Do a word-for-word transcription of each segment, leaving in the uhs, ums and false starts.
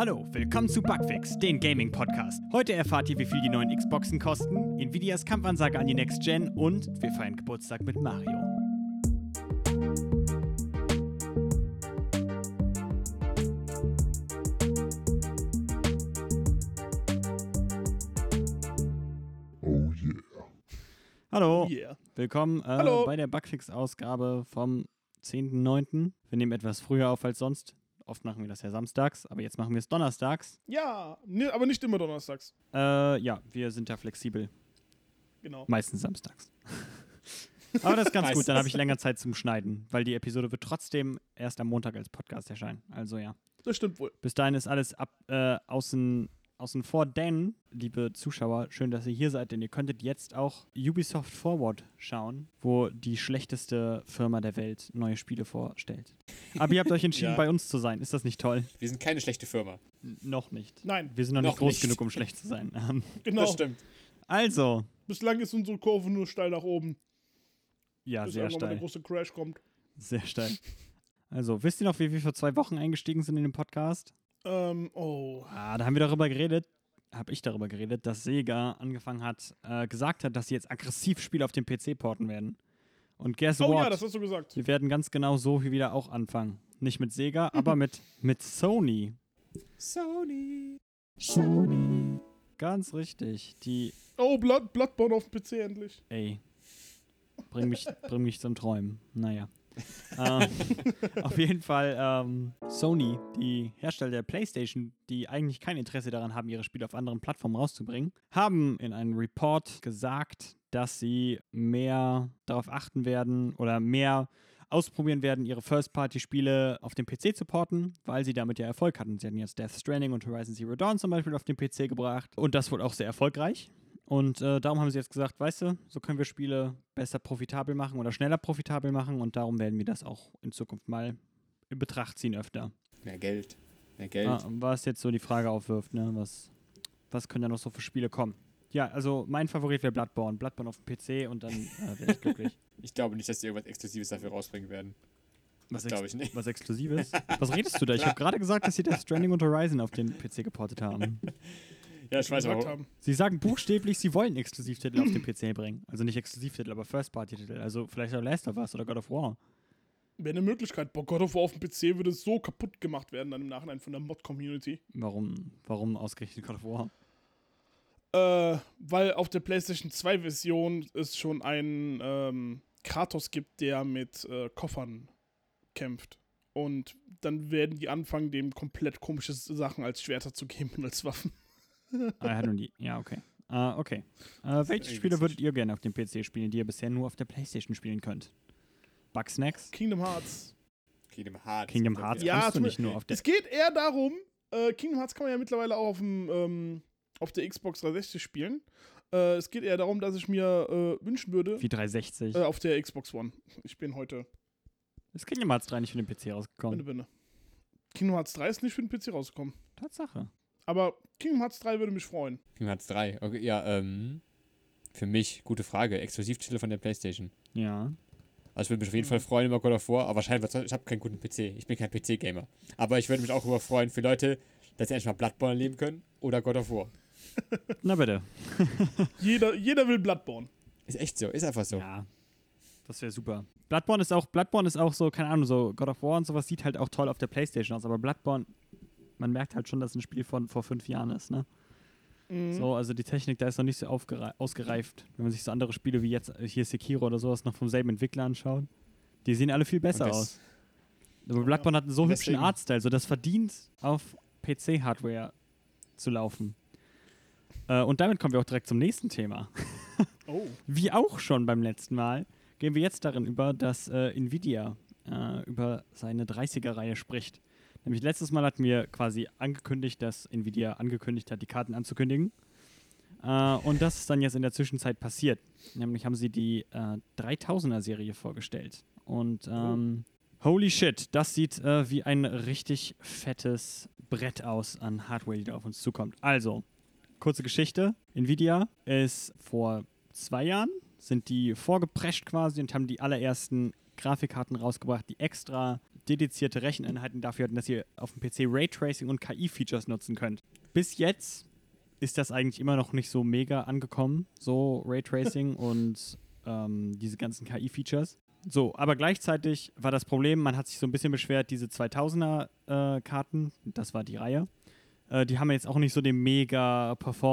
Hallo, willkommen zu Bugfix, den Gaming-Podcast. Heute erfahrt ihr, wie viel die neuen Xboxen kosten, Nvidias Kampfansage an die Next Gen und wir feiern Geburtstag mit Mario. Oh yeah. Hallo, Oh yeah. willkommen äh, Hallo. bei der Bugfix-Ausgabe vom zehnten neunten Wir nehmen etwas früher auf als sonst. Oft machen wir das ja samstags, aber jetzt machen wir es donnerstags. Ja, ne, aber nicht immer donnerstags. Äh, ja, wir sind da flexibel. Genau. Meistens samstags. Aber das ist ganz gut, Meistens. dann habe ich länger Zeit zum Schneiden, weil die Episode wird trotzdem erst am Montag als Podcast erscheinen. Also ja. Das stimmt wohl. Bis dahin ist alles ab, äh, außen, außen vor, denn, liebe Zuschauer, schön, dass ihr hier seid, denn ihr könntet jetzt auch Ubisoft Forward schauen, wo die schlechteste Firma der Welt neue Spiele vorstellt. Aber ihr habt euch entschieden, Ja. bei uns zu sein. Ist das nicht toll? Wir sind keine schlechte Firma. N- noch nicht. Nein, Wir sind noch, nicht Noch groß nicht. genug, um schlecht zu sein. Ähm, genau. Das stimmt. also, Bislang ist unsere Kurve nur steil nach oben, ja, bis sehr irgendwann mal der steil. große Crash kommt. Sehr steil. Also, wisst ihr noch, wie wir vor zwei Wochen eingestiegen sind in den Podcast? Ähm, oh. Ah, da haben wir darüber geredet, habe ich darüber geredet, dass Sega angefangen hat, äh, gesagt hat, dass sie jetzt aggressiv Spiele auf dem P C porten werden. Und guess Oh what? ja, das hast du gesagt. Wir werden ganz genau so wie wieder auch anfangen. Nicht mit Sega, aber mit, mit Sony. Sony. Sony. Ganz richtig. Die, Oh, Blood, Bloodborne auf dem P C endlich. ey, bring mich, bring mich zum Träumen. Naja. ähm, auf jeden Fall ähm, Sony, die Hersteller der PlayStation, die eigentlich kein Interesse daran haben, ihre Spiele auf anderen Plattformen rauszubringen, haben in einem Report gesagt, dass sie mehr darauf achten werden oder mehr ausprobieren werden, ihre First-Party-Spiele auf den P C zu porten, weil sie damit ja Erfolg hatten. Sie hatten jetzt Death Stranding und Horizon Zero Dawn zum Beispiel auf den P C gebracht und das wurde auch sehr erfolgreich. Und äh, darum haben sie jetzt gesagt, weißt du, so können wir Spiele besser profitabel machen oder schneller profitabel machen und darum werden wir das auch in Zukunft mal in Betracht ziehen öfter. Mehr Geld. Mehr Geld. Ah, was jetzt so die Frage aufwirft, ne, was, was können da noch so für Spiele kommen? Ja, also mein Favorit wäre Bloodborne. Bloodborne auf dem P C und dann äh, wäre ich glücklich. Ich glaube nicht, dass die irgendwas Exklusives dafür rausbringen werden. Was, Das glaube ex- ich nicht. was Exklusives? Was redest du da? Ich habe gerade gesagt, dass sie Death Stranding und Horizon auf den P C geportet haben. Ja, ich weiß gesagt aber. haben. Sie sagen buchstäblich, sie wollen Exklusivtitel auf den P C bringen. Also nicht Exklusivtitel, aber First-Party-Titel. Also vielleicht auch Last of Us oder God of War. Wäre eine Möglichkeit. Boah, God of War auf dem P C würde so kaputt gemacht werden dann im Nachhinein von der Mod-Community. Warum, warum ausgerechnet God of War? Äh, weil auf der PlayStation zwei Version es schon einen ähm, Kratos gibt, der mit äh, Koffern kämpft. Und dann werden die anfangen, dem komplett komische Sachen als Schwerter zu geben und als Waffen. Ah, er hat noch nie. Ja, okay. Äh, okay. Äh, welche irgendwie Spiele witzig. würdet ihr gerne auf dem P C spielen, die ihr bisher nur auf der PlayStation spielen könnt? Bugsnacks? Kingdom Hearts. Kingdom Hearts. Kingdom Hearts Ja, kannst du zum- nicht nur auf der... Es geht eher darum, äh, Kingdom Hearts kann man ja mittlerweile auch auf, dem, ähm, auf der Xbox dreihundertsechzig spielen. Äh, es geht eher darum, dass ich mir äh, wünschen würde, Wie dreihundertsechzig. äh, auf der Xbox One. Ich bin heute, Ist Kingdom Hearts drei nicht für den P C Binne, rausgekommen? binne. Kingdom Hearts drei ist nicht für den P C rausgekommen. Tatsache. Aber Kingdom Hearts drei würde mich freuen. Kingdom Hearts drei. Okay, ja, ähm. Für mich, gute Frage. Exklusivtitel von der PlayStation. Ja. Also ich würde mich auf jeden Fall freuen über God of War, aber wahrscheinlich, ich habe keinen guten P C. Ich bin kein P C-Gamer. Aber ich würde mich auch über freuen für Leute, dass sie endlich mal Bloodborne erleben können oder God of War. Na bitte. Jeder, jeder will Bloodborne. Ist echt so, ist einfach so. Ja. Das wäre super. Bloodborne ist auch, Bloodborne ist auch so, keine Ahnung, so God of War und sowas sieht halt auch toll auf der PlayStation aus, aber Bloodborne, man merkt halt schon, dass es ein Spiel von vor fünf Jahren ist, ne? Mhm. So, also die Technik da ist noch nicht so aufgerei- ausgereift. Wenn man sich so andere Spiele wie jetzt äh, hier Sekiro oder sowas noch vom selben Entwickler anschaut, die sehen alle viel besser Und das- aus. Aber Bloodborne hat einen so Und hübschen deswegen- Artstyle, so das verdient auf P C-Hardware zu laufen. Äh, und damit kommen wir auch direkt zum nächsten Thema. Oh. Wie auch schon beim letzten Mal, gehen wir jetzt darin über, dass äh, Nvidia äh, über seine dreißiger-Reihe spricht. Nämlich letztes Mal hatten wir quasi angekündigt, dass Nvidia angekündigt hat, die Karten anzukündigen. Äh, und das ist dann jetzt in der Zwischenzeit passiert. Nämlich haben sie die äh, dreitausender-Serie vorgestellt. Und ähm, holy shit, das sieht äh, wie ein richtig fettes Brett aus an Hardware, die da auf uns zukommt. Also, kurze Geschichte. Nvidia ist vor zwei Jahren, sind die vorgeprescht quasi und haben die allerersten Grafikkarten rausgebracht, die extra dedizierte Recheneinheiten dafür hatten, dass ihr auf dem P C Raytracing und K I-Features nutzen könnt. Bis jetzt ist das eigentlich immer noch nicht so mega angekommen, so Raytracing und ähm, diese ganzen K I-Features. So, aber gleichzeitig war das Problem, man hat sich so ein bisschen beschwert, diese zweitausender-Karten, äh, das war die Reihe, äh, die haben jetzt auch nicht so den mega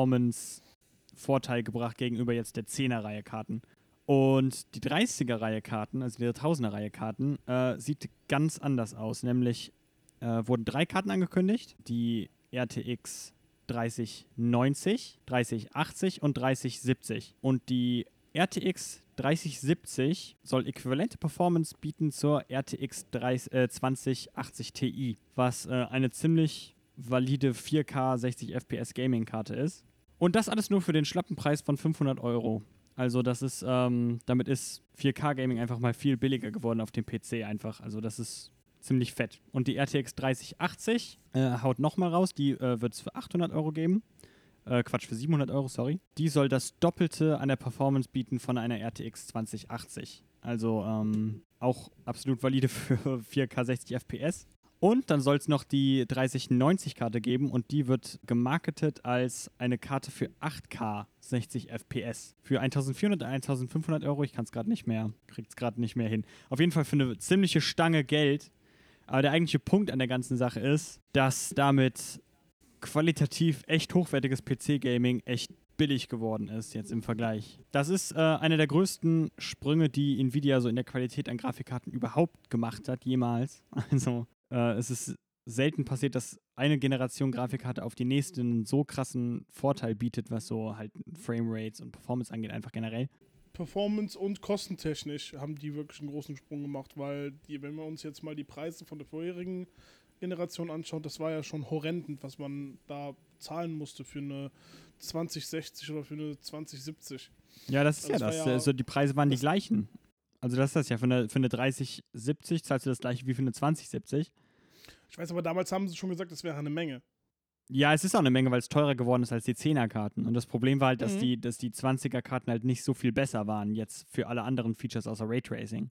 Performance-Vorteil gebracht gegenüber jetzt der zehner-Reihe Karten. Und die dreißiger-Reihe Karten, also die tausender-Reihe Karten, äh, sieht ganz anders aus. Nämlich äh, wurden drei Karten angekündigt, die R T X dreißig neunzig, dreißig achtzig und dreißig siebzig. Und die R T X dreißig siebzig soll äquivalente Performance bieten zur R T X zwanzig achtzig Ti, was äh, eine ziemlich valide vier K sechzig F P S Gaming-Karte ist. Und das alles nur für den schlappen Preis von fünfhundert Euro. Also das ist, ähm, damit ist vier K Gaming einfach mal viel billiger geworden auf dem P C einfach. Also das ist ziemlich fett. Und die R T X dreißig achtzig äh, haut nochmal raus, die äh, wird es für achthundert Euro geben. Äh, Quatsch, für siebenhundert Euro, sorry. Die soll das Doppelte an der Performance bieten von einer R T X zwanzig achtzig. Also ähm, auch absolut valide für vier K sechzig F P S. Und dann soll es noch die dreißig neunzig Karte geben und die wird gemarketet als eine Karte für acht K sechzig F P S. Für eintausendvierhundert, eintausendfünfhundert Euro, ich kann es gerade nicht mehr, krieg's gerade nicht mehr hin. Auf jeden Fall für eine ziemliche Stange Geld. Aber der eigentliche Punkt an der ganzen Sache ist, dass damit qualitativ echt hochwertiges P C-Gaming echt billig geworden ist jetzt im Vergleich. Das ist äh, einer der größten Sprünge, die Nvidia so in der Qualität an Grafikkarten überhaupt gemacht hat, jemals. Also äh, es ist selten passiert, dass eine Generation Grafikkarte auf die nächste einen so krassen Vorteil bietet, was so halt Framerates und Performance angeht, einfach generell. Performance und kostentechnisch haben die wirklich einen großen Sprung gemacht, weil die, wenn wir uns jetzt mal die Preise von der vorherigen Generation anschaut, das war ja schon horrendend, was man da zahlen musste für eine zwanzig sechzig oder für eine zwanzig siebzig. Ja, das ist Also ja das das. war ja- Also die Preise waren die das- gleichen. Also das ist das ja. Für eine, für eine dreißig siebzig zahlst du das gleiche wie für eine zwanzig siebzig. Ich weiß aber, damals haben sie schon gesagt, das wäre eine Menge. Ja, es ist auch eine Menge, weil es teurer geworden ist als die zehner-Karten. Und das Problem war halt, dass Mhm. die, dass die zwanziger-Karten halt nicht so viel besser waren jetzt für alle anderen Features außer Raytracing.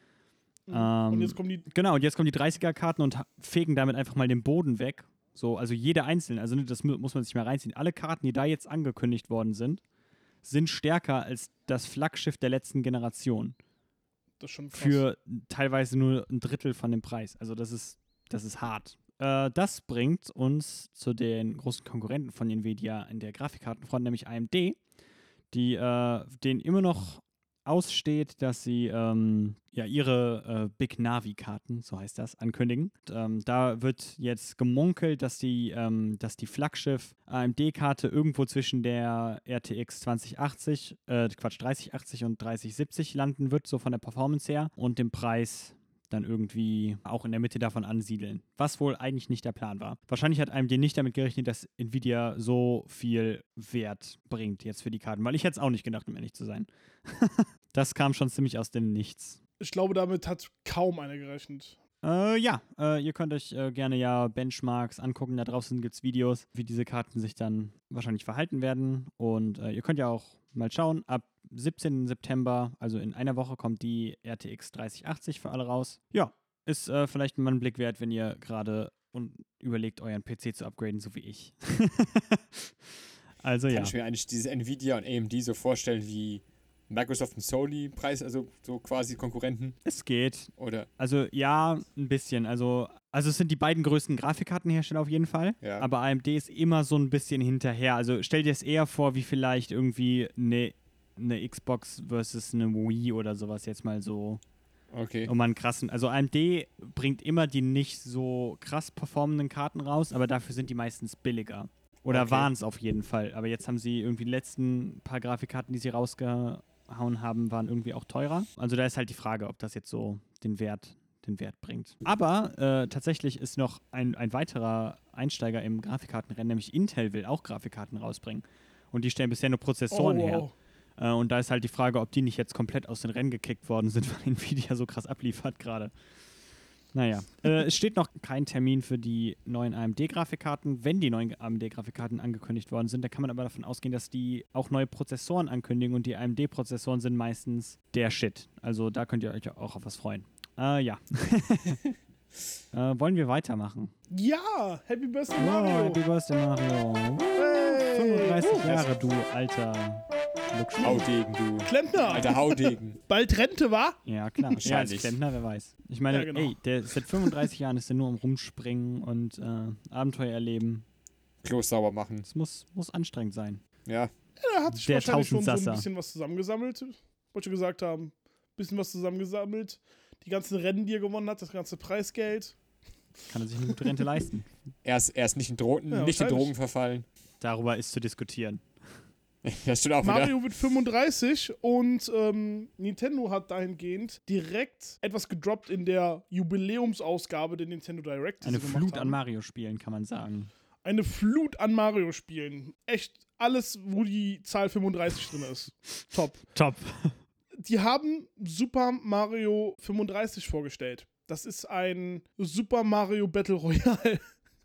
Mhm. Ähm, und jetzt kommen die, Genau, und jetzt kommen die dreißiger-Karten und ha- fegen damit einfach mal den Boden weg. So, also jede einzelne, also ne, das mu- muss man sich mal reinziehen. Alle Karten, die da jetzt angekündigt worden sind, sind stärker als das Flaggschiff der letzten Generation. das ist schon krass. Für teilweise nur ein Drittel von dem Preis. Also das ist, das ist hart. Äh, das bringt uns zu den großen Konkurrenten von Nvidia in der Grafikkartenfront, nämlich A M D, die äh, denen immer noch aussteht, dass sie ähm, ja ihre äh, Big Navi-Karten, so heißt das, ankündigen. Und, ähm, da wird jetzt gemunkelt, dass die, ähm, dass die Flaggschiff-A M D-Karte irgendwo zwischen der R T X zwanzig achtzig, äh, Quatsch, dreißig achtzig und dreißig siebzig landen wird, so von der Performance her, und dem Preis dann irgendwie auch in der Mitte davon ansiedeln. Was wohl eigentlich nicht der Plan war. Wahrscheinlich hat A M D nicht damit gerechnet, dass Nvidia so viel Wert bringt jetzt für die Karten, weil ich hätte es auch nicht gedacht, um ehrlich zu sein. Das kam schon ziemlich aus dem Nichts. Ich glaube, damit hat kaum einer gerechnet. Äh, ja, äh, ihr könnt euch äh, gerne ja Benchmarks angucken. Da draußen gibt es Videos, wie diese Karten sich dann wahrscheinlich verhalten werden. Und äh, ihr könnt ja auch mal schauen, ab siebzehnten September, also in einer Woche, kommt die R T X dreißig achtzig für alle raus. Ja, ist äh, vielleicht mal ein Blick wert, wenn ihr gerade und überlegt, euren P C zu upgraden, so wie ich. Also Kann ja. ich mir eigentlich dieses Nvidia und A M D so vorstellen wie Microsoft und Sony Preis, also so quasi Konkurrenten? Es geht. Oder? Also ja, ein bisschen. Also, also es sind die beiden größten Grafikkartenhersteller auf jeden Fall. Ja. Aber A M D ist immer so ein bisschen hinterher. Also stell dir es eher vor, wie vielleicht irgendwie eine, eine Xbox versus eine Wii oder sowas jetzt mal so. Okay. Um mal einen krassen. Also A M D bringt immer die nicht so krass performenden Karten raus, aber dafür sind die meistens billiger. Oder Okay. waren es auf jeden Fall. Aber jetzt haben sie irgendwie die letzten paar Grafikkarten, die sie rausgehauen haben, waren irgendwie auch teurer. Also da ist halt die Frage, ob das jetzt so den Wert, den Wert bringt. Aber äh, tatsächlich ist noch ein, ein weiterer Einsteiger im Grafikkartenrennen, nämlich Intel will auch Grafikkarten rausbringen. Und die stellen bisher nur Prozessoren Oh, her. wow. Äh, und da ist halt die Frage, ob die nicht jetzt komplett aus den Rennen gekickt worden sind, weil Nvidia so krass abliefert gerade. Naja, äh, es steht noch kein Termin für die neuen A M D-Grafikkarten. Wenn die neuen A M D-Grafikkarten angekündigt worden sind, da kann man aber davon ausgehen, dass die auch neue Prozessoren ankündigen und die A M D-Prozessoren sind meistens der Shit. Also da könnt ihr euch auch auf was freuen. Äh, ja. Äh, wollen wir weitermachen? Ja, Happy Birthday Wow, Mario. Happy Birthday, Mario. Hey. fünfunddreißig Jahre, du alter Glücksspiel. Haudegen, du. Klempner. Alter Haudegen. Bald Rente, wa? Ja, klar. Ja, als Wahrscheinlich. Klempner, wer weiß. Ich meine, Ja, genau. ey, der seit fünfunddreißig Jahren ist der nur am Rumspringen und äh, Abenteuer erleben. Klos sauber machen. Das muss, muss anstrengend sein. Ja. Ja, er hat sich Der wahrscheinlich schon so ein Tausendsasser. bisschen was zusammengesammelt. Wollte schon gesagt haben. Bisschen was zusammengesammelt. Die ganzen Rennen, die er gewonnen hat, das ganze Preisgeld. Kann er sich eine gute Rente leisten. Er ist, er ist nicht in, Drogen, Ja, nicht in wahrscheinlich. Drogen verfallen. Darüber ist zu diskutieren. Das stimmt auch wieder. Mario wird fünfunddreißig und ähm, Nintendo hat dahingehend direkt etwas gedroppt in der Jubiläumsausgabe der Nintendo Direct. die Eine sie gemacht Flut an haben. Mario-Spielen, kann man sagen. Eine Flut an Mario-Spielen. Echt alles, wo die Zahl fünfunddreißig drin ist. Top. Top. Die haben Super Mario fünfunddreißig vorgestellt. Das ist ein Super Mario Battle Royale.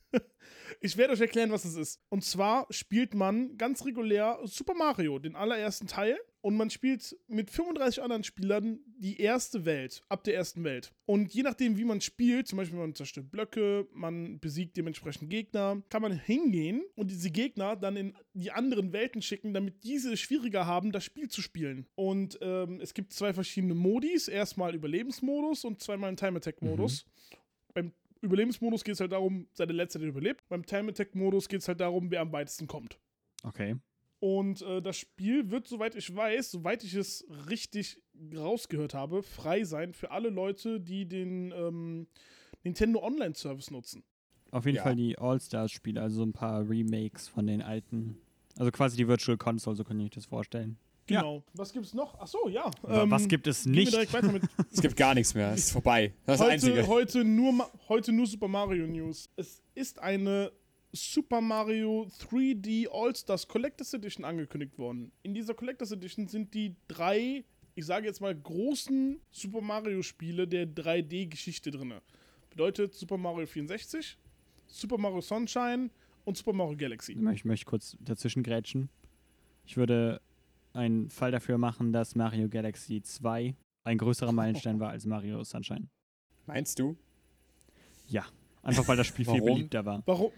Ich werde euch erklären, was es ist. Und zwar spielt man ganz regulär Super Mario, den allerersten Teil. Und man spielt mit fünfunddreißig anderen Spielern die erste Welt, ab der ersten Welt. Und je nachdem, wie man spielt, zum Beispiel man zerstört Blöcke, man besiegt dementsprechend Gegner, kann man hingehen und diese Gegner dann in die anderen Welten schicken, damit diese es schwieriger haben, das Spiel zu spielen. Und ähm, es gibt zwei verschiedene Modis. Erstmal Überlebensmodus und zweimal einen Time-Attack-Modus. Beim Überlebensmodus geht es halt darum, seine letzte der überlebt. Beim Time-Attack-Modus geht es halt darum, wer am weitesten kommt. Okay. Und äh, das Spiel wird, soweit ich weiß, soweit ich es richtig rausgehört habe, frei sein für alle Leute, die den ähm, Nintendo Online-Service nutzen. Auf jeden Ja. Fall die All-Stars-Spiele, also so ein paar Remakes von den alten. Also quasi die Virtual Console, so kann ich das vorstellen. Ja. Genau. Was gibt's noch? Achso, ja. Aber ähm, was gibt es gehen wir nicht? direkt weiter mit Es gibt gar nichts mehr. Es ist vorbei. Das ist das heute, Einzige. heute, nur, Ma- heute nur Super Mario News. Es ist eine Super Mario drei D All-Stars Collectors Edition angekündigt worden. In dieser Collectors Edition sind die drei, ich sage jetzt mal, großen Super Mario Spiele der drei D-Geschichte drin. Bedeutet Super Mario vierundsechzig, Super Mario Sunshine und Super Mario Galaxy. Ich möchte kurz dazwischen grätschen. Ich würde einen Fall dafür machen, dass Mario Galaxy zwei ein größerer Meilenstein war als Mario Sunshine. Meinst du? Einfach weil das Spiel viel Warum? beliebter war. Warum?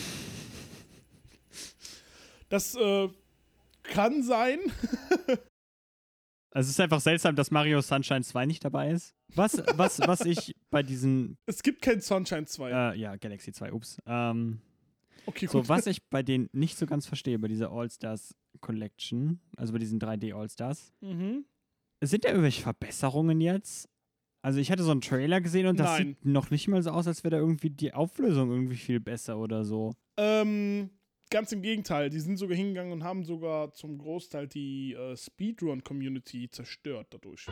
Das äh, kann sein. Also es ist einfach seltsam, dass Mario Sunshine zwei nicht dabei ist. Was, was, was ich bei diesen, Es gibt kein Sunshine zwei. äh, ja, Galaxy zwei, ups. Ähm, Okay, so, gut. was ich bei denen nicht so ganz verstehe, bei dieser All-Stars Collection, also bei diesen drei D All-Stars, Mhm. sind da irgendwelche Verbesserungen jetzt? Also ich hatte so einen Trailer gesehen und das Nein. sieht noch nicht mal so aus, als wäre da irgendwie die Auflösung irgendwie viel besser oder so. Ähm, ganz im Gegenteil. Die sind sogar hingegangen und haben sogar zum Großteil die äh, Speedrun-Community zerstört dadurch.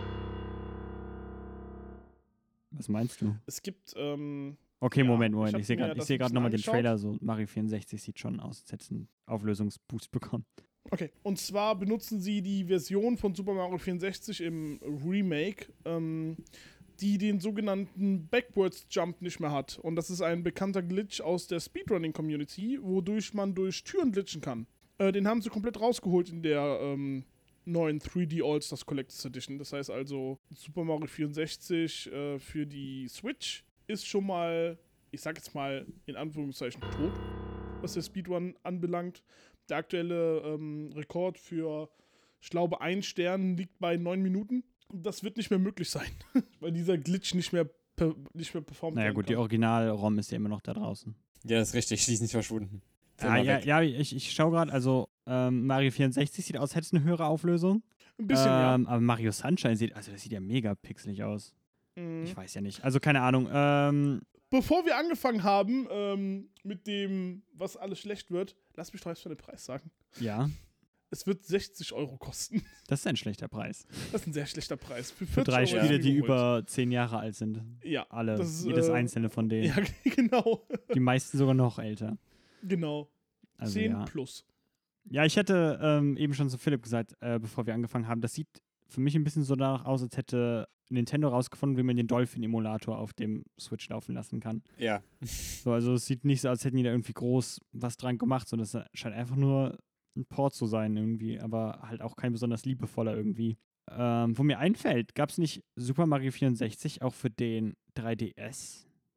Was meinst du? Es gibt, ähm, Okay, Ja, Moment, ich Moment. hab Ich sehe mir gerade das seh ein grad bisschen nochmal den angeschaut. Trailer. So Mario vierundsechzig sieht schon aus, als hätte es einen Auflösungsboost bekommen. okay. Und zwar benutzen sie die Version von Super Mario vierundsechzig im Remake, ähm, die den sogenannten Backwards Jump nicht mehr hat. Und das ist ein bekannter Glitch aus der Speedrunning-Community, wodurch man durch Türen glitchen kann. Äh, den haben sie komplett rausgeholt in der ähm, neuen drei D All-Stars Collectors Edition. Das heißt also, Super Mario vierundsechzig äh, für die Switch ist schon mal, ich sag jetzt mal in Anführungszeichen, tot, was der Speedrun anbelangt. Der aktuelle ähm, Rekord für, ich glaube, ein Stern liegt bei neun Minuten. Das wird nicht mehr möglich sein, weil dieser Glitch nicht mehr, per, nicht mehr performt Naja werden gut, die kann. Original-ROM ist ja immer noch da draußen. Ja, das ist richtig. Die ist nicht verschwunden. Sind Ah, mal ja, weg. ja, ich, ich schaue gerade, also ähm, Mario vierundsechzig sieht aus, als hätte es eine höhere Auflösung. Ein bisschen, ähm, Aber Mario Sunshine sieht, also das sieht ja mega pixelig aus. ja. Mhm. Ich weiß ja nicht. Also keine Ahnung. Ähm, Bevor wir angefangen haben ähm, mit dem, was alles schlecht wird, lass mich doch erst mal den Preis sagen. ja, Es wird sechzig Euro kosten. das ist ein schlechter Preis. Das ist ein sehr schlechter Preis. Für, Für vierzig drei Euro ist Spiele, die geholt. über zehn Jahre alt sind. Ja, Alle. das ist, Jedes äh, einzelne von denen. Ja, genau. Die meisten sogar noch älter. Genau. Also zehn ja. plus. Ja, ich hätte ähm, eben schon zu Philipp gesagt, äh, bevor wir angefangen haben, das sieht für mich ein bisschen so danach aus, als hätte Nintendo rausgefunden, wie man den Dolphin-Emulator auf dem Switch laufen lassen kann. Ja. So, also es sieht nicht so, als hätten die da irgendwie groß was dran gemacht, sondern es scheint einfach nur ein Port zu sein irgendwie, aber halt auch kein besonders liebevoller irgendwie. Ähm, wo mir einfällt, gab es nicht Super Mario vierundsechzig auch für den drei D S?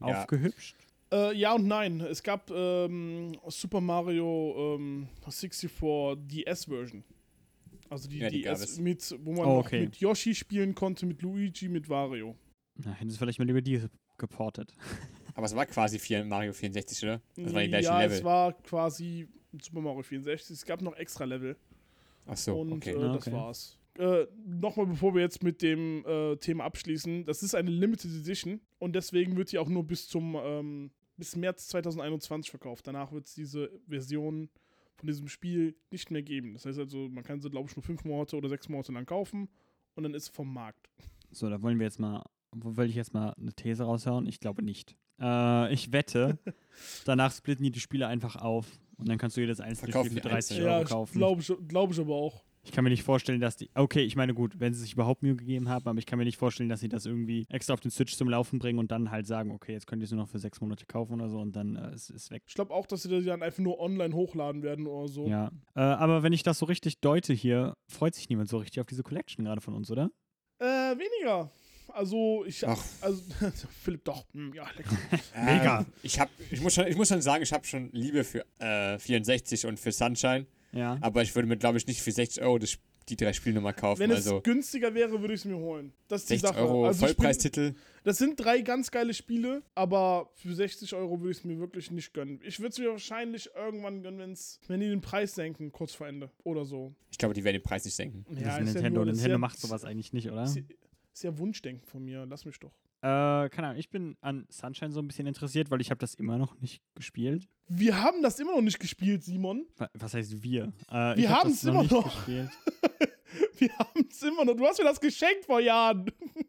aufgehübscht? Äh, ja und nein. Es gab ähm, Super Mario ähm, sechsundsechzig D S-Version. Also die Ja, die D gab S, es. mit, wo man Oh, noch okay. mit Yoshi spielen konnte, mit Luigi, mit Wario. Na, hätten sie vielleicht mal lieber die geportet. Aber es war quasi vier, Mario vierundsechzig, oder? Das waren die gleichen ja, Level. es war quasi Super Mario vierundsechzig. Es gab noch extra Level. Ach so, und okay. äh, Ah, das okay. war's. Äh, Nochmal, bevor wir jetzt mit dem äh, Thema abschließen, das ist eine Limited Edition und deswegen wird die auch nur bis zum ähm, bis März zweitausendeinundzwanzig verkauft. Danach wird es diese Version von diesem Spiel nicht mehr geben. Das heißt also, man kann sie, glaube ich, nur fünf Monate oder sechs Monate lang kaufen und dann ist sie vom Markt. So, da wollen wir jetzt mal, wo will ich jetzt mal eine These raushauen? Ich glaube nicht. Äh, ich wette, danach splitten die die Spiele einfach auf und dann kannst du jedes einzelne Verkaufen Spiel für die dreißig einzeln. Euro Ja, kaufen. glaube ich, glaub ich aber auch. Ich kann mir nicht vorstellen, dass die. Okay, ich meine, gut, wenn sie sich überhaupt Mühe gegeben haben, aber ich kann mir nicht vorstellen, dass sie das irgendwie extra auf den Switch zum Laufen bringen und dann halt sagen, okay, jetzt könnt ihr es nur noch für sechs Monate kaufen oder so und dann äh, ist es weg. Ich glaube auch, dass sie die dann einfach nur online hochladen werden oder so. Ja. Äh, aber wenn ich das so richtig deute hier, freut sich niemand so richtig auf diese Collection gerade von uns, oder? Äh, weniger. Also, ich. Ach. Also, Philipp, doch. Hm, ja, lecker. Mega. Ähm, ich, hab, ich, muss schon, ich muss schon sagen, ich habe schon Liebe für äh, vierundsechzig und für Sunshine. Ja. Aber ich würde mir, glaube ich, nicht für sechzig Euro das, die drei Spiele nochmal kaufen. Wenn es also günstiger wäre, würde ich es mir holen. Das ist die sechzig Sache. Euro Also ich bin, Vollpreistitel. das sind drei ganz geile Spiele, aber für sechzig Euro würde ich es mir wirklich nicht gönnen. Ich würde es mir wahrscheinlich irgendwann gönnen, wenn's, wenn die den Preis senken, kurz vor Ende oder so. Ich glaube, die werden den Preis nicht senken. Das ist ist ja Nintendo. nur- das ist Nintendo ja- macht sowas eigentlich nicht, oder? Ist ja, ist ja Wunschdenken von mir, lass mich doch. Äh, keine Ahnung, ich bin an Sunshine so ein bisschen interessiert, weil ich habe das immer noch nicht gespielt. Wir haben das immer noch nicht gespielt, Simon. Wa- Was heißt wir? Äh, Wir ich hab haben's das immer nicht noch. gespielt. Wir haben es immer noch. Du hast mir das geschenkt vor Jahren.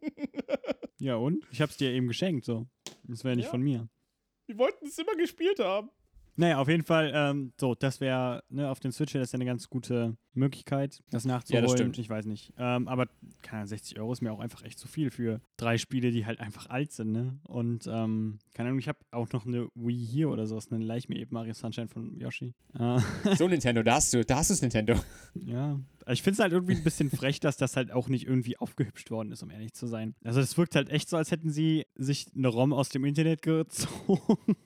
Ja und? Ich hab's dir eben geschenkt, so. Das wäre nicht Ja. von mir. Wir wollten es immer gespielt haben. Naja, auf jeden Fall, ähm, so, das wäre, ne, auf dem Switch wäre das ja eine ganz gute Möglichkeit, das nachzuholen. Ja, das stimmt. Ich weiß nicht. Ähm, aber, keine Ahnung, sechzig Euro ist mir auch einfach echt zu viel für drei Spiele, die halt einfach alt sind, ne? Und, ähm, keine Ahnung, ich habe auch noch eine Wii hier oder sowas, dann leih ich mir eben Mario Sunshine von Yoshi. Äh, So, Nintendo, da hast du, da hast du es, Nintendo. ja. Ich finde es halt irgendwie ein bisschen frech, dass das halt auch nicht irgendwie aufgehübscht worden ist, um ehrlich zu sein. Also, es wirkt halt echt so, als hätten sie sich eine ROM aus dem Internet gezogen.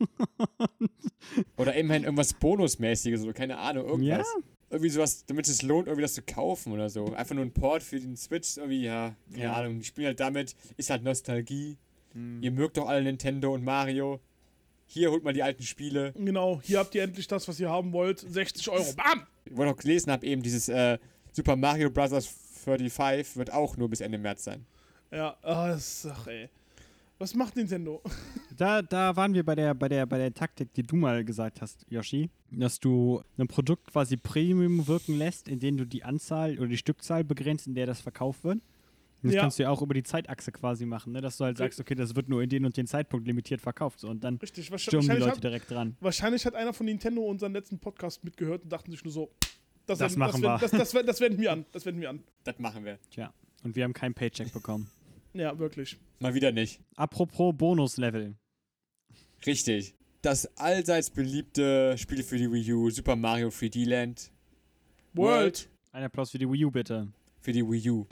Oder immerhin irgendwas Bonusmäßiges oder keine Ahnung, irgendwas. Ja. Irgendwie sowas, damit es lohnt, irgendwie das zu kaufen oder so. Einfach nur ein Port für den Switch, irgendwie, ja, keine Ja. Ahnung. Die spielen halt damit, ist halt Nostalgie. Hm. Ihr mögt doch alle Nintendo und Mario. Hier holt mal die alten Spiele. Genau, hier habt ihr endlich das, was ihr haben wollt. sechzig Euro. Bam! Wo ich auch gelesen habe, eben dieses äh, Super Mario Bros. fünfundvierzig wird auch nur bis Ende März sein. Ja, ah, das ist, ach ey. Was macht Nintendo? Da, da waren wir bei der, bei, der, bei der Taktik, die du mal gesagt hast, Yoshi, dass du ein Produkt quasi Premium wirken lässt, indem du die Anzahl oder die Stückzahl begrenzt, in der das verkauft wird. Und das Ja. kannst du ja auch über die Zeitachse quasi machen, ne? Dass du halt sagst, okay, das wird nur in den und den Zeitpunkt limitiert verkauft. So, und dann Richtig, wahrscheinlich, stürmen die wahrscheinlich, Leute hat, direkt dran. wahrscheinlich hat einer von Nintendo unseren letzten Podcast mitgehört und dachten sich nur so, das, Das werden, machen das, werden, wir. das, das, werden- das wenden wir an. Das wenden wir an. Das machen wir. Tja, und wir haben keinen Paycheck bekommen. Ja, wirklich. Mal wieder nicht. Apropos Bonuslevel. Richtig. Das allseits beliebte Spiel für die Wii U, Super Mario drei D Land. World. Ein Applaus für die Wii U, bitte. Für die Wii U.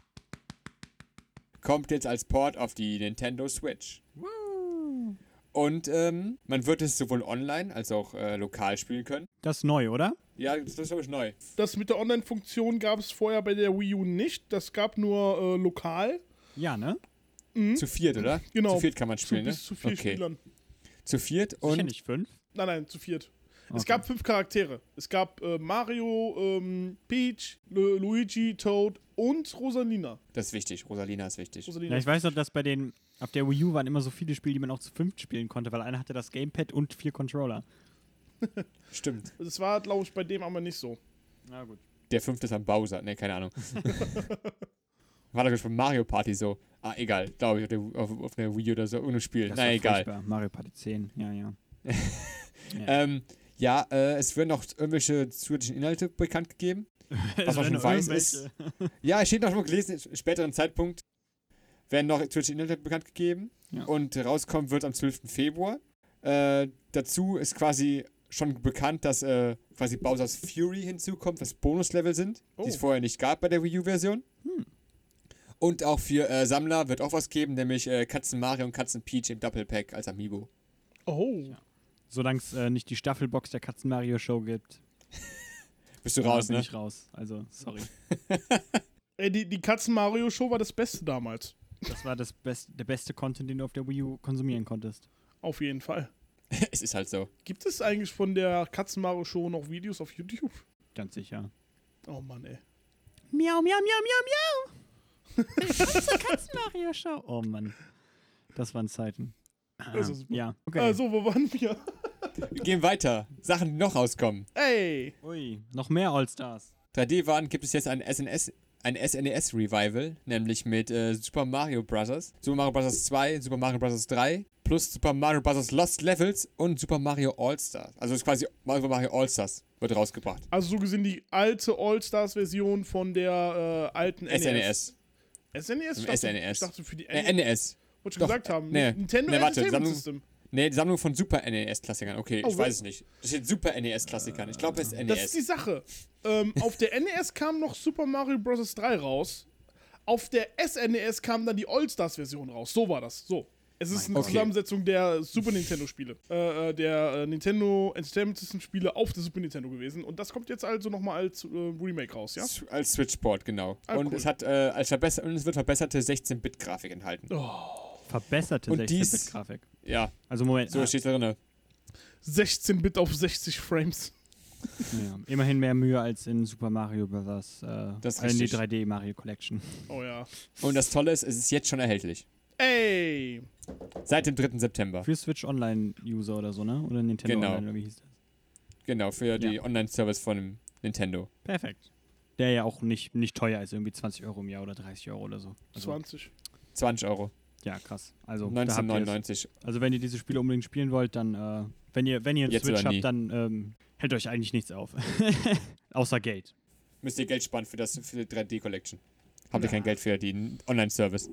Kommt jetzt als Port auf die Nintendo Switch. Und ähm, man wird es sowohl online als auch äh, lokal spielen können. Das ist neu, oder? Ja, das ist glaube ich neu. Das mit der Online-Funktion gab es vorher bei der Wii U nicht. Das gab nur äh, lokal. Ja, ne? Zu viert, oder? Genau. Zu viert kann man Zu, spielen, bis ne? zu vier okay. Spielern. Zu viert Sicher und nicht fünf? Nein, nein, zu viert. Es Okay. gab fünf Charaktere. Es gab äh, Mario, ähm, Peach, Lu Luigi, Toad und Rosalina. das ist wichtig. Rosalina ist wichtig. Rosalina. Ja, ich weiß noch, dass bei den, auf der Wii U waren immer so viele Spiele, die man auch zu fünft spielen konnte, weil einer hatte das Gamepad und vier Controller. Stimmt. Das war, glaube ich, bei dem aber nicht so. Na gut. Der fünfte ist am Bowser. Ne, keine Ahnung. War doch von Mario Party so. Ah, egal. Glaube ich, auf der, auf, auf der Wii oder so. Ohne Spiel. Das Na, war egal. furchtbar. Mario Party zehn, ja, ja. Ähm, ja, äh, es werden noch irgendwelche zusätzlichen Inhalte bekannt gegeben. Was man schon weiß ist. Ja, es steht noch mal gelesen, im späteren Zeitpunkt werden noch zusätzliche Inhalte bekannt gegeben. Ja. Und rauskommen wird am zwölften Februar. Äh, dazu ist quasi schon bekannt, dass äh, quasi Bowser's Fury hinzukommt, was Bonuslevel sind, Oh. die es vorher nicht gab bei der Wii U-Version. Hm. Und auch für äh, Sammler wird auch was geben, nämlich äh, Katzen Mario und Katzen Peach im Doppelpack als Amiibo. Oh. Ja. Solange es äh, nicht die Staffelbox der Katzen-Mario-Show gibt, Bist du äh, raus, bin ne? ich raus. Also, sorry. Ey, die, die Katzen-Mario-Show war das Beste damals. Das war das best, der beste Content, den du auf der Wii U konsumieren konntest. Auf jeden Fall. Es ist halt so. Gibt es eigentlich von der Katzen-Mario-Show noch Videos auf YouTube? Ganz sicher. Oh Mann, ey. Miau, miau, miau, miau, miau. Willkommen zur Katzen-Mario-Show. Oh Mann. Das waren Zeiten. Das ist super. Ja, okay. Also, wo waren wir? Wir gehen weiter. Sachen, die noch rauskommen. Ey. Ui, noch mehr All-Stars. drei D-Waren gibt es jetzt ein S N S, ein S N E S-Revival, nämlich mit äh, Super Mario Bros., Super Mario Bros. zwei, Super Mario Bros. drei, plus Super Mario Bros. Lost Levels und Super Mario All-Stars. Also es ist quasi Super Mario All-Stars wird rausgebracht. Also so gesehen die alte All-Stars-Version von der äh, alten S N E S. S N E S? Im Ich dachte, S N E S. Ich dachte für die Äh, N E S. Wollte ich Doch, gesagt haben. nee. Nintendo Nee, warte, Entertainment Sammlung- System. Nee, die Sammlung von Super N E S-Klassikern. Okay, Oh, ich was? weiß es nicht. Das steht Super N E S-Klassikern. Ich glaube, es ist N E Das ist die S. Sache. ähm, auf der N E S kam noch Super Mario Bros. drei raus. Auf der S N E S kam dann die All-Stars-Version raus. So war das. So. Es ist eine Okay. Zusammensetzung der Super Nintendo-Spiele. Äh, äh, der äh, Nintendo Entertainment System-Spiele auf der Super Nintendo gewesen. Und das kommt jetzt also nochmal als äh, Remake raus, ja? S- Als Switchport, genau. Ah, und cool. es hat äh, als verbesser und es wird verbesserte sechzehn-Bit-Grafik enthalten. Oh, Verbesserte Und dies- sechzehn-Bit-Grafik. Ja, Also Moment, so ah, steht drin. sechzehn Bit auf sechzig Frames. ja, immerhin mehr Mühe als in Super Mario Bros. Äh, Das ist äh, in die richtig. drei D Mario Collection. Oh ja. Und das Tolle ist, es ist jetzt schon erhältlich. Ey! Seit dem dritten September. Für Switch Online-User oder so, ne? Oder Nintendo Genau. Online, oder wie hieß das? Genau, für die Ja. Online-Service von Nintendo. Perfekt. Der ja auch nicht, nicht teuer ist, irgendwie zwanzig Euro im Jahr oder dreißig Euro oder so. Also, zwanzig. zwanzig Euro. ja, krass. Also, da habt ihr es. neunzehnhundertneunundneunzig. Also wenn ihr diese Spiele unbedingt spielen wollt, dann, äh, wenn ihr, wenn ihr einen Jetzt Switch oder nie. habt, dann ähm, hält euch eigentlich nichts auf. Außer Geld. Müsst ihr Geld sparen für, das, für die drei D-Collection. Habt ihr Ja. kein Geld für den Online-Service.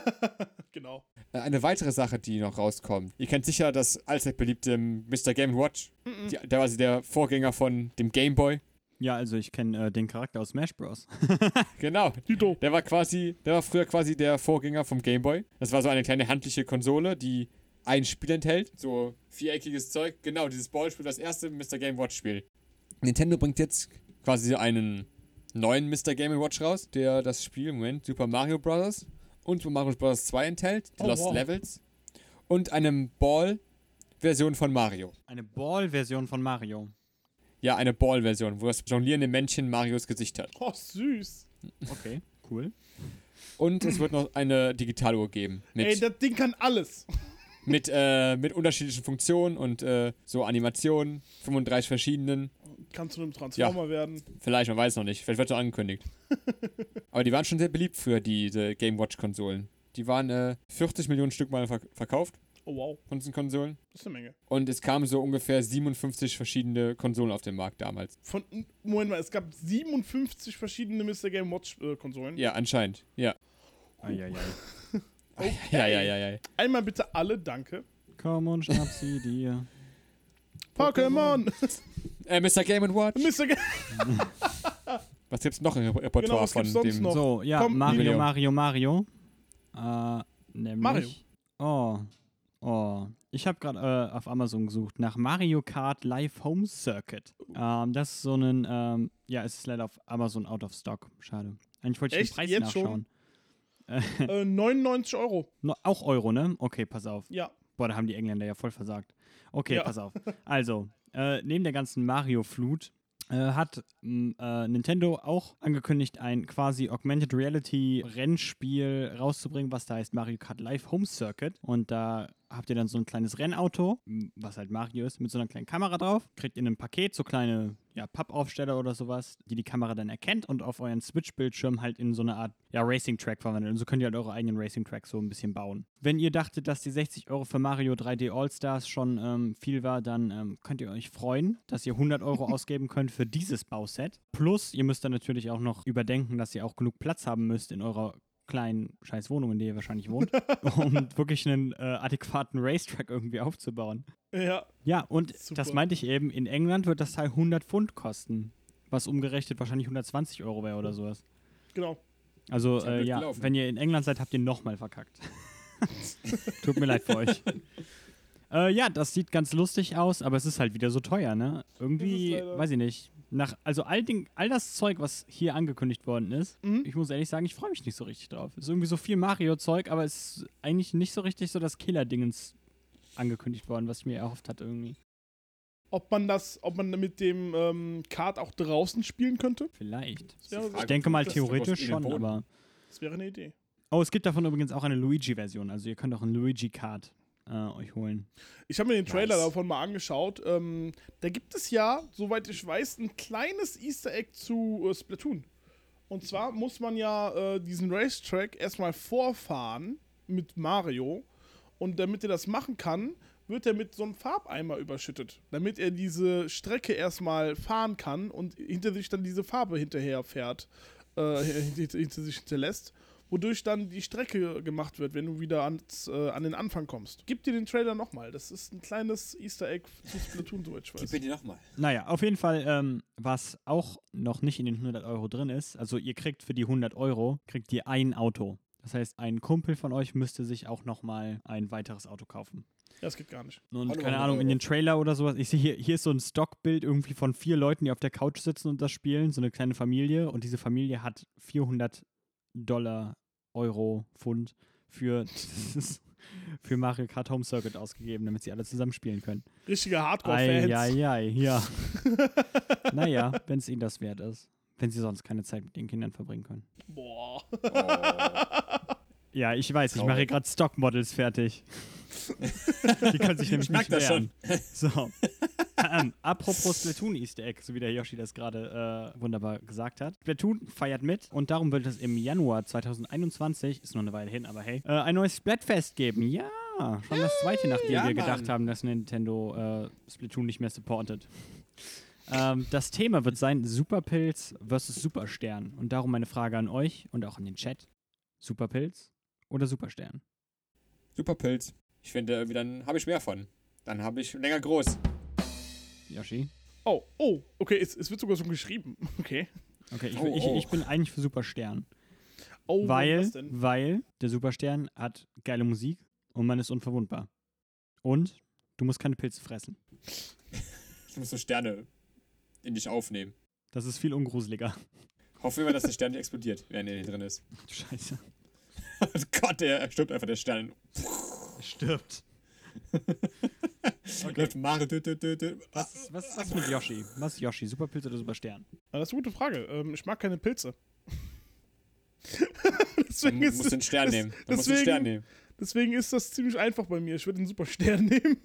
Genau. Äh, Eine weitere Sache, die noch rauskommt. Ihr kennt sicher das allzeit beliebte Mister Game Watch. Mhm. Die, der war also der Vorgänger von dem Game Boy. Ja, also ich kenne äh, den Charakter aus Smash Bros. Genau. Tito. Der war quasi, der war früher quasi der Vorgänger vom Game Boy. Das war so eine kleine handliche Konsole, die ein Spiel enthält. So viereckiges Zeug. Genau, dieses Ballspiel, das erste Mister Game Watch Spiel. Nintendo bringt jetzt quasi einen neuen Mister Game Watch raus, der das Spiel, Moment, Super Mario Bros. Und Super Mario Bros. zwei enthält, die Oh, Lost wow. Levels. Und eine Ball-Version von Mario. Eine Ball-Version von Mario. Ja, eine Ball-Version, wo das jonglierende Männchen Marios Gesicht hat. Oh, süß. Okay, cool. Und es wird noch eine Digitaluhr geben. Mit Ey, das Ding kann alles. Mit, äh, mit unterschiedlichen Funktionen und äh, so Animationen, fünfunddreißig verschiedenen. Kann zu einem Transformer werden. Vielleicht, man weiß noch nicht. Vielleicht wird es noch angekündigt. Aber die waren schon sehr beliebt für diese Game Watch-Konsolen. Die waren äh, vierzig Millionen Stück mal verk verkauft Oh, wow. von diesen Konsolen. Das ist eine Menge. Und es kamen so ungefähr siebenundfünfzig verschiedene Konsolen auf den Markt damals. Von, Moment mal, es gab siebenundfünfzig verschiedene Mister Game Watch-Konsolen. Ja, anscheinend. Ja. Eieiei. Okay. Ja, ja, ja, ja. Einmal bitte alle, danke. Komm und schnapp sie dir. Pokémon! Äh, Mister Game Watch. Mister Game. Was gibt's noch im Re- Repertoire Genau, was von gibt's sonst dem? noch? So, ja, Komm, Mario, Video. Mario, Mario. Äh, nämlich. Mario. Oh. Oh. Ich habe gerade äh, auf Amazon gesucht nach Mario Kart Live Home Circuit. Ähm, das ist so ein, ähm, ja, es ist leider auf Amazon out of stock. Schade. Eigentlich wollte ich Echt? den Preis Jetzt schon? nachschauen. äh, neunundneunzig Euro. No, auch Euro, ne? Okay, pass auf. Ja. Boah, da haben die Engländer ja voll versagt. Okay, Ja. pass auf. Also, äh, neben der ganzen Mario-Flut äh, hat m, äh, Nintendo auch angekündigt, ein quasi Augmented Reality Rennspiel rauszubringen, was da heißt Mario Kart Live Home Circuit. Und da habt ihr dann so ein kleines Rennauto, m, was halt Mario ist, mit so einer kleinen Kamera drauf. Kriegt ihr in einem Paket so kleine ja, Pappaufsteller oder sowas, die die Kamera dann erkennt und auf euren Switch-Bildschirm halt in so eine Art ja, Racing-Track verwandelt. Und so könnt ihr halt eure eigenen Racing-Tracks so ein bisschen bauen. Wenn ihr dachtet, dass die sechzig Euro für Mario drei D All-Stars schon ähm, viel war, dann ähm, könnt ihr euch freuen, dass ihr hundert Euro ausgeben könnt für dieses Bauset. Plus, ihr müsst dann natürlich auch noch überdenken, dass ihr auch genug Platz haben müsst in eurer kleinen scheiß Wohnung, in der ihr wahrscheinlich wohnt, um wirklich einen äh, adäquaten Racetrack irgendwie aufzubauen. Ja. Ja, und Super. das meinte ich eben, in England wird das Teil hundert Pfund kosten, was umgerechnet wahrscheinlich hundertzwanzig Euro wäre oder sowas. Genau. Also, Ist ja äh, blöd ja, gelaufen. wenn ihr in England seid, habt ihr nochmal verkackt. Tut mir leid für euch. Äh, ja, das sieht ganz lustig aus, aber es ist halt wieder so teuer, ne? Irgendwie, weiß ich nicht. Nach, also all, den, all das Zeug, was hier angekündigt worden ist, Mhm. ich muss ehrlich sagen, ich freue mich nicht so richtig drauf. Es ist irgendwie so viel Mario-Zeug, aber es ist eigentlich nicht so richtig so das Killer-Dingens angekündigt worden, was ich mir erhofft hatte irgendwie. Ob man das, ob man mit dem ähm, Kart auch draußen spielen könnte? Vielleicht. Ja, Ich denke mal das- theoretisch das- schon, aber... Das wäre eine Idee. Oh, es gibt davon übrigens auch eine Luigi-Version. Also ihr könnt auch einen Luigi-Kart äh, euch holen. Ich habe mir den Trailer Nice. davon mal angeschaut. Ähm, da gibt es ja, soweit ich weiß, ein kleines Easter Egg zu äh, Splatoon. Und zwar muss man ja äh, diesen Racetrack erstmal vorfahren mit Mario. Und damit er das machen kann, wird er mit so einem Farbeimer überschüttet. Damit er diese Strecke erstmal fahren kann und hinter sich dann diese Farbe hinterher fährt, äh, hinter, hinter sich hinterlässt. Wodurch dann die Strecke gemacht wird, wenn du wieder ans, äh, an den Anfang kommst. Gib dir den Trailer nochmal. Das ist ein kleines Easter Egg zu Splatoon, soweit ich Gib weiß. mir die nochmal. Naja, auf jeden Fall, ähm, was auch noch nicht in den hundert Euro drin ist, also ihr kriegt für die hundert Euro, kriegt ihr ein Auto. Das heißt, ein Kumpel von euch müsste sich auch nochmal ein weiteres Auto kaufen. Ja, das geht gar nicht. Und Hallo, keine hundert Ahnung, in Euro. den Trailer oder sowas, ich sehe hier, hier ist so ein Stockbild irgendwie von vier Leuten, die auf der Couch sitzen und das spielen, so eine kleine Familie. Und diese Familie hat vierhundert Dollar, Euro, Pfund für, für Mario Kart Home Circuit ausgegeben, damit sie alle zusammen spielen können. Richtige Hardcore-Fans. Eieiei, ja. Naja, wenn es ihnen das wert ist. Wenn sie sonst keine Zeit mit den Kindern verbringen können. Boah. Oh. Ja, ich weiß, ich Traurig. mache hier gerade Stockmodels fertig. Die können sich nämlich Ich merk nicht das wehren. So. ähm, apropos Splatoon Easter Egg, so wie der Yoshi das gerade äh, wunderbar gesagt hat. Splatoon feiert mit und darum wird es im Januar zweitausendeinundzwanzig, ist noch eine Weile hin, aber hey, äh, ein neues Splatfest geben. Ja, schon das zweite, nachdem Ja, wir Mann. gedacht haben, dass Nintendo äh, Splatoon nicht mehr supportet. Ähm, das Thema wird sein Superpilz versus Superstern. Und darum meine Frage an euch und auch an den Chat. Superpilz oder Superstern? Superpilz. Ich finde, irgendwie dann habe ich mehr von. Dann habe ich länger groß. Yoshi? Oh, oh, okay, es, es wird sogar so geschrieben. Okay. Okay, ich, Oh, ich, oh. ich bin eigentlich für Superstern. Oh, weil, was denn? weil der Superstern hat geile Musik und man ist unverwundbar. Und du musst keine Pilze fressen. Ich muss so Sterne in dich aufnehmen. Das ist viel ungruseliger. Hoffen wir mal, dass der Stern nicht explodiert, während er hier drin ist. Scheiße. Oh Gott, der stirbt einfach, der Stern. Er stirbt. Okay. Läuft Mario. dü- dü- dü- dü- Was, ist- was, was mit Yoshi? Was ist Yoshi? Superpilz oder Superstern? Ah, das ist eine gute Frage. Ähm, ich mag keine Pilze. Dann deswegen, musst ist, du den Stern das- nehmen. Dann musst du den deswegen- Stern nehmen. deswegen ist das ziemlich einfach bei mir. Ich würde den Superstern nehmen.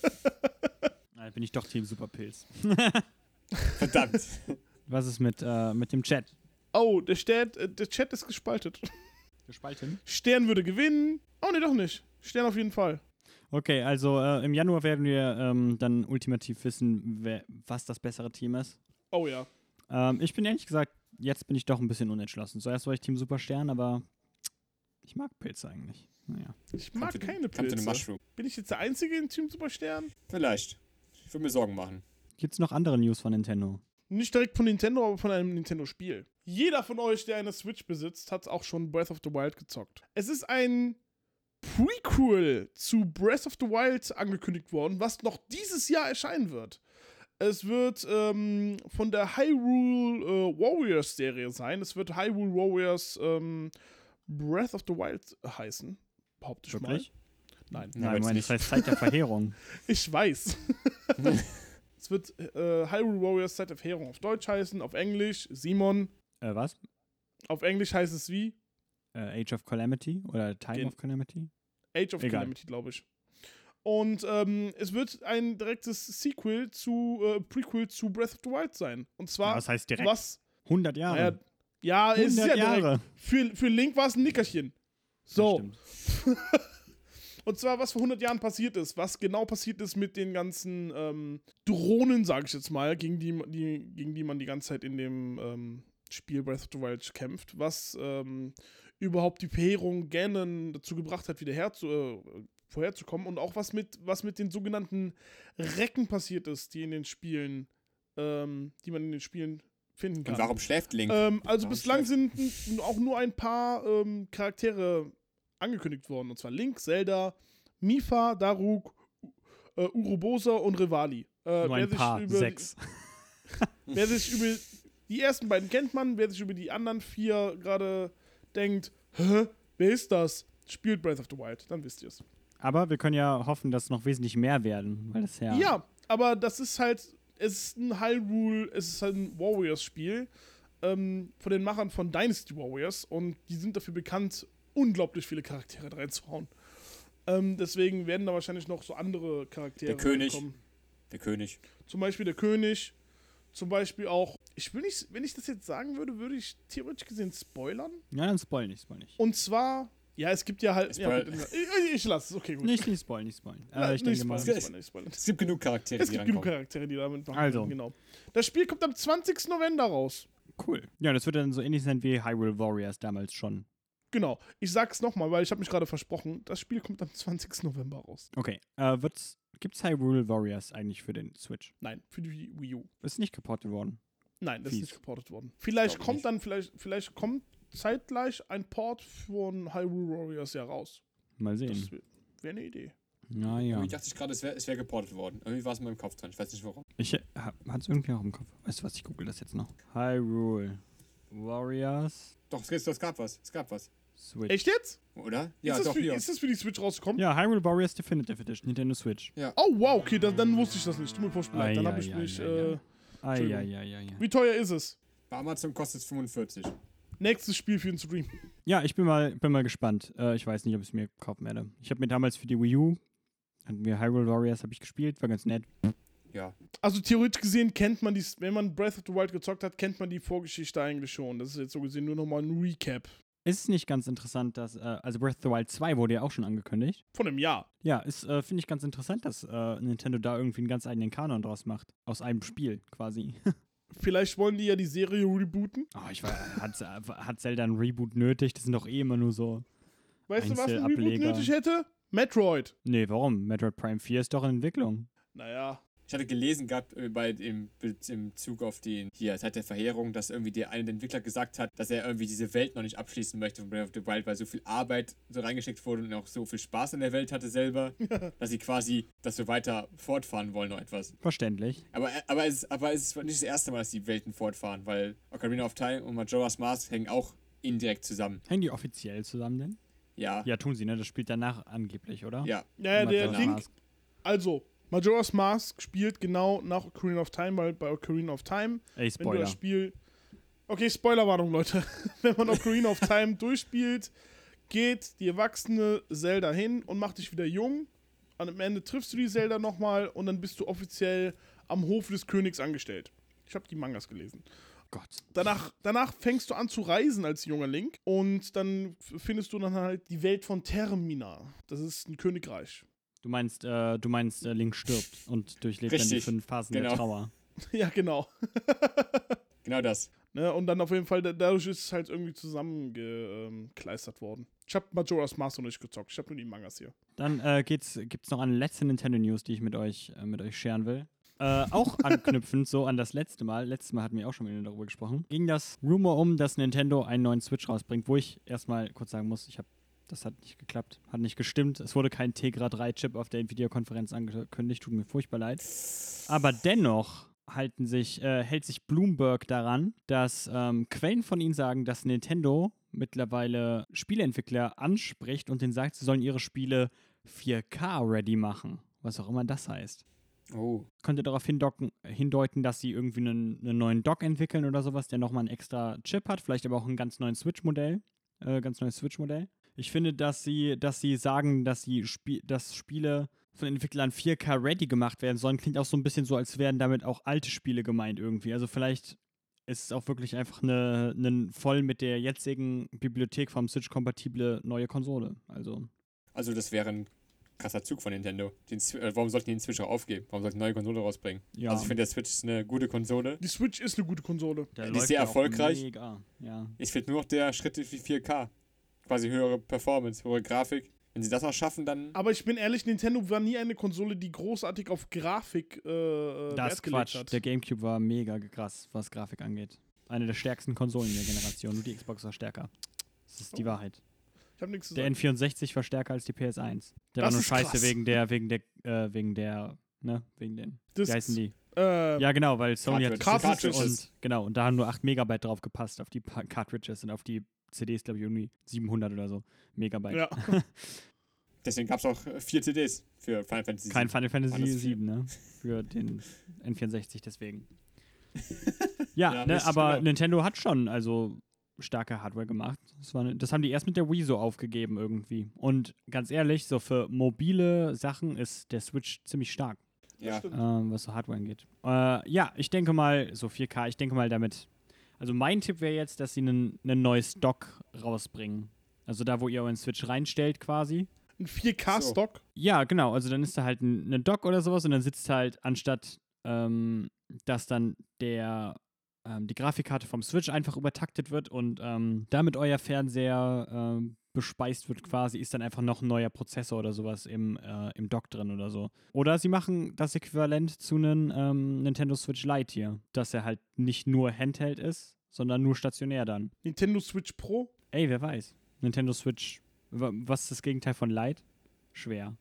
Na, bin ich doch Team Superpilz. Verdammt. Was ist mit, äh, mit dem Chat? Oh, der, Chat, äh, der Chat ist gespaltet. Gespalten? Stern würde gewinnen. Oh, ne, doch nicht. Stern auf jeden Fall. Okay, also äh, im Januar werden wir ähm, dann ultimativ wissen, wer, was das bessere Team ist. Oh ja. Ähm, ich bin ehrlich gesagt, jetzt bin ich doch ein bisschen unentschlossen. Zuerst war ich Team Superstern, aber ich mag Pilze eigentlich. Naja. Ich mag Come to the- keine come to the Pilze. Mushroom. Bin ich jetzt der Einzige in Team Superstern? Vielleicht. Ich würde mir Sorgen machen. Gibt's noch andere News von Nintendo? Nicht direkt von Nintendo, aber von einem Nintendo-Spiel. Jeder von euch, der eine Switch besitzt, hat auch schon Breath of the Wild gezockt. Es ist ein Prequel zu Breath of the Wild angekündigt worden, was noch dieses Jahr erscheinen wird. Es wird ähm, von der Hyrule äh, Warriors Serie sein. Es wird Hyrule Warriors ähm, Breath of the Wild heißen. Behaupte ich Wirklich? mal. Nein. Ja, Nein, weiß Moment, nicht. das heißt Zeit der Verheerung. Ich weiß. Es wird äh, Hyrule Warriors Zeit der Verheerung auf Deutsch heißen, auf Englisch Simon. äh, was? Auf Englisch heißt es wie? Äh, Age of Calamity oder Time Gen- of Calamity? Age of Egal. Calamity, glaube ich. Und ähm, es wird ein direktes Sequel zu, äh, Prequel zu Breath of the Wild sein. Und zwar, Ja, was heißt direkt? was? hundert Jahre. Naja, ja, es ist ja hundert direkt. Jahre. Für, für Link war es ein Nickerchen. So. Das stimmt. Und zwar, was vor hundert Jahren passiert ist. Was genau passiert ist mit den ganzen ähm, Drohnen, sage ich jetzt mal, gegen die, die, gegen die man die ganze Zeit in dem ähm, Spiel Breath of the Wild kämpft. Was ähm, überhaupt die Verheerung Ganon dazu gebracht hat, wieder herzu, äh, vorherzukommen. Und auch was mit, was mit den sogenannten Recken passiert ist, die in den Spielen, ähm, die man in den Spielen finden kann. Und warum schläft Link? Ähm, also Warum bislang schläft- sind n- auch nur ein paar ähm, Charaktere angekündigt worden. Und zwar Link, Zelda, Mipha, Daruk, äh, Urobosa und Rivali. Äh, Nur ein wer paar, sich über, sechs. Wer sich über die ersten beiden kennt man, wer sich über die anderen vier gerade denkt, hä, wer ist das? Spielt Breath of the Wild, dann wisst ihr es. Aber wir können ja hoffen, dass es noch wesentlich mehr werden, weil das ja... Ja, aber das ist halt, es ist ein Hyrule, es ist halt ein Warriors-Spiel ähm, von den Machern von Dynasty Warriors und die sind dafür bekannt, unglaublich viele Charaktere reinzuhauen. Ähm, deswegen werden da wahrscheinlich noch so andere Charaktere Der König. kommen. Der König. Zum Beispiel der König, zum Beispiel auch, ich will nicht, wenn ich das jetzt sagen würde, würde ich theoretisch gesehen spoilern. Ja, dann spoil nicht, spoil nicht. Und zwar, ja, es gibt ja halt, ja, Spoil- gut, ich, ich lasse es, okay, gut. Nicht, nicht spoilen, nicht spoilen. Ja, Äh, ich nicht denke mal... spoilern, nicht spoilern, nicht spoilern. Es gibt genug Charaktere, Es die gibt genug rankommen. Charaktere, die damit machen Also. können, genau. Das Spiel kommt am zwanzigsten November raus. Cool. Ja, das wird dann so ähnlich sein wie Hyrule Warriors damals schon. Genau. Ich sag's nochmal, weil ich habe mich gerade versprochen. Das Spiel kommt am zwanzigsten November raus. Okay. Äh, wird's, gibt's Hyrule Warriors eigentlich für den Switch? Nein, für die Wii U. Ist nicht geportet worden. Nein, das Fies. ist nicht geportet worden. Vielleicht Glaub kommt nicht. dann, vielleicht, vielleicht kommt zeitgleich ein Port von Hyrule Warriors ja raus. Mal Das sehen. wäre eine Idee. Naja. Irgendwie dachte ich gerade, es wäre es wär geportet worden. Irgendwie war es in meinem Kopf dran. Ich weiß nicht warum. Ich ha, hat's irgendwie auch im Kopf. Weißt du was, ich google das jetzt noch. Hyrule Warriors Doch, es, es gab was. Es gab was. Switch. Echt jetzt? Oder? Ja, ist, das doch, für, hier. ist das für die Switch rausgekommen? Ja, Hyrule Warriors Definitive Edition, Nintendo Switch. Oh, wow, okay, dann, dann wusste ich das nicht. Tut mir furchtbar leid. Dann Ei, habe ich ei, mich. ei, Äh, ei, Eieieiei. wie teuer ist es? Bei Amazon kostet es fünfundvierzig. Nächstes Spiel für den Stream. Ja, ich bin mal, bin mal gespannt. Äh, ich weiß nicht, ob ich es mir kaufen werde. Ich habe mir damals für die Wii U, hatten wir Hyrule Warriors, habe ich gespielt, war ganz nett. Ja. Also theoretisch gesehen kennt man die, wenn man Breath of the Wild gezockt hat, kennt man die Vorgeschichte eigentlich schon. Das ist jetzt so gesehen nur nochmal ein Recap Ist es nicht ganz interessant, dass, äh, also Breath of the Wild zwei wurde ja auch schon angekündigt. von einem Jahr. Ja, ist, äh, finde ich ganz interessant, dass äh, Nintendo da irgendwie einen ganz eigenen Kanon draus macht. Aus einem Spiel quasi. Vielleicht wollen die ja die Serie rebooten. Oh, ich weiß, hat, hat Zelda ein Reboot nötig? Das sind doch eh immer nur so. Weißt du, was ein Reboot Einzelableger. nötig hätte? Metroid. Nee, warum? Metroid Prime vier ist doch in Entwicklung. Naja. Ich hatte gelesen gehabt äh, bei im, im Zug auf den, hier, seit der Verheerung, dass irgendwie der eine der Entwickler gesagt hat, dass er irgendwie diese Welt noch nicht abschließen möchte von Breath of the Wild, weil so viel Arbeit so reingesteckt wurde und auch so viel Spaß in der Welt hatte selber, dass sie quasi das so weiter fortfahren wollen noch etwas. Verständlich. Aber, aber, es, aber es ist nicht das erste Mal, dass die Welten fortfahren, weil Ocarina of Time und Majora's Mask hängen auch indirekt zusammen. Hängen die offiziell zusammen denn? Ja. Ja, tun sie, ne? Das spielt danach angeblich, oder? Ja. Naja, der Majora's Ding. Mask. Also, Majora's Mask spielt genau nach Ocarina of Time, weil bei Ocarina of Time, Ey, wenn du Spoiler. das Spiel. Okay, Spoilerwarnung, Leute. Wenn man Ocarina of Time durchspielt, geht die erwachsene Zelda hin und macht dich wieder jung. Und am Ende triffst du die Zelda nochmal und dann bist du offiziell am Hof des Königs angestellt. Ich habe die Mangas gelesen. Gott. Danach, danach fängst du an zu reisen als junger Link und dann f- findest du dann halt die Welt von Termina. Das ist ein Königreich. Du meinst, äh, du meinst, äh, Link stirbt und durchlebt dann die Richtig. fünf Phasen Genau. der Trauer. Ja, genau. Genau das. Ne, und dann auf jeden Fall, da- dadurch ist es halt irgendwie zusammengekleistert worden. Ich habe Majora's Mask noch nicht gezockt, ich habe nur die Mangas hier. Dann äh, geht's, gibt's noch eine letzte Nintendo-News, die ich mit euch, äh, mit euch scheren will. Äh, auch anknüpfend so an das letzte Mal, letztes Mal hatten wir auch schon wieder darüber gesprochen, ging das Rumor um, dass Nintendo einen neuen Switch rausbringt, wo ich erstmal kurz sagen muss, ich habe, das hat nicht geklappt, hat nicht gestimmt. Es wurde kein Tegra drei Chip auf der Nvidia-Konferenz angekündigt, tut mir furchtbar leid. Aber dennoch halten sich, äh, hält sich Bloomberg daran, dass ähm, Quellen von ihnen sagen, dass Nintendo mittlerweile Spieleentwickler anspricht und denen sagt, sie sollen ihre Spiele vier K-ready machen, was auch immer das heißt. Oh. Könnte darauf hindocken, hindeuten, dass sie irgendwie einen, einen neuen Dock entwickeln oder sowas, der nochmal einen extra Chip hat, vielleicht aber auch einen ganz neuen Switch-Modell, äh, ganz neues Switch-Modell. Ich finde, dass sie, dass sie sagen, dass sie Spie- dass Spiele von Entwicklern vier K ready gemacht werden sollen, klingt auch so ein bisschen so, als wären damit auch alte Spiele gemeint irgendwie. Also vielleicht ist es auch wirklich einfach eine, eine voll mit der jetzigen Bibliothek vom Switch kompatible neue Konsole. Also Also das wäre ein krasser Zug von Nintendo. Den, Sw- äh, warum sollten die den Switch auch aufgeben? Warum sollten die eine neue Konsole rausbringen? ja, Also ich finde, der Switch ist eine gute Konsole. Die Switch ist eine gute Konsole. der die ist läuft sehr ja auch erfolgreich. Mega, ja. Es fehlt nur noch der Schritt wie vier K. Quasi höhere Performance, höhere Grafik. Wenn sie das noch schaffen, dann... Aber ich bin ehrlich, Nintendo war nie eine Konsole, die großartig auf Grafik äh, Das Wert ist gelegt Quatsch. hat. Der GameCube war mega krass, was Grafik angeht. Eine der stärksten Konsolen der Generation. Nur die Xbox war stärker. Das ist die Oh. Wahrheit. Ich hab nichts zu Der sagen. N vierundsechzig war stärker als die P S eins. Der Das war nur ist scheiße krass. wegen der, wegen der, äh, wegen der, ne, wegen den, Das wie heißen die? Äh, Ja, genau, weil Sony hat Cartridges. und genau, und da haben nur acht Megabyte drauf gepasst auf die pa- Cartridges und auf die C Ds, glaube ich, irgendwie siebenhundert oder so Megabyte. ja. Deswegen gab es auch äh, vier C Ds für Final Fantasy Kein sieben. Final Fantasy Alles vier. sieben, ne? Für den N vierundsechzig, deswegen. ja, Ja, ne, richtig, aber genau. Nintendo hat schon also starke Hardware gemacht. Das, war, ne- das haben die erst mit der Wii so aufgegeben irgendwie. Und ganz ehrlich, so für mobile Sachen ist der Switch ziemlich stark, Ja. stimmt. ähm, was so Hardware angeht. Äh, ja, ich denke mal, so vier K, ich denke mal damit. Also mein Tipp wäre jetzt, dass sie ein neues Dock rausbringen. Also da, wo ihr euren Switch reinstellt quasi. Ein vier K-Stock. Ja, genau. Also dann ist da halt ein, ein Dock oder sowas und dann sitzt halt, anstatt ähm, dass dann der ähm, die Grafikkarte vom Switch einfach übertaktet wird und ähm, damit euer Fernseher ähm, bespeist wird quasi, ist dann einfach noch ein neuer Prozessor oder sowas im, äh, im Dock drin oder so. Oder sie machen das Äquivalent zu einem ähm, Nintendo Switch Lite hier, dass er halt nicht nur Handheld ist, sondern nur stationär dann. Nintendo Switch Pro. Ey, wer weiß. Nintendo Switch, wa- was ist das Gegenteil von Lite? Schwer.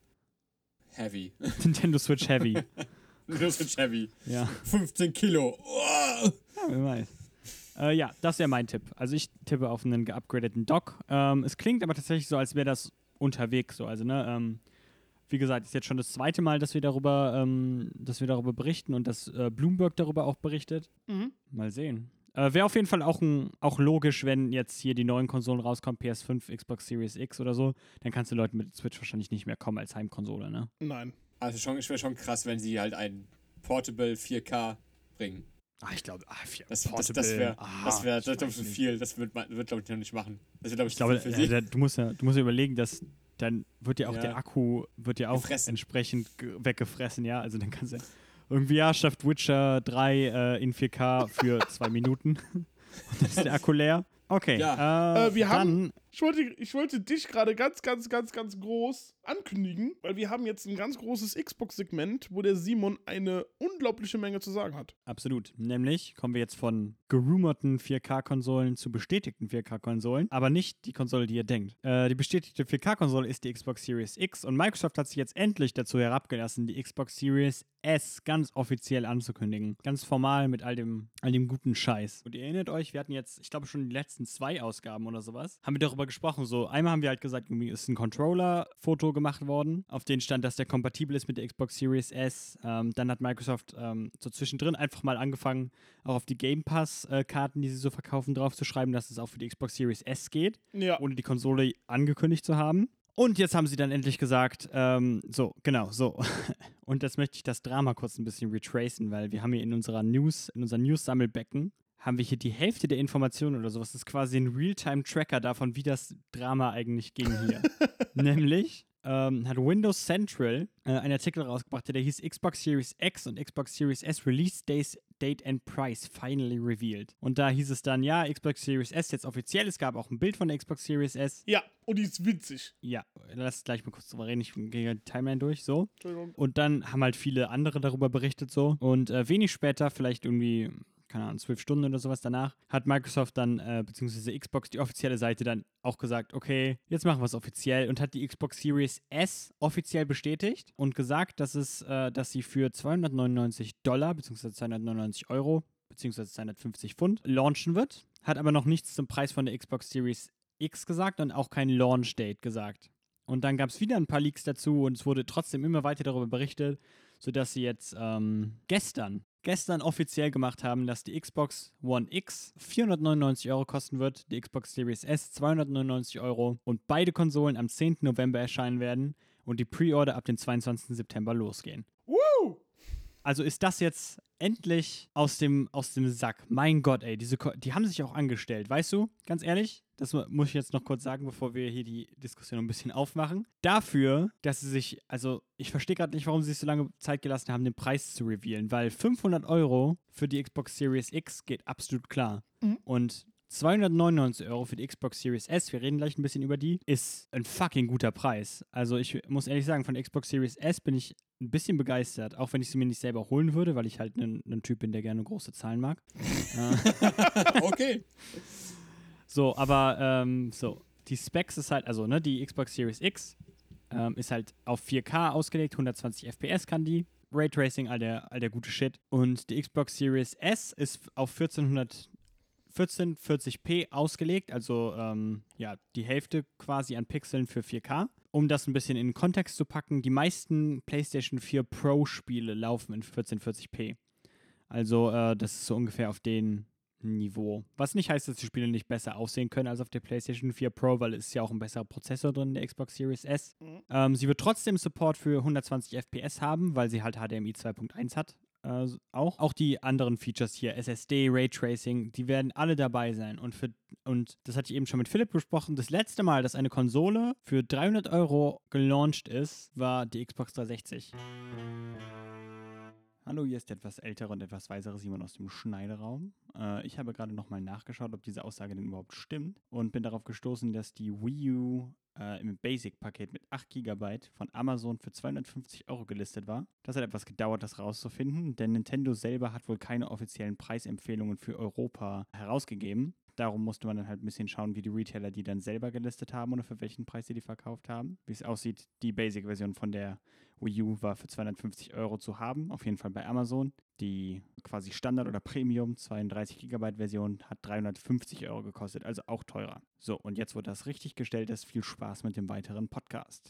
Heavy. Nintendo Switch Heavy. Das wird heavy. Ja. fünfzehn Kilo. Oh! Ja, wer weiß. Äh, ja, das wäre mein Tipp. Also ich tippe auf einen geupgradeten Dock. Ähm, es klingt aber tatsächlich so, als wäre das unterwegs so. Also, ne, ähm, wie gesagt, ist jetzt schon das zweite Mal, dass wir darüber, ähm, dass wir darüber berichten und dass äh, Bloomberg darüber auch berichtet. Mhm. Mal sehen. Äh, wäre auf jeden Fall auch, ein, auch logisch, wenn jetzt hier die neuen Konsolen rauskommen, P S fünf, Xbox Series X oder so, dann kannst du Leuten mit Switch wahrscheinlich nicht mehr kommen als Heimkonsole, ne? Nein. Also schon, es wäre schon krass, wenn sie halt ein Portable vier K bringen. Ah, ich glaube, ah, vier Das, das, Portable. das wäre Ah, das wär, ich das glaub weiß ich, zu nicht. viel. Das wird, man- wird glaube ich, noch nicht machen. Das wird, glaube ich, Ich glaube, zu viel für äh, sie. da, du musst ja, du musst ja überlegen, dass dann wird ja auch Ja. der Akku wird ja auch Gefressen. entsprechend ge- weggefressen, ja. Also dann kannst du ja irgendwie, ja, schafft Witcher drei äh, in vier K für zwei Minuten. Und dann ist der Akku leer. Okay. Ja. Äh, Äh, wir dann, haben- Ich wollte, ich wollte dich gerade ganz, ganz, ganz, ganz groß ankündigen, weil wir haben jetzt ein ganz großes Xbox-Segment, wo der Simon eine unglaubliche Menge zu sagen hat. Absolut. Nämlich kommen wir jetzt von gerumoten vier K-Konsolen zu bestätigten vier K-Konsolen, aber nicht die Konsole, die ihr denkt. Äh, die bestätigte vier K-Konsole ist die Xbox Series X und Microsoft hat sich jetzt endlich dazu herabgelassen, die Xbox Series S ganz offiziell anzukündigen. Ganz formal mit all dem, all dem guten Scheiß. Und ihr erinnert euch, wir hatten jetzt, ich glaube schon die letzten zwei Ausgaben oder sowas, haben wir darüber gesprochen. So, einmal haben wir halt gesagt, irgendwie ist ein Controller-Foto gemacht worden, auf den stand, dass der kompatibel ist mit der Xbox Series S. Ähm, dann hat Microsoft ähm, so zwischendrin einfach mal angefangen, auch auf die Game Pass-Karten, die sie so verkaufen, drauf zu schreiben, dass es auch für die Xbox Series S geht, Ja. ohne die Konsole angekündigt zu haben. Und jetzt haben sie dann endlich gesagt, ähm, so, genau, so. Und jetzt möchte ich das Drama kurz ein bisschen retracen, weil wir haben hier in unserer News, in unserem News-Sammelbecken, haben wir hier die Hälfte der Informationen oder sowas. Das ist quasi ein Realtime-Tracker davon, wie das Drama eigentlich ging hier. Nämlich ähm, hat Windows Central äh, einen Artikel rausgebracht, der hieß Xbox Series X und Xbox Series S Release Days, Date and Price finally revealed. Und da hieß es dann, ja, Xbox Series S jetzt offiziell. Es gab auch ein Bild von der Xbox Series S. Ja, und die ist witzig. Ja, lass gleich mal kurz drüber reden. Ich gehe die Timeline durch, so. Entschuldigung. Und dann haben halt viele andere darüber berichtet, so. Und äh, wenig später, vielleicht irgendwie, keine Ahnung, zwölf Stunden oder sowas danach, hat Microsoft dann, äh, beziehungsweise Xbox, die offizielle Seite dann auch gesagt, okay, jetzt machen wir es offiziell und hat die Xbox Series S offiziell bestätigt und gesagt, dass es, äh, dass sie für zweihundertneunundneunzig Dollar, beziehungsweise zweihundertneunundneunzig Euro, beziehungsweise zweihundertfünfzig Pfund, launchen wird. Hat aber noch nichts zum Preis von der Xbox Series X gesagt und auch kein Launch-Date gesagt. Und dann gab es wieder ein paar Leaks dazu und es wurde trotzdem immer weiter darüber berichtet, sodass sie jetzt ähm, gestern, gestern offiziell gemacht haben, dass die Xbox One X vierhundertneunundneunzig Euro kosten wird, die Xbox Series S zweihundertneunundneunzig Euro und beide Konsolen am zehnten November erscheinen werden und die Pre-Order ab dem zweiundzwanzigsten September losgehen. Woo! Also ist das jetzt endlich aus dem, aus dem Sack. Mein Gott, ey, diese Ko- die haben sich auch angestellt, weißt du? Ganz ehrlich, das mu- muss ich jetzt noch kurz sagen, bevor wir hier die Diskussion ein bisschen aufmachen. Dafür, dass sie sich, also ich verstehe gerade nicht, warum sie sich so lange Zeit gelassen haben, den Preis zu revealen, weil fünfhundert Euro für die Xbox Series X geht absolut klar. Mhm. Und zweihundertneunundneunzig Euro für die Xbox Series S, wir reden gleich ein bisschen über die, ist ein fucking guter Preis. Also ich muss ehrlich sagen, von der Xbox Series S bin ich ein bisschen begeistert, auch wenn ich sie mir nicht selber holen würde, weil ich halt ein Typ bin, der gerne große Zahlen mag. äh, Okay. so, aber ähm, so. die Specs ist halt, also ne, die Xbox Series X ähm, ist halt auf vier K ausgelegt, hundertzwanzig F P S kann die. Raytracing, all der, all der gute Shit. Und die Xbox Series S ist auf vierzehnhundert, vierzehn vierzig p ausgelegt, also ähm, ja, die Hälfte quasi an Pixeln für vier K. Um das ein bisschen in den Kontext zu packen, die meisten PlayStation vier Pro-Spiele laufen in vierzehn vierzig p. Also äh, das ist so ungefähr auf den Niveau. Was nicht heißt, dass die Spiele nicht besser aussehen können als auf der PlayStation vier Pro, weil es ist ja auch ein besserer Prozessor drin in der Xbox Series S. Mhm. Ähm, sie wird trotzdem Support für hundertzwanzig F P S haben, weil sie halt H D M I zwei Punkt eins hat. Äh, auch. auch die anderen Features hier, S S D, Raytracing, die werden alle dabei sein. Und, für, und das hatte ich eben schon mit Philipp besprochen. Das letzte Mal, dass eine Konsole für dreihundert Euro gelauncht ist, war die Xbox dreihundertsechzig. Hallo, hier ist der etwas ältere und etwas weisere Simon aus dem Schneideraum. Äh, ich habe gerade nochmal nachgeschaut, ob diese Aussage denn überhaupt stimmt und bin darauf gestoßen, dass die Wii U äh, im Basic-Paket mit acht Gigabyte von Amazon für zweihundertfünfzig Euro gelistet war. Das hat etwas gedauert, das rauszufinden, denn Nintendo selber hat wohl keine offiziellen Preisempfehlungen für Europa herausgegeben. Darum musste man dann halt ein bisschen schauen, wie die Retailer die dann selber gelistet haben oder für welchen Preis sie die verkauft haben. Wie es aussieht, die Basic-Version von der Wii U war für zweihundertfünfzig Euro zu haben, auf jeden Fall bei Amazon. Die quasi Standard- oder Premium zweiunddreißig Gigabyte Version hat dreihundertfünfzig Euro gekostet, also auch teurer. So, und jetzt, wo das richtig gestellt ist, viel Spaß mit dem weiteren Podcast.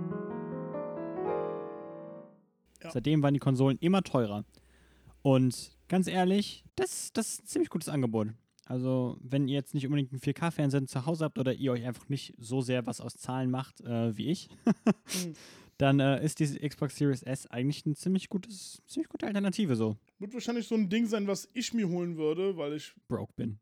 Ja. Seitdem waren die Konsolen immer teurer. Und ganz ehrlich, das, das ist ein ziemlich gutes Angebot. Also, wenn ihr jetzt nicht unbedingt einen vier K-Fernseher zu Hause habt oder ihr euch einfach nicht so sehr was aus Zahlen macht, äh, wie ich, mhm. dann äh, ist diese Xbox Series S eigentlich eine ziemlich, gutes, ziemlich gute Alternative so. Wird wahrscheinlich so ein Ding sein, was ich mir holen würde, weil ich broke bin.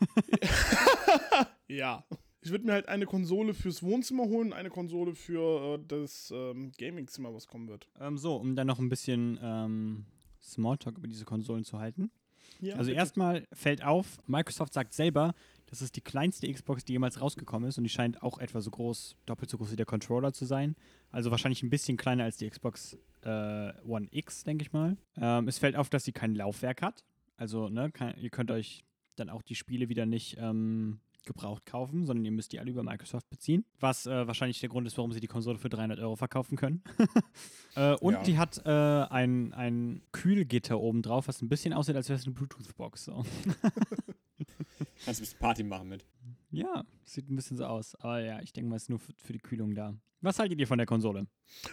Ja. Ich würde mir halt eine Konsole fürs Wohnzimmer holen, eine Konsole für äh, das ähm, Gamingzimmer, was kommen wird. Ähm, so, um dann noch ein bisschen ähm, Smalltalk über diese Konsolen zu halten. Ja, also erstmal fällt auf, Microsoft sagt selber, das ist die kleinste Xbox, die jemals rausgekommen ist und die scheint auch etwa so groß, doppelt so groß wie der Controller zu sein. Also wahrscheinlich ein bisschen kleiner als die Xbox äh, One X, denke ich mal. Ähm, es fällt auf, dass sie kein Laufwerk hat. Also, ne, kann, ihr könnt euch dann auch die Spiele wieder nicht ähm, gebraucht kaufen, sondern ihr müsst die alle über Microsoft beziehen. Was äh, wahrscheinlich der Grund ist, warum sie die Konsole für dreihundert Euro verkaufen können. äh, und ja. die hat äh, ein, ein Kühlgitter oben drauf, was ein bisschen aussieht, als wäre es eine Bluetooth-Box. So. Kannst ein bisschen Party machen mit. Ja, sieht ein bisschen so aus. Aber ja, ich denke mal, es ist nur für, für die Kühlung da. Was haltet ihr von der Konsole?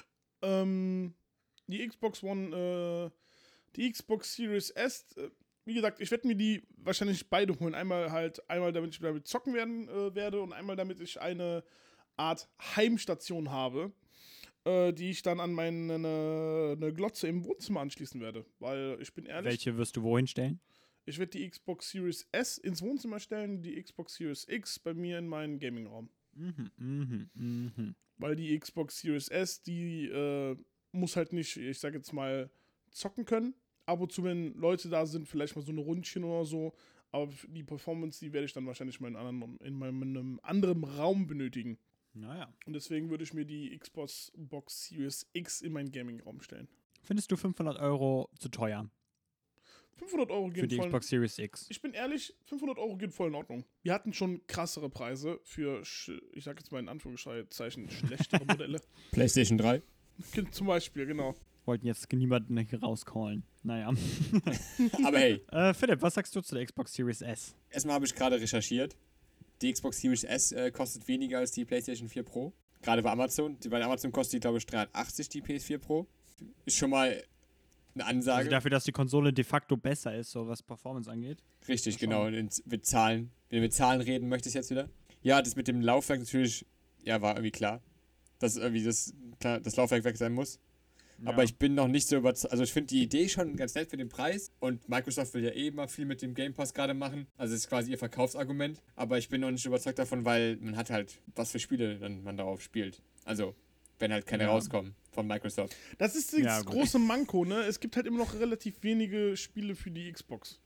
Ähm, die Xbox One, äh, die Xbox Series S, äh, wie gesagt, ich werde mir die wahrscheinlich beide holen. Einmal halt, einmal damit ich damit zocken werden äh, werde und einmal damit ich eine Art Heimstation habe, äh, die ich dann an meine eine, eine Glotze im Wohnzimmer anschließen werde. Weil ich bin ehrlich. Welche wirst du wohin stellen? Ich werde die Xbox Series S ins Wohnzimmer stellen, die Xbox Series X bei mir in meinen Gaming-Raum. Mhm, mhm, mhm. Weil die Xbox Series S, die äh, muss halt nicht, ich sag jetzt mal, zocken können. Ab und zu, wenn Leute da sind, vielleicht mal so eine Rundchen oder so. Aber die Performance, die werde ich dann wahrscheinlich mal in, anderen, in meinem anderen Raum benötigen. Naja. Und deswegen würde ich mir die Xbox Box Series X in meinen Gaming-Raum stellen. Findest du fünfhundert Euro zu teuer? fünfhundert Euro gehen für die voll. Xbox Series X. Ich bin ehrlich, fünfhundert Euro gehen voll in Ordnung. Wir hatten schon krassere Preise für, ich sag jetzt mal in Anführungszeichen, schlechtere Modelle. PlayStation drei? Zum Beispiel, genau. Wollten jetzt niemanden hier rauscallen. Naja. Aber hey. Äh, Philipp, was sagst du zu der Xbox Series S? Erstmal habe ich gerade recherchiert. Die Xbox Series S äh, kostet weniger als die PlayStation vier Pro. Gerade bei Amazon. Die, bei Amazon kostet die, glaube ich, dreihundertachtzig, die P S vier Pro. Ist schon mal eine Ansage. Also dafür, dass die Konsole de facto besser ist, so was Performance angeht. Richtig, genau. Und mit Zahlen. Wenn wir mit Zahlen reden, möchte ich jetzt wieder. Ja, das mit dem Laufwerk natürlich, ja, war irgendwie klar. Dass irgendwie das, klar, das Laufwerk weg sein muss. Ja. Aber ich bin noch nicht so überzeugt. Also ich finde die Idee schon ganz nett für den Preis. Und Microsoft will ja eh immer viel mit dem Game Pass gerade machen. Also das ist quasi ihr Verkaufsargument. Aber ich bin noch nicht überzeugt davon, weil man hat halt, was für Spiele dann man darauf spielt. Also, wenn halt keine ja. rauskommen von Microsoft. Das ist das ja, große Manko, ne? Es gibt halt immer noch relativ wenige Spiele für die Xbox.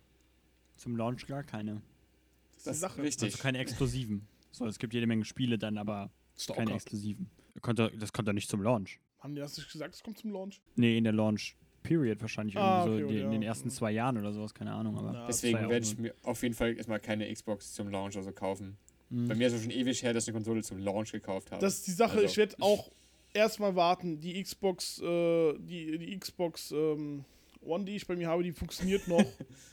Zum Launch gar keine. Das ist die Sache. Richtig. Also keine Exklusiven. So, es gibt jede Menge Spiele dann, aber Stalker. Keine Exklusiven. Das kommt doch nicht zum Launch. Haben die das nicht gesagt, es kommt zum Launch? Nee, in der Launch-Period wahrscheinlich. Ah, irgendwie okay, so die, ja. in den ersten zwei Jahren oder sowas, keine Ahnung. Aber ja, deswegen werde ich mir auf jeden Fall erstmal keine Xbox zum Launch also kaufen. Mhm. Bei mir ist es schon ewig her, dass ich eine Konsole zum Launch gekauft habe. Das ist die Sache, Also, ich werde auch erstmal warten. Die Xbox, äh, die, die Xbox ähm, One, die ich bei mir habe, die funktioniert noch.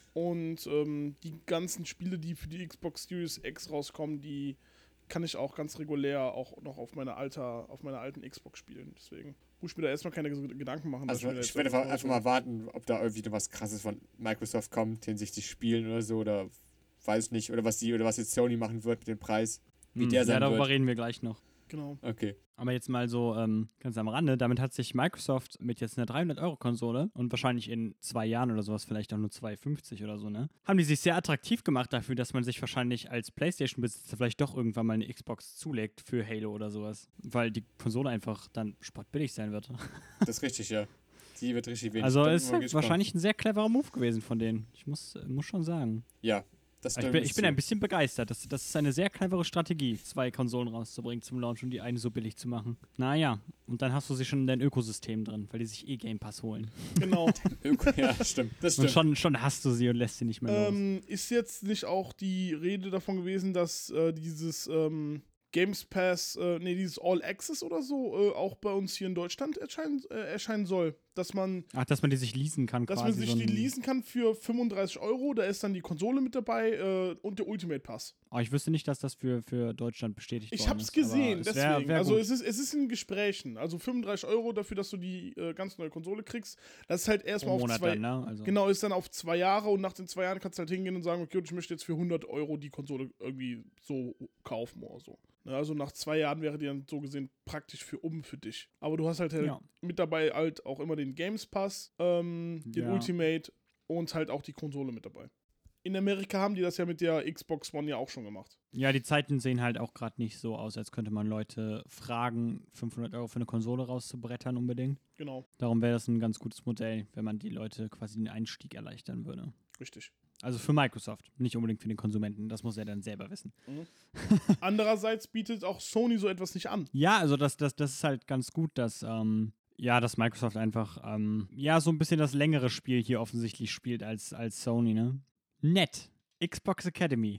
Und ähm, die ganzen Spiele, die für die Xbox Series X rauskommen, die kann ich auch ganz regulär auch noch auf meiner alter, auf meiner alten Xbox spielen. Deswegen muss ich mir da erstmal keine Gedanken machen. Also dass ich, ich werde mir da einfach, jetzt einfach mal warten, ob da irgendwie noch was Krasses von Microsoft kommt, hinsichtlich Spielen oder so, oder weiß nicht, oder was die, oder was jetzt Sony machen wird mit dem Preis, wie Hm, der ja, sein darüber wird. reden wir gleich noch. Genau. Okay. Aber jetzt mal so ähm, ganz am Rande, damit hat sich Microsoft mit jetzt einer dreihundert-Euro-Konsole und wahrscheinlich in zwei Jahren oder sowas, vielleicht auch nur zweihundertfünfzig oder so, ne? Haben die sich sehr attraktiv gemacht dafür, dass man sich wahrscheinlich als PlayStation-Besitzer vielleicht doch irgendwann mal eine Xbox zulegt für Halo oder sowas. Weil die Konsole einfach dann spottbillig sein wird. Das ist richtig, ja. Die wird richtig wenig. Also Dann ist bin ich halt wahrscheinlich ein sehr cleverer Move gewesen von denen. Ich muss, äh, muss schon sagen. Ja, das Ich bin, ich bin ein bisschen begeistert. Das, das ist eine sehr clevere Strategie, zwei Konsolen rauszubringen zum Launch und die eine so billig zu machen. Naja, und dann hast du sie schon in dein Ökosystem drin, weil die sich eh Game Pass holen. Genau. Ja, stimmt. Das Und stimmt. schon, schon hast du sie und lässt sie nicht mehr los. ähm, ist jetzt nicht auch die Rede davon gewesen, dass äh, dieses ähm, Games Pass, äh, nee, dieses All Access oder so, äh, auch bei uns hier in Deutschland erscheinen, äh, erscheinen soll. Dass man, Ach, dass man die sich leasen kann dass quasi. man sich so die ein, leasen kann für fünfunddreißig Euro. Da ist dann die Konsole mit dabei äh, und der Ultimate Pass. Oh, ich wüsste nicht, dass das für, für Deutschland bestätigt Ich worden hab's ist, gesehen, aber es wär- deswegen. wär also gut. es ist, es ist in Gesprächen. Also fünfunddreißig Euro dafür, dass du die äh, ganz neue Konsole kriegst. Das ist halt erstmal Pro auf Monat zwei dann, ne? Also. Genau, ist dann auf zwei Jahre und nach den zwei Jahren kannst du halt hingehen und sagen, okay, ich möchte jetzt für hundert Euro die Konsole irgendwie so kaufen oder so. Ne, also nach zwei Jahren wäre die dann so gesehen praktisch für um für dich. Aber du hast halt, halt Ja. mit dabei halt auch immer den Games Pass, ähm, den Ja. Ultimate und halt auch die Konsole mit dabei. In Amerika haben die das ja mit der Xbox One ja auch schon gemacht. Ja, die Zeiten sehen halt auch gerade nicht so aus, als könnte man Leute fragen, fünfhundert Euro für eine Konsole rauszubrettern unbedingt. Genau, Darum wäre das ein ganz gutes Modell, wenn man die Leute quasi den Einstieg erleichtern würde. richtig. Also für Microsoft, nicht unbedingt für den Konsumenten. Das muss er dann selber wissen. Andererseits bietet auch Sony so etwas nicht an. Ja, also das, das, das ist halt ganz gut, dass, ähm, ja, dass Microsoft einfach, ähm, ja, so ein bisschen das längere Spiel hier offensichtlich spielt als, als Sony, ne? Nett. Xbox Academy.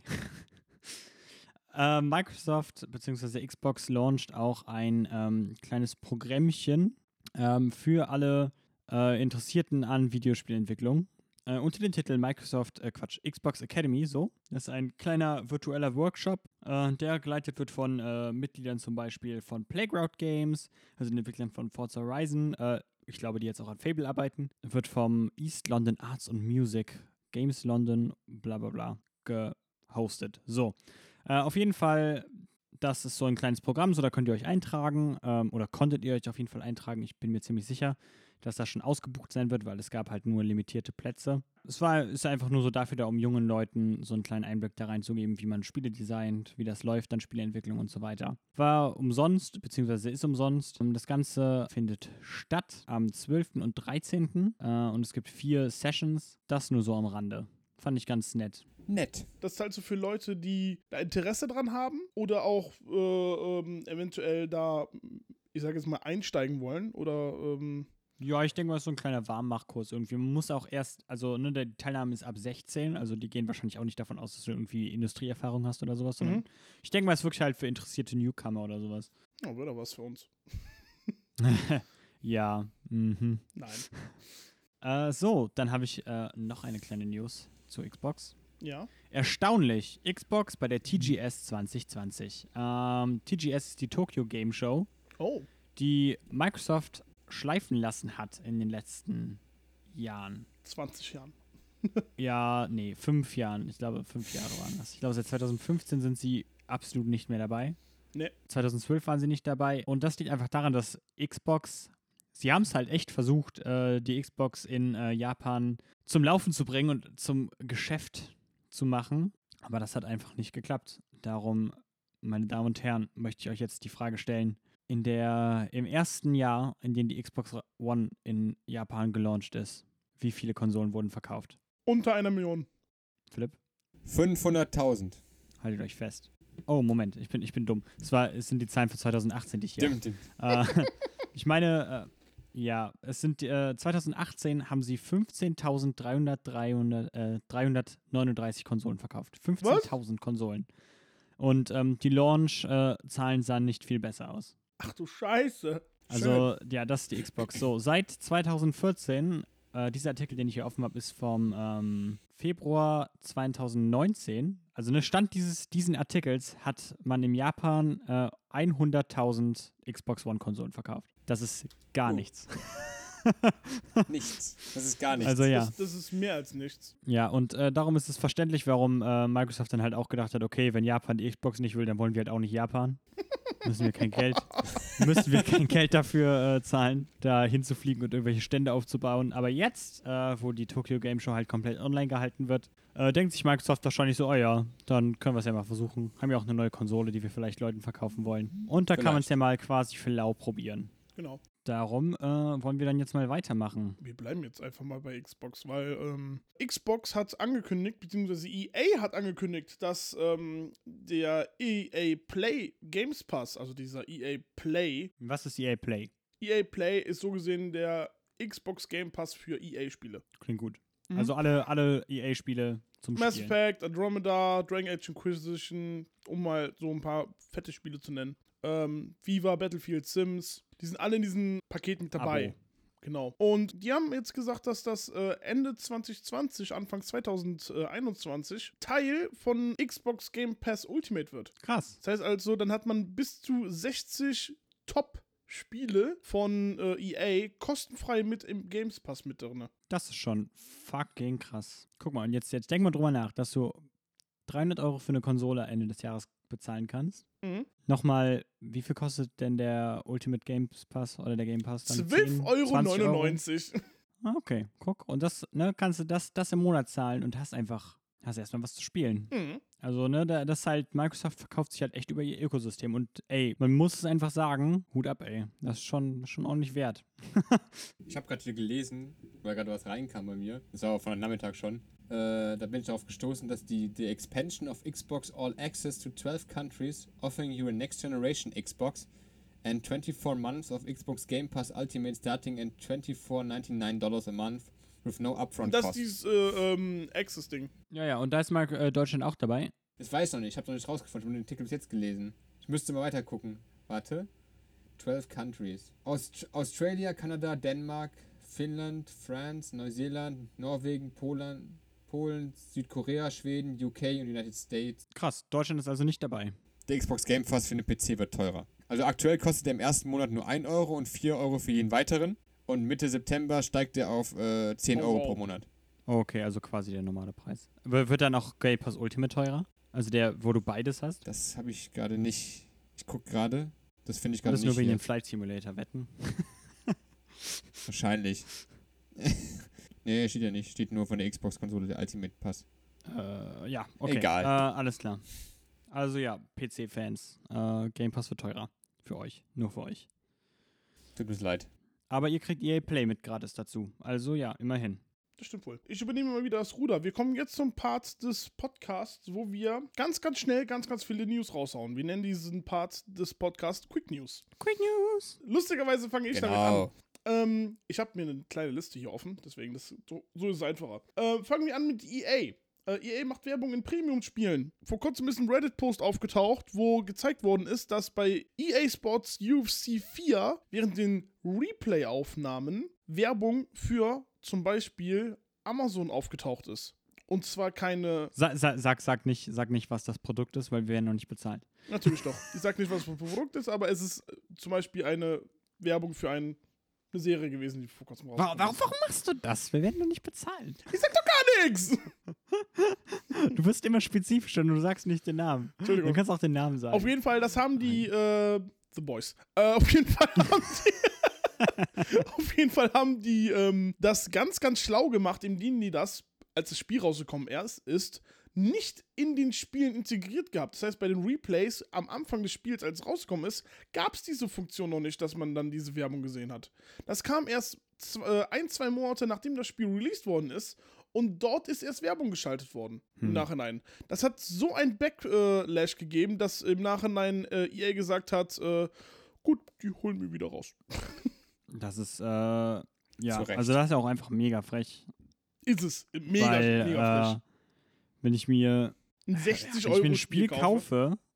äh, Microsoft bzw. Xbox launcht auch ein ähm, kleines Programmchen ähm, für alle äh, Interessierten an Videospielentwicklung. Äh, unter dem Titel Microsoft, äh, Quatsch, Xbox Academy, so. Das ist ein kleiner virtueller Workshop, äh, der geleitet wird von äh, Mitgliedern zum Beispiel von Playground Games, also den Entwicklern von Forza Horizon, äh, ich glaube, die jetzt auch an Fable arbeiten, wird vom East London Arts and Music, Games London, bla bla bla, gehostet. So, äh, auf jeden Fall, das ist so ein kleines Programm, so da könnt ihr euch eintragen, ähm, oder konntet ihr euch auf jeden Fall eintragen, ich bin mir ziemlich sicher, dass das schon ausgebucht sein wird, weil es gab halt nur limitierte Plätze. Es war, ist einfach nur so dafür da, um jungen Leuten so einen kleinen Einblick da reinzugeben, wie man Spiele designt, wie das läuft, dann Spieleentwicklung und so weiter. War umsonst, beziehungsweise ist umsonst. Das Ganze findet statt am zwölften und dreizehnten Äh, und es gibt vier Sessions. Das nur so am Rande. Fand ich ganz nett. Nett. Das ist halt so für Leute, die da Interesse dran haben oder auch äh, ähm, eventuell da, ich sage jetzt mal, einsteigen wollen oder ähm, Ja, ich denke mal, es ist so ein kleiner Warmmachkurs irgendwie. Man muss auch erst, also ne, die Teilnahme ist ab sechzehn, also die gehen wahrscheinlich auch nicht davon aus, dass du irgendwie Industrieerfahrung hast oder sowas, sondern Mhm. ich denke mal, es ist wirklich halt für interessierte Newcomer oder sowas. ja, wäre da was für uns. Ja, mhm. Nein. Äh, so, dann habe ich äh, noch eine kleine News zu Xbox. Ja. Erstaunlich, Xbox bei der T G S zwanzig zwanzig. Ähm, T G S ist die Tokyo Game Show, Oh. die Microsoft schleifen lassen hat in den letzten Jahren. zwanzig Jahren. Ja, nee, fünf Jahren. Ich glaube, fünf Jahre waren das. Ich glaube, seit zwanzig fünfzehn sind sie absolut nicht mehr dabei. Nee. zwanzig zwölf waren sie nicht dabei. Und das liegt einfach daran, dass Xbox, sie haben es halt echt versucht, äh, die Xbox in äh, Japan zum Laufen zu bringen und zum Geschäft zu machen. Aber das hat einfach nicht geklappt. Darum, meine Damen und Herren, möchte ich euch jetzt die Frage stellen. In der, im ersten Jahr, in dem die Xbox One in Japan gelauncht ist, wie viele Konsolen wurden verkauft? Unter einer Million. Philipp, fünfhunderttausend. haltet euch fest. Oh, Moment, ich bin, ich bin dumm. Es, war, es sind die Zahlen für zwanzig achtzehn, die ich hier Stimmt. äh, ich meine, äh, ja, es sind äh, zwanzig achtzehn haben sie fünfzehntausenddreihundertneununddreißig Konsolen verkauft. fünfzehntausend Konsolen. Und ähm, die Launch-Zahlen äh, sahen nicht viel besser aus. Ach du Scheiße. Also, Schön. ja, das ist die Xbox. So, seit zwanzig vierzehn, äh, dieser Artikel, den ich hier offen habe, ist vom ähm, Februar zwanzig neunzehn. Also, ne, Stand dieses diesen Artikels hat man in Japan äh, hunderttausend Xbox One-Konsolen verkauft. Das ist gar Oh. nichts. Nichts. Das ist gar nichts. Also ja. Das, das ist mehr als nichts. Ja, und äh, darum ist es verständlich, warum äh, Microsoft dann halt auch gedacht hat, okay, wenn Japan die Xbox nicht will, dann wollen wir halt auch nicht Japan. Müssen wir kein Geld, müssen wir kein Geld dafür äh, zahlen, da hinzufliegen und irgendwelche Stände aufzubauen. Aber jetzt, äh, wo die Tokyo Game Show halt komplett online gehalten wird, äh, denkt sich Microsoft wahrscheinlich so, oh ja, dann können wir es ja mal versuchen. Haben ja auch eine neue Konsole, die wir vielleicht Leuten verkaufen wollen. Und da Vielleicht. kann man es ja mal quasi für lau probieren. Genau. Darum äh, wollen wir dann jetzt mal weitermachen. Wir bleiben jetzt einfach mal bei Xbox, weil ähm, Xbox hat angekündigt, beziehungsweise E A hat angekündigt, dass ähm, der E A Play Games Pass, also dieser E A Play, Was ist E A Play? E A Play ist so gesehen der Xbox Game Pass für E A-Spiele. Klingt gut. Mhm. Also alle, alle E A-Spiele zum Mass Spielen. Effect, Andromeda, Dragon Age Inquisition, um mal so ein paar fette Spiele zu nennen. Ähm, Viva, Battlefield, Sims, die sind alle in diesem Paket mit dabei. Abo. Genau. Und die haben jetzt gesagt, dass das äh, Ende zwanzig zwanzig, Anfang zwanzig einundzwanzig Teil von Xbox Game Pass Ultimate wird. Krass. Das heißt also, dann hat man bis zu sechzig Top-Spiele von äh, E A kostenfrei mit im Games Pass mit drin. Das ist schon fucking krass. Guck mal, und jetzt, jetzt denk mal drüber nach, dass du dreihundert Euro für eine Konsole Ende des Jahres bezahlen kannst. Mhm. Nochmal, wie viel kostet denn der Ultimate Games Pass oder der Game Pass dann? zwölf zehn, Euro zwanzig neunundneunzig. Ah, okay, guck. Und das, ne, kannst du das, das im Monat zahlen und hast einfach, hast erstmal was zu spielen. Mhm. Also, ne, da, das halt, Microsoft verkauft sich halt echt über ihr Ökosystem. Und ey, man muss es einfach sagen, Hut ab, ey. Das ist schon, schon ordentlich wert. Ich habe gerade hier gelesen, weil gerade was reinkam bei mir. Das war aber von am Nachmittag schon. Äh, da bin ich darauf gestoßen, dass die, die Expansion of Xbox All Access to twelve countries, offering you a next generation Xbox and twenty-four months of Xbox Game Pass Ultimate starting at twenty-four ninety-nine dollars a month with no upfront Das ist costs. dieses äh, ähm, Access-Ding. Ja, ja, und da ist mal äh, Deutschland auch dabei. Das weiß ich noch nicht, ich habe noch nicht rausgefunden, ich habe den Artikel bis jetzt gelesen. Ich müsste mal weiter gucken. Warte. twelve countries. Aust- Australia, Kanada, Dänemark, Finnland, France, Neuseeland, Norwegen, Polen, Polen, Südkorea, Schweden, U K und United States. Krass, Deutschland ist also nicht dabei. Der Xbox Game Pass für den P C wird teurer. Also aktuell kostet er im ersten Monat nur ein Euro und vier Euro für jeden weiteren. Und Mitte September steigt er auf äh, zehn Oh, Euro wow. pro Monat. Okay, also quasi der normale Preis. W- Wird dann auch Game Pass Ultimate teurer? Also der, wo du beides hast? Das habe ich gerade nicht. Ich gucke gerade. Das finde ich Oder gerade ist nicht. nur wegen hier. dem Flight Simulator wetten? Wahrscheinlich. Nee, steht ja nicht. Steht nur von der Xbox-Konsole der Ultimate Pass. Äh, ja, okay. Egal. Äh, alles klar. Also ja, P C-Fans, äh, Game Pass wird teurer. Für euch. Nur für euch. Tut mir leid. Aber ihr kriegt E A Play mit gratis dazu. Also ja, immerhin. Das stimmt wohl. Ich übernehme mal wieder das Ruder. Wir kommen jetzt zum Part des Podcasts, wo wir ganz, ganz schnell ganz, ganz viele News raushauen. Wir nennen diesen Part des Podcasts Quick News. Quick News! Lustigerweise fange ich damit Genau. an. Ähm, ich habe mir eine kleine Liste hier offen, deswegen das, so, so ist es einfacher. Äh, fangen wir an mit E A. Äh, E A macht Werbung in Premium-Spielen. Vor kurzem ist ein Reddit-Post aufgetaucht, wo gezeigt worden ist, dass bei E A Sports U F C vier während den Replay-Aufnahmen Werbung für zum Beispiel Amazon aufgetaucht ist. Und zwar keine. Sa sa sag, sag, nicht, sag nicht, was das Produkt ist, weil wir werden noch nicht bezahlt. Natürlich doch. Ich sag nicht, was das Produkt ist, aber es ist äh, zum Beispiel eine Werbung für ein, eine Serie gewesen, die vor kurzem Warum, rausgekommen warum, ist. warum machst du das? Wir werden noch nicht bezahlt. Ich sag doch gar nichts! Du wirst immer spezifischer und du sagst nicht den Namen. Entschuldigung. Du kannst auch den Namen sagen. Auf jeden Fall, das haben die, äh, The Boys. Äh, auf jeden Fall haben die, auf jeden Fall haben die ähm, das ganz, ganz schlau gemacht, indem die das, als das Spiel rausgekommen erst ist, nicht in den Spielen integriert gehabt. Das heißt, bei den Replays am Anfang des Spiels, als es rausgekommen ist, gab es diese Funktion noch nicht, dass man dann diese Werbung gesehen hat. Das kam erst z- äh, ein, zwei Monate, nachdem das Spiel released worden ist. Und dort ist erst Werbung geschaltet worden, im Hm. Nachhinein. Das hat so ein Backlash gegeben, dass im Nachhinein äh, E A gesagt hat, äh, gut, die holen wir wieder raus. Das ist, äh, ja, Zu Recht. also das ist ja auch einfach mega frech. Ist es. Mega, weil, mega äh, frisch. wenn ich mir, Ein sechzig wenn Euro ich mir ein Spiel kaufe,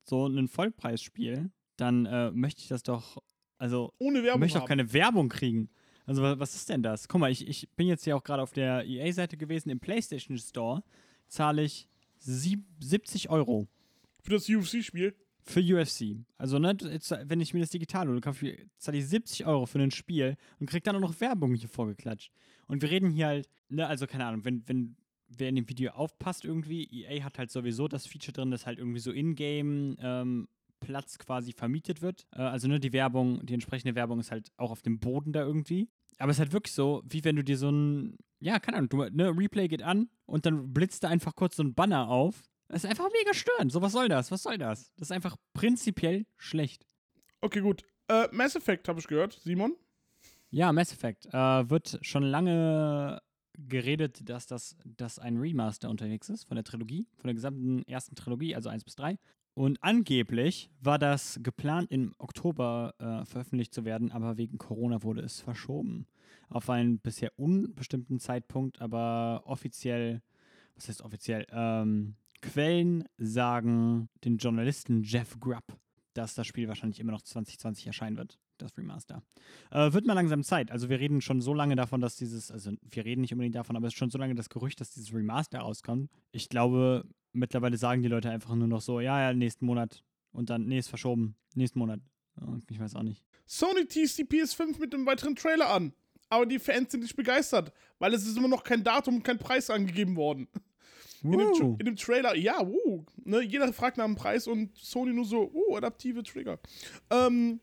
so ein Vollpreisspiel, dann äh, möchte ich das doch, also Ohne Werbung ich möchte doch haben. keine Werbung kriegen. Also wa- was ist denn das? Guck mal, ich, ich bin jetzt ja auch gerade auf der E A-Seite gewesen, im PlayStation Store zahle ich sieb- siebzig Euro Für das U F C-Spiel. für U F C. Also, ne, jetzt, wenn ich mir das digital hole, kaufe ich- zahle ich siebzig Euro für ein Spiel und krieg dann auch noch Werbung hier vorgeklatscht. Und wir reden hier halt, ne, also keine Ahnung, wenn, wenn wer in dem Video aufpasst irgendwie, E A hat halt sowieso das Feature drin, dass halt irgendwie so in-game ähm, Platz quasi vermietet wird. Äh, also, ne, die Werbung, die entsprechende Werbung ist halt auch auf dem Boden da irgendwie. Aber es ist halt wirklich so, wie wenn du dir so ein, ja, keine Ahnung, du, ne, Replay geht an und dann blitzt da einfach kurz so ein Banner auf. Das ist einfach mega störend. So, was soll das? Was soll das? Das ist einfach prinzipiell schlecht. Okay, gut. Äh, Mass Effect habe ich gehört. Simon? Ja, Mass Effect. Äh, wird schon lange geredet, dass das dass ein Remaster unterwegs ist von der Trilogie, von der gesamten ersten Trilogie, also eins bis drei. Und angeblich war das geplant, im Oktober äh, veröffentlicht zu werden, aber wegen Corona wurde es verschoben. Auf einen bisher unbestimmten Zeitpunkt, aber offiziell, was heißt offiziell? Ähm, Quellen sagen den Journalisten Jeff Grubb, dass das Spiel wahrscheinlich immer noch zwanzig zwanzig erscheinen wird, das Remaster. Äh, wird mal langsam Zeit. Also wir reden schon so lange davon, dass dieses, also wir reden nicht unbedingt davon, aber es ist schon so lange das Gerücht, dass dieses Remaster rauskommt. Ich glaube, mittlerweile sagen die Leute einfach nur noch so, ja, ja, nächsten Monat. Und dann, nee, ist verschoben. Nächsten Monat. Und ich weiß auch nicht. Sony teast die P S fünf mit einem weiteren Trailer an. Aber die Fans sind nicht begeistert, weil es ist immer noch kein Datum und kein Preis angegeben worden. In dem, Tra- in dem Trailer, ja, uh, ne, jeder fragt nach dem Preis und Sony nur so, uh, adaptive Trigger. Ähm,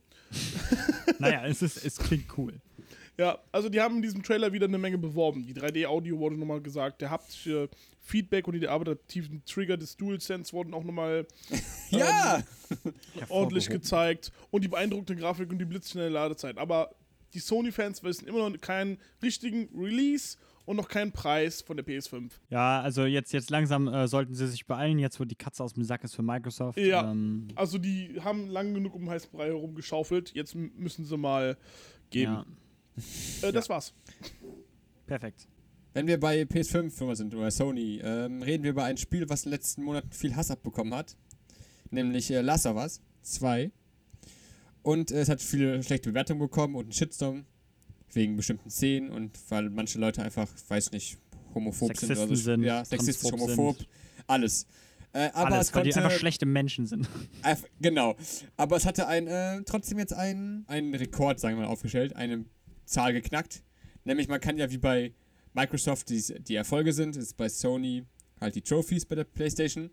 Naja, es, ist, es klingt cool. ja, also die haben in diesem Trailer wieder eine Menge beworben. Die drei D-Audio wurde nochmal gesagt, der haptische Feedback und die adaptiven Trigger des DualSense wurden auch nochmal Ja! ordentlich gezeigt und die beeindruckende Grafik und die blitzschnelle Ladezeit. Aber die Sony-Fans wissen immer noch keinen richtigen Release und noch keinen Preis von der P S fünf. Ja, also jetzt, jetzt langsam äh, sollten sie sich beeilen, jetzt wo die Katze aus dem Sack ist für Microsoft. Ja. Ähm, Also die haben lang genug um den heißen Brei herumgeschaufelt. Jetzt m- müssen sie mal geben. ja, Äh, das war's. perfekt. Wenn wir bei P S fünf Firma sind oder Sony, ähm, reden wir über ein Spiel, was in den letzten Monaten viel Hass abbekommen hat. Nämlich äh, Last of Us zwei. Und äh, es hat viele schlechte Bewertungen bekommen und einen Shitstorm wegen bestimmten Szenen und weil manche Leute einfach, weiß nicht, homophob Sexisten sind oder so. sind, ja, sexistisch, transphob homophob, sind. alles. Äh, aber Alles, es weil konnte, die einfach schlechte Menschen sind. Einf- Genau. Aber es hatte ein, äh, trotzdem jetzt einen, einen Rekord, sagen wir mal, aufgestellt, eine Zahl geknackt. Nämlich man kann ja wie bei Microsoft die, die Erfolge sind, ist bei Sony halt die Trophies bei der PlayStation.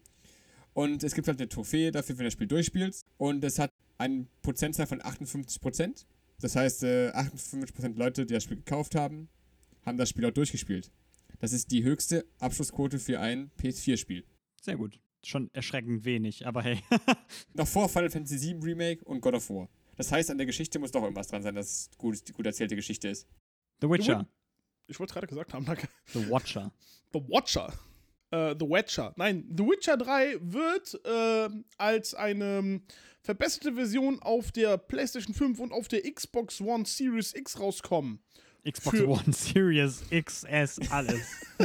Und es gibt halt eine Trophäe dafür, wenn du das Spiel durchspielst. Und es hat eine Prozentzahl von achtundfünfzig Prozent. Das heißt, äh, achtundfünfzig Prozent Leute, die das Spiel gekauft haben, haben das Spiel auch durchgespielt. Das ist die höchste Abschlussquote für ein P S vier Spiel. Sehr gut. Schon erschreckend wenig, aber hey. Noch vor Final Fantasy sieben Remake und God of War. Das heißt, an der Geschichte muss doch irgendwas dran sein, dass es gut, gut erzählte Geschichte ist. The Witcher. Ich wollte gerade gesagt haben, danke. The Watcher. The Watcher. Äh, The Witcher. Nein, The Witcher drei wird äh, als eine verbesserte Version auf der PlayStation fünf und auf der Xbox One Series X rauskommen. Xbox Für- One, Series, X S, alles.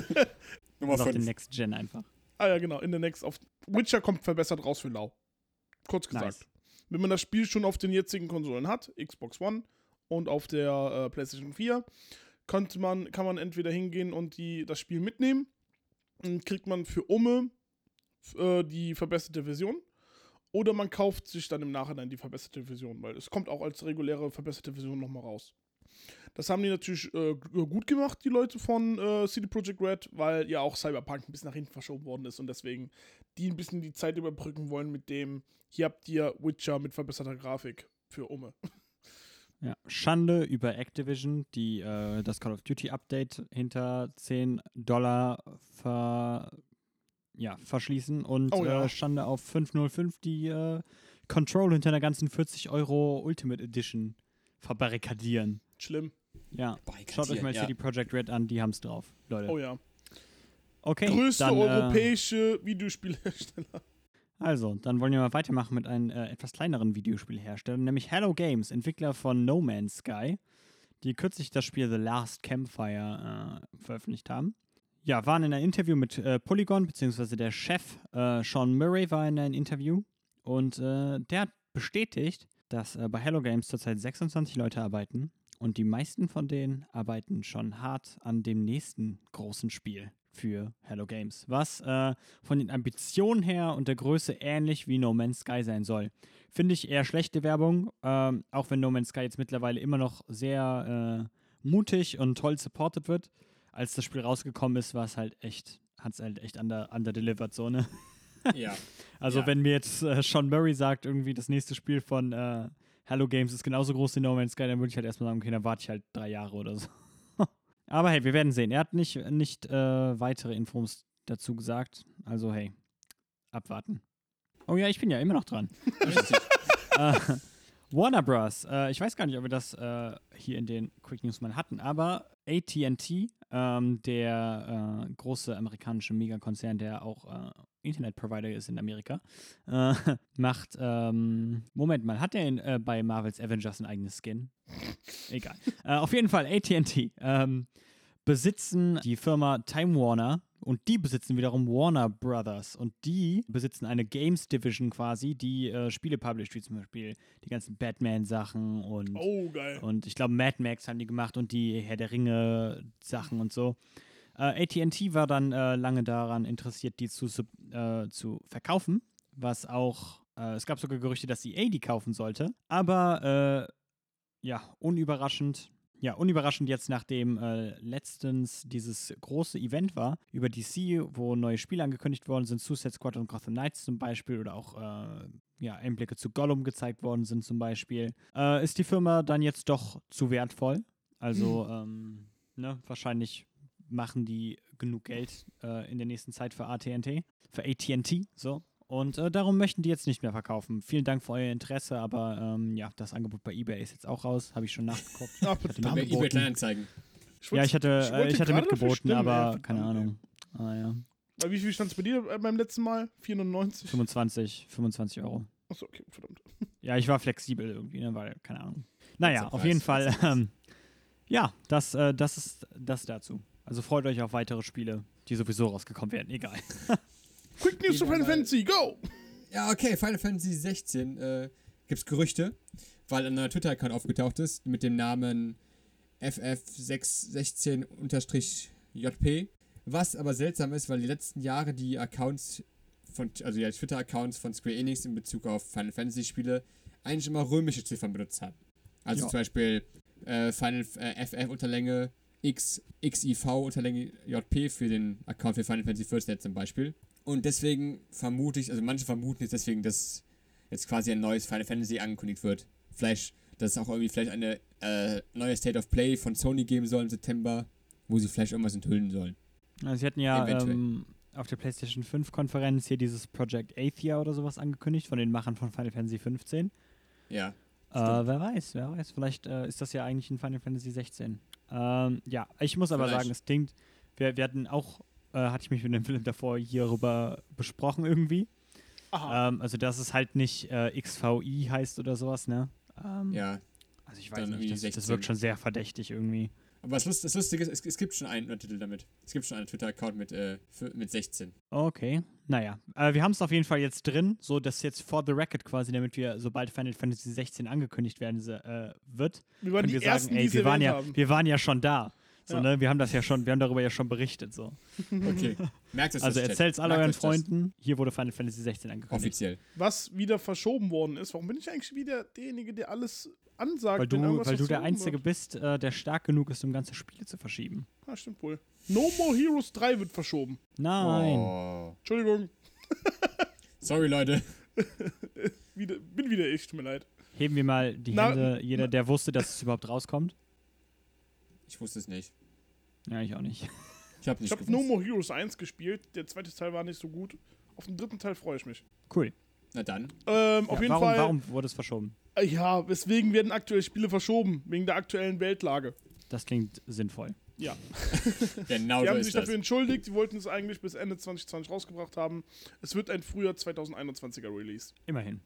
Nummer Und auf den fünf. Next Gen einfach. Ah ja, genau, in der Next auf Witcher kommt verbessert raus für Lau. Kurz gesagt. Nice. Wenn man das Spiel schon auf den jetzigen Konsolen hat, Xbox One und auf der äh, PlayStation vier, konnte man, kann man entweder hingehen und die, das Spiel mitnehmen. Dann kriegt man für Umme äh, die verbesserte Version. Oder man kauft sich dann im Nachhinein die verbesserte Version, weil es kommt auch als reguläre verbesserte Version nochmal raus. Das haben die natürlich äh, gut gemacht, die Leute von äh, C D Projekt Red, weil ja auch Cyberpunk ein bisschen nach hinten verschoben worden ist und deswegen die ein bisschen die Zeit überbrücken wollen mit dem, hier habt ihr Witcher mit verbesserter Grafik für Umme. Ja. Schande über Activision, die äh, das Call of Duty Update hinter zehn Dollar ver, ja, verschließen und Oh ja. äh, Schande auf fünf null fünf, die äh, Control hinter einer ganzen vierzig Euro Ultimate Edition verbarrikadieren. Schlimm. Ja, Barrikadieren, schaut euch mal ja. C D Projekt Red an, die haben's drauf, Leute. Oh ja. Okay, Größte dann, äh, europäische Videospielhersteller. Also, dann wollen wir mal weitermachen mit einem äh, etwas kleineren Videospielhersteller, nämlich Hello Games, Entwickler von No Man's Sky, die kürzlich das Spiel The Last Campfire äh, veröffentlicht haben. Ja, waren in einem Interview mit äh, Polygon, beziehungsweise der Chef äh, Sean Murray war in einem Interview und äh, der hat bestätigt, dass äh, bei Hello Games zurzeit sechsundzwanzig Leute arbeiten und die meisten von denen arbeiten schon hart an dem nächsten großen Spiel für Hello Games, was äh, von den Ambitionen her und der Größe ähnlich wie No Man's Sky sein soll. Finde ich eher schlechte Werbung, ähm, auch wenn No Man's Sky jetzt mittlerweile immer noch sehr äh, mutig und toll supported wird. Als das Spiel rausgekommen ist, war es halt echt, hat es halt echt under, underdelivered, so, ne? Ja. Also ja. wenn mir jetzt äh, Sean Murray sagt, irgendwie das nächste Spiel von äh, Hello Games ist genauso groß wie No Man's Sky, dann würde ich halt erstmal sagen, okay, dann warte ich halt drei Jahre oder so. Aber hey, wir werden sehen. Er hat nicht, nicht äh, weitere Infos dazu gesagt. Also hey, abwarten. Oh ja, ich bin ja immer noch dran. äh, Warner Bros. Äh, ich weiß gar nicht, ob wir das äh, hier in den Quick News mal hatten, aber A T and T, ähm, der äh, große amerikanische Megakonzern, der auch äh, Internetprovider ist in Amerika, äh, macht, ähm, Moment mal, hat der in, äh, bei Marvel's Avengers ein eigenes Skin? Egal. äh, auf jeden Fall, A T and T ähm, besitzen die Firma Time Warner und die besitzen wiederum Warner Brothers und die besitzen eine Games Division quasi, die äh, Spiele published, wie zum Beispiel die ganzen Batman-Sachen und, Oh, geil. und ich glaube Mad Max haben die gemacht und die Herr der Ringe-Sachen und so. Äh, A T and T war dann äh, lange daran interessiert, die zu, äh, zu verkaufen, was auch, äh, es gab sogar Gerüchte, dass E A die kaufen sollte, aber äh, ja, unüberraschend, ja, unüberraschend jetzt, nachdem äh, letztens dieses große Event war über D C, wo neue Spiele angekündigt worden sind, Suicide Squad und Gotham Knights zum Beispiel oder auch äh, ja, Einblicke zu Gollum gezeigt worden sind zum Beispiel, äh, ist die Firma dann jetzt doch zu wertvoll. Also, ähm, ne, wahrscheinlich machen die genug Geld äh, in der nächsten Zeit für A T and T, für A T and T, so. Und äh, darum möchten die jetzt nicht mehr verkaufen. Vielen Dank für euer Interesse, aber ähm, ja, das Angebot bei eBay ist jetzt auch raus. Habe ich schon nachgeguckt. Ach, Ich hatte Bei mitgeboten. eBay Kleinanzeigen. Ja, ich hatte, ich äh, wollte ich hatte gerade mitgeboten, dafür stimmen, aber ey, keine verdammt, Ahnung. Ah, ja. ey. Wie viel stand es bei dir äh, beim letzten Mal? vierundneunzig? fünfundzwanzig, fünfundzwanzig Euro. Achso, okay, verdammt. Ja, ich war flexibel irgendwie, ne, weil, keine Ahnung. Naja, Letzter auf Preis, jeden Fall, letzter Preis. ähm, ja, das, äh, das ist das dazu. Also freut euch auf weitere Spiele, die sowieso rausgekommen werden, egal. Quick News zu Wieder Final mal- Fantasy, go! Ja, okay, Final Fantasy sechzehn äh, gibt's Gerüchte, weil ein neuer Twitter-Account aufgetaucht ist mit dem Namen F F sechs sechzehn J P. Was aber seltsam ist, weil die letzten Jahre die Accounts von, also die Twitter-Accounts von Square Enix in Bezug auf Final Fantasy-Spiele eigentlich immer römische Ziffern benutzt haben. Also Ja. zum Beispiel äh, Final äh, F F Unterlänge X, X I V Unterlänge J P für den Account für Final Fantasy First Net zum Beispiel. Und deswegen vermute ich, also manche vermuten jetzt deswegen, dass jetzt quasi ein neues Final Fantasy angekündigt wird. Vielleicht, dass es auch irgendwie vielleicht eine äh, neue State of Play von Sony geben soll im September, wo sie vielleicht irgendwas enthüllen sollen. Also sie hatten ja Eventuell. ähm, auf der PlayStation fünf Konferenz hier dieses Project Athia oder sowas angekündigt von den Machern von Final Fantasy fünfzehn. Ja. Äh, wer weiß, wer weiß. Vielleicht äh, ist das ja eigentlich ein Final Fantasy sechzehn. Ähm, ja, ich muss aber Vielleicht. sagen, es klingt, wir, wir hatten auch, äh, hatte ich mich mit dem Philipp davor hierüber besprochen irgendwie. Aha. Ähm, also, dass es halt nicht äh, X V I heißt oder sowas, ne? Ähm, Ja. Also, ich weiß Dann irgendwie nicht, das, das sechzehn. wirkt schon sehr verdächtig irgendwie. Aber das, Lust, das Lustige ist, es, es gibt schon einen Titel damit. Es gibt schon einen Twitter-Account mit, äh, für, mit sechzehn. Okay, naja. Äh, wir haben es auf jeden Fall jetzt drin, so dass jetzt for the record quasi, damit wir, sobald Final Fantasy sechzehn angekündigt werden äh, wird, Wir waren können die wir Ersten, sagen, die ey, es wir waren, erwähnt ja, haben. wir waren ja schon da. So, Ja. ne? Wir haben das ja schon, wir haben darüber ja schon berichtet. So. Okay. Merkt euch das, Also Chat. erzählt's alle Merkt euren euch das. Freunden, hier wurde Final Fantasy sechzehn angekündigt. Offiziell. Was wieder verschoben worden ist. Warum bin ich eigentlich wieder derjenige, der alles ansagt, Weil wenn du, irgendwas weil du der verschoben Einzige wird? bist, äh, der stark genug ist, um ganze Spiele zu verschieben. Ah, stimmt wohl. No More Heroes drei wird verschoben. Nein. Oh. Entschuldigung, Sorry, Leute. wieder, bin wieder ich, tut mir leid. Heben wir mal die Na- Hände, jeder, der wusste, dass es überhaupt rauskommt. Ich wusste es nicht. Ja, ich auch nicht. Ich habe Ich nicht habe gewusst. No More Heroes eins gespielt. Der zweite Teil war nicht so gut. Auf den dritten Teil freue ich mich. Cool. Na dann. Ähm, auf Ja, jeden warum, Fall. warum wurde es verschoben? Äh, Ja, weswegen werden aktuell Spiele verschoben? Wegen der aktuellen Weltlage. Das klingt sinnvoll. Ja. Genau Die so haben ist sich das. dafür entschuldigt, die wollten es eigentlich bis Ende zwanzig zwanzig rausgebracht haben. Es wird ein Frühjahr zwanzig einundzwanziger Release. Immerhin.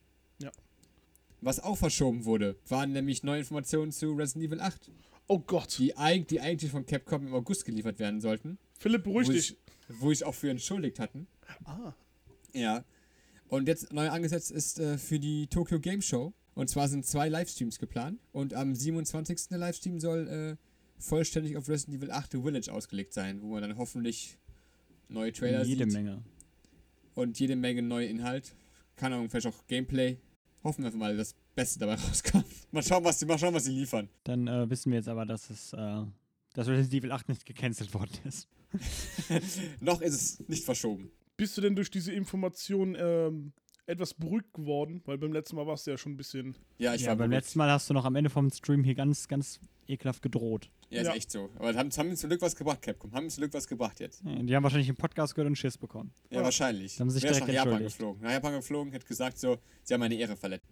Was auch verschoben wurde, waren nämlich neue Informationen zu Resident Evil acht, Oh Gott. die, eig die eigentlich von Capcom im August geliefert werden sollten, Philipp, beruhig wo dich. ich, wo ich auch für entschuldigt hatten. Ah. Ja. Und jetzt neu angesetzt ist äh, für die Tokyo Game Show. Und zwar sind zwei Livestreams geplant. Und am siebenundzwanzigsten der Livestream soll äh, vollständig auf Resident Evil acht The Village ausgelegt sein, wo man dann hoffentlich neue Trailer Jede sieht. Menge. Und jede Menge neue Inhalt. Keine Ahnung, vielleicht auch Gameplay. Hoffen wir einfach mal, dass das Beste dabei rauskommt. Mal schauen, was sie, mal schauen, was sie liefern. Dann äh, wissen wir jetzt aber, dass es äh, dass Resident Evil acht nicht gecancelt worden ist. Noch ist es nicht verschoben. Bist du denn durch diese Information ähm, etwas beruhigt geworden? Weil beim letzten Mal warst du ja schon ein bisschen... Ja, ich ja, war beim beruhigt. letzten Mal hast du noch am Ende vom Stream hier ganz, ganz ekelhaft gedroht. Ja, ist Ja. echt so. Aber haben, haben zum Glück was gebracht, Capcom. Haben zum Glück was gebracht jetzt. Ja, die haben wahrscheinlich einen Podcast gehört und Schiss bekommen. Ja, Ja. wahrscheinlich. Haben sich Wer ist direkt nach Japan entschuldigt. geflogen. Nach Japan geflogen, hat gesagt so, sie haben meine Ehre verletzt.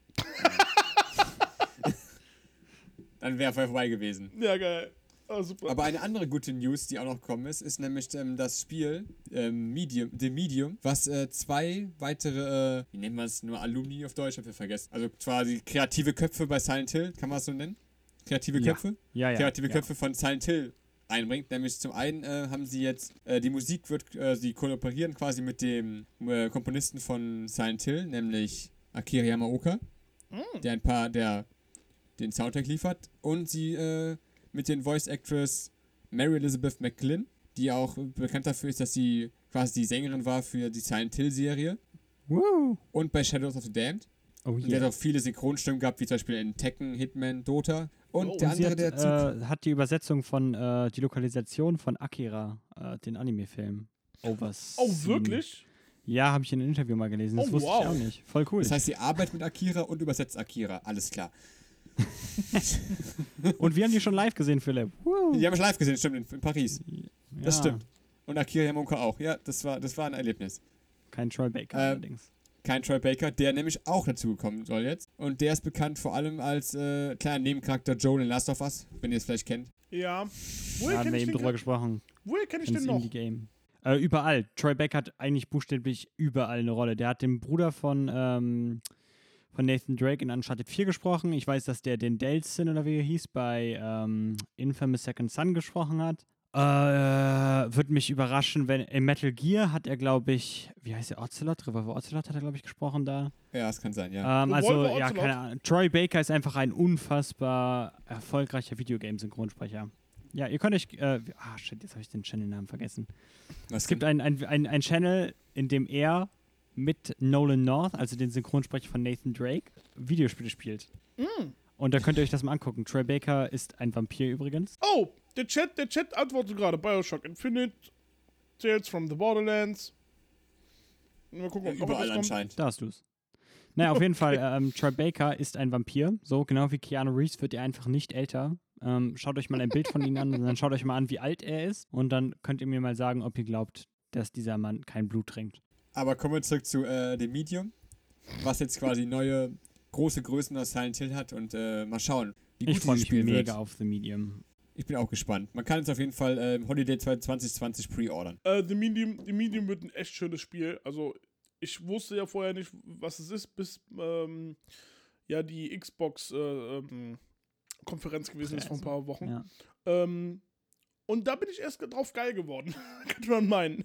Dann wäre er vorbei gewesen. Ja, geil. Ah, super. Aber eine andere gute News, die auch noch gekommen ist, ist nämlich ähm, das Spiel ähm, Medium, The Medium, was äh, zwei weitere, äh, wie nennt man es, nur Alumni auf Deutsch, hab ich vergessen. Also quasi kreative Köpfe bei Silent Hill, kann man es so nennen? Kreative Ja. Köpfe? Ja, ja. kreative ja. Köpfe von Silent Hill einbringt. Nämlich zum einen äh, haben sie jetzt, äh, die Musik wird, äh, sie kooperieren quasi mit dem äh, Komponisten von Silent Hill, nämlich Akira Yamaoka, Mm. der ein paar, der den Soundtrack liefert. Und sie äh, mit den Voice Actress Mary Elizabeth McGlynn, die auch bekannt dafür ist, dass sie quasi die Sängerin war für die Silent Hill Serie. Woo. Und bei Shadows of the Damned. Oh Und die hat yeah. auch viele Synchronstimmen gehabt, wie zum Beispiel in Tekken, Hitman, Dota. Und Oh, der Und sie andere, hat, der zu äh, hat die Übersetzung von, äh, die Lokalisation von Akira, äh, den Anime-Film, overseen. Oh, wirklich? Ja, habe ich in einem Interview mal gelesen. Das Oh, wusste wow. ich auch nicht. Voll cool. Das heißt, sie arbeitet mit Akira und übersetzt Akira. Alles klar. Und wir haben die schon live gesehen, Philipp. Woo. Die haben mich live gesehen, stimmt, in, in Paris. Das Ja. stimmt. Und Akira Yamaoka auch. Ja, das war, das war ein Erlebnis. Kein Troy Baker Äh, allerdings. Kein Troy Baker, der nämlich auch dazugekommen soll jetzt. Und der ist bekannt vor allem als äh, kleiner Nebencharakter Joel in Last of Us, wenn ihr es vielleicht kennt. Ja. Da Woher haben kenne wir ich, eben den drüber Char- gesprochen. woher kenn ich Ins den noch? Indie-Game. Äh, überall. Troy Baker hat eigentlich buchstäblich überall eine Rolle. Der hat den Bruder von, ähm, von Nathan Drake in Uncharted vier gesprochen. Ich weiß, dass der den Delsin oder wie er hieß bei ähm, Infamous Second Son gesprochen hat. Äh, würde mich überraschen, wenn in Metal Gear hat er, glaube ich, wie heißt der, Ocelot? Revolver Ocelot hat er, glaube ich, gesprochen da. Ja, das kann sein, ja. Ähm, also, Revolver ja, Ocelot? keine Ahnung. Troy Baker ist einfach ein unfassbar erfolgreicher Videogame-Synchronsprecher. Ja, ihr könnt euch, äh, ah, shit, jetzt habe ich den Channel-Namen vergessen. Was Es gibt einen ein, ein, ein Channel, in dem er mit Nolan North, also den Synchronsprecher von Nathan Drake, Videospiele spielt. Mm. Und da könnt ihr euch das mal angucken. Troy Baker ist ein Vampir übrigens. Oh, der Chat, der Chat antwortet gerade. Bioshock Infinite, Tales from the Borderlands. Mal gucken, Ja, ob noch überall was kommt. anscheinend. Da hast du's. Naja, auf jeden Fall, ähm, Troy Baker ist ein Vampir. So, genau wie Keanu Reeves wird er einfach nicht älter. Ähm, schaut euch mal ein Bild von ihm an und dann schaut euch mal an, wie alt er ist. Und dann könnt ihr mir mal sagen, ob ihr glaubt, dass dieser Mann kein Blut trinkt. Aber kommen wir zurück zu äh, dem Medium, was jetzt quasi neue große Größen aus Silent Hill hat und äh, mal schauen, wie gut Ich freue dieses mich Spiel mega wird. auf The Medium. Ich bin auch gespannt. Man kann es auf jeden Fall äh, im Holiday zwanzig zwanzig pre-ordern. Äh, The Medium, The Medium wird ein echt schönes Spiel. Also, ich wusste ja vorher nicht, was es ist, bis ähm, ja die Xbox äh, ähm, Konferenz gewesen ist vor ein paar Wochen. Ja. Ähm, und da bin ich erst drauf geil geworden. Könnte man meinen.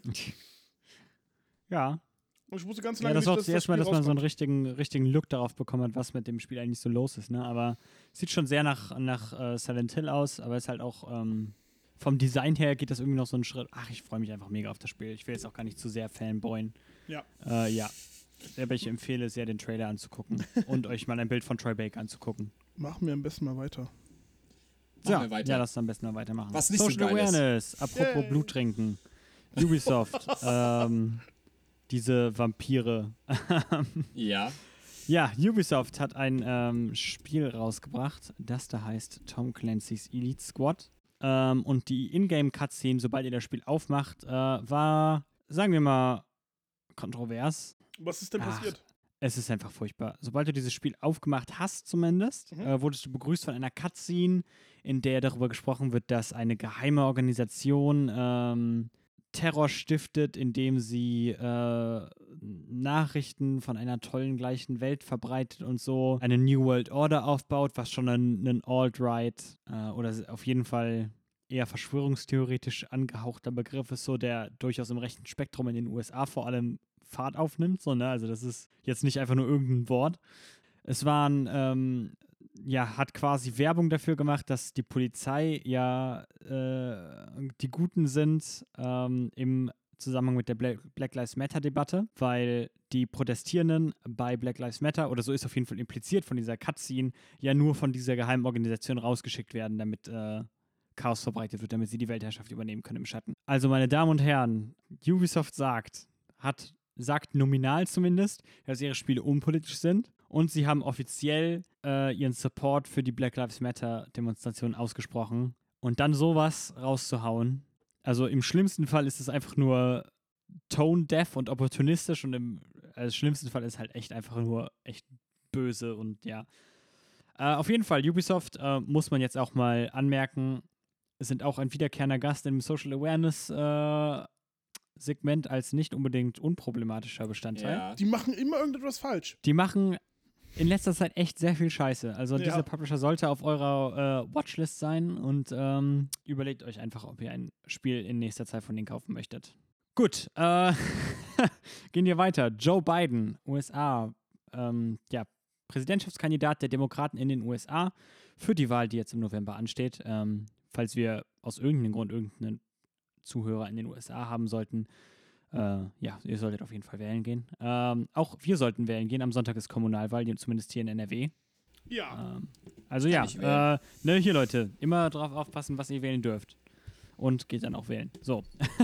Ja. Und ich wusste ganz Ja, lange das war nicht, auch das erste Mal, Spiel dass man so einen rauskommt. richtigen, richtigen Look darauf bekommen hat, was mit dem Spiel eigentlich so los ist. Ne? Aber sieht schon sehr nach, nach äh, Silent Hill aus, aber ist halt auch ähm, vom Design her geht das irgendwie noch so einen Schritt. Ach, ich freue mich einfach mega auf das Spiel. Ich will jetzt auch gar nicht zu sehr fanboyen. Ja. Äh, ja. Aber ich empfehle sehr, den Trailer anzugucken und euch mal ein Bild von Troy Baker anzugucken. Machen wir am besten mal weiter. Machen Ja, wir weiter. ja, lass uns am besten mal weitermachen. Was nicht so Social geil ist. Awareness, apropos Yay. Blut trinken. Ubisoft, ähm, diese Vampire. Ja. Ja, Ubisoft hat ein ähm, Spiel rausgebracht, das da heißt Tom Clancy's Elite Squad. Ähm, und die Ingame-Cutscene, sobald ihr das Spiel aufmacht, äh, war, sagen wir mal, kontrovers. Was ist denn Ach, passiert? Es ist einfach furchtbar. Sobald du dieses Spiel aufgemacht hast, zumindest, Mhm. äh, wurdest du begrüßt von einer Cutscene, in der darüber gesprochen wird, dass eine geheime Organisation ähm, Terror stiftet, indem sie äh, Nachrichten von einer tollen gleichen Welt verbreitet und so eine New World Order aufbaut, was schon ein, ein Alt-Right äh, oder auf jeden Fall eher verschwörungstheoretisch angehauchter Begriff ist, so der durchaus im rechten Spektrum in den U S A vor allem Fahrt aufnimmt. So, ne? Also das ist jetzt nicht einfach nur irgendein Wort. Es waren, ähm, ja, hat quasi Werbung dafür gemacht, dass die Polizei ja äh, die Guten sind ähm, im Zusammenhang mit der Black, Black Lives Matter-Debatte, weil die Protestierenden bei Black Lives Matter, oder so ist auf jeden Fall impliziert von dieser Cutscene, ja nur von dieser geheimen Organisation rausgeschickt werden, damit äh, Chaos verbreitet wird, damit sie die Weltherrschaft übernehmen können im Schatten. Also, meine Damen und Herren, Ubisoft sagt, hat, sagt nominal zumindest, dass ihre Spiele unpolitisch sind und sie haben offiziell äh, ihren Support für die Black Lives Matter-Demonstration ausgesprochen. Und dann sowas rauszuhauen, also im schlimmsten Fall ist es einfach nur tone-deaf und opportunistisch und im also schlimmsten Fall ist halt echt einfach nur echt böse und ja. Äh, auf jeden Fall, Ubisoft äh, muss man jetzt auch mal anmerken, sind auch ein wiederkehrender Gast im Social Awareness äh, Segment als nicht unbedingt unproblematischer Bestandteil. Ja. Die machen immer irgendetwas falsch. Die machen in letzter Zeit echt sehr viel Scheiße. Also Ja. dieser Publisher sollte auf eurer äh, Watchlist sein und ähm, überlegt euch einfach, ob ihr ein Spiel in nächster Zeit von denen kaufen möchtet. Gut, äh, gehen wir weiter. Joe Biden, U S A, ähm, ja, Präsidentschaftskandidat der Demokraten in den U S A für die Wahl, die jetzt im November ansteht. Ähm, falls wir aus irgendeinem Grund irgendeinen Zuhörer in den U S A haben sollten, Äh, ja, ihr solltet auf jeden Fall wählen gehen. Ähm, auch wir sollten wählen gehen. Am Sonntag ist Kommunalwahl, zumindest hier in N R W. Ja. Ähm, also ja, ich wählen. äh, ne, hier Leute, immer drauf aufpassen, was ihr wählen dürft. Und geht dann auch wählen. So,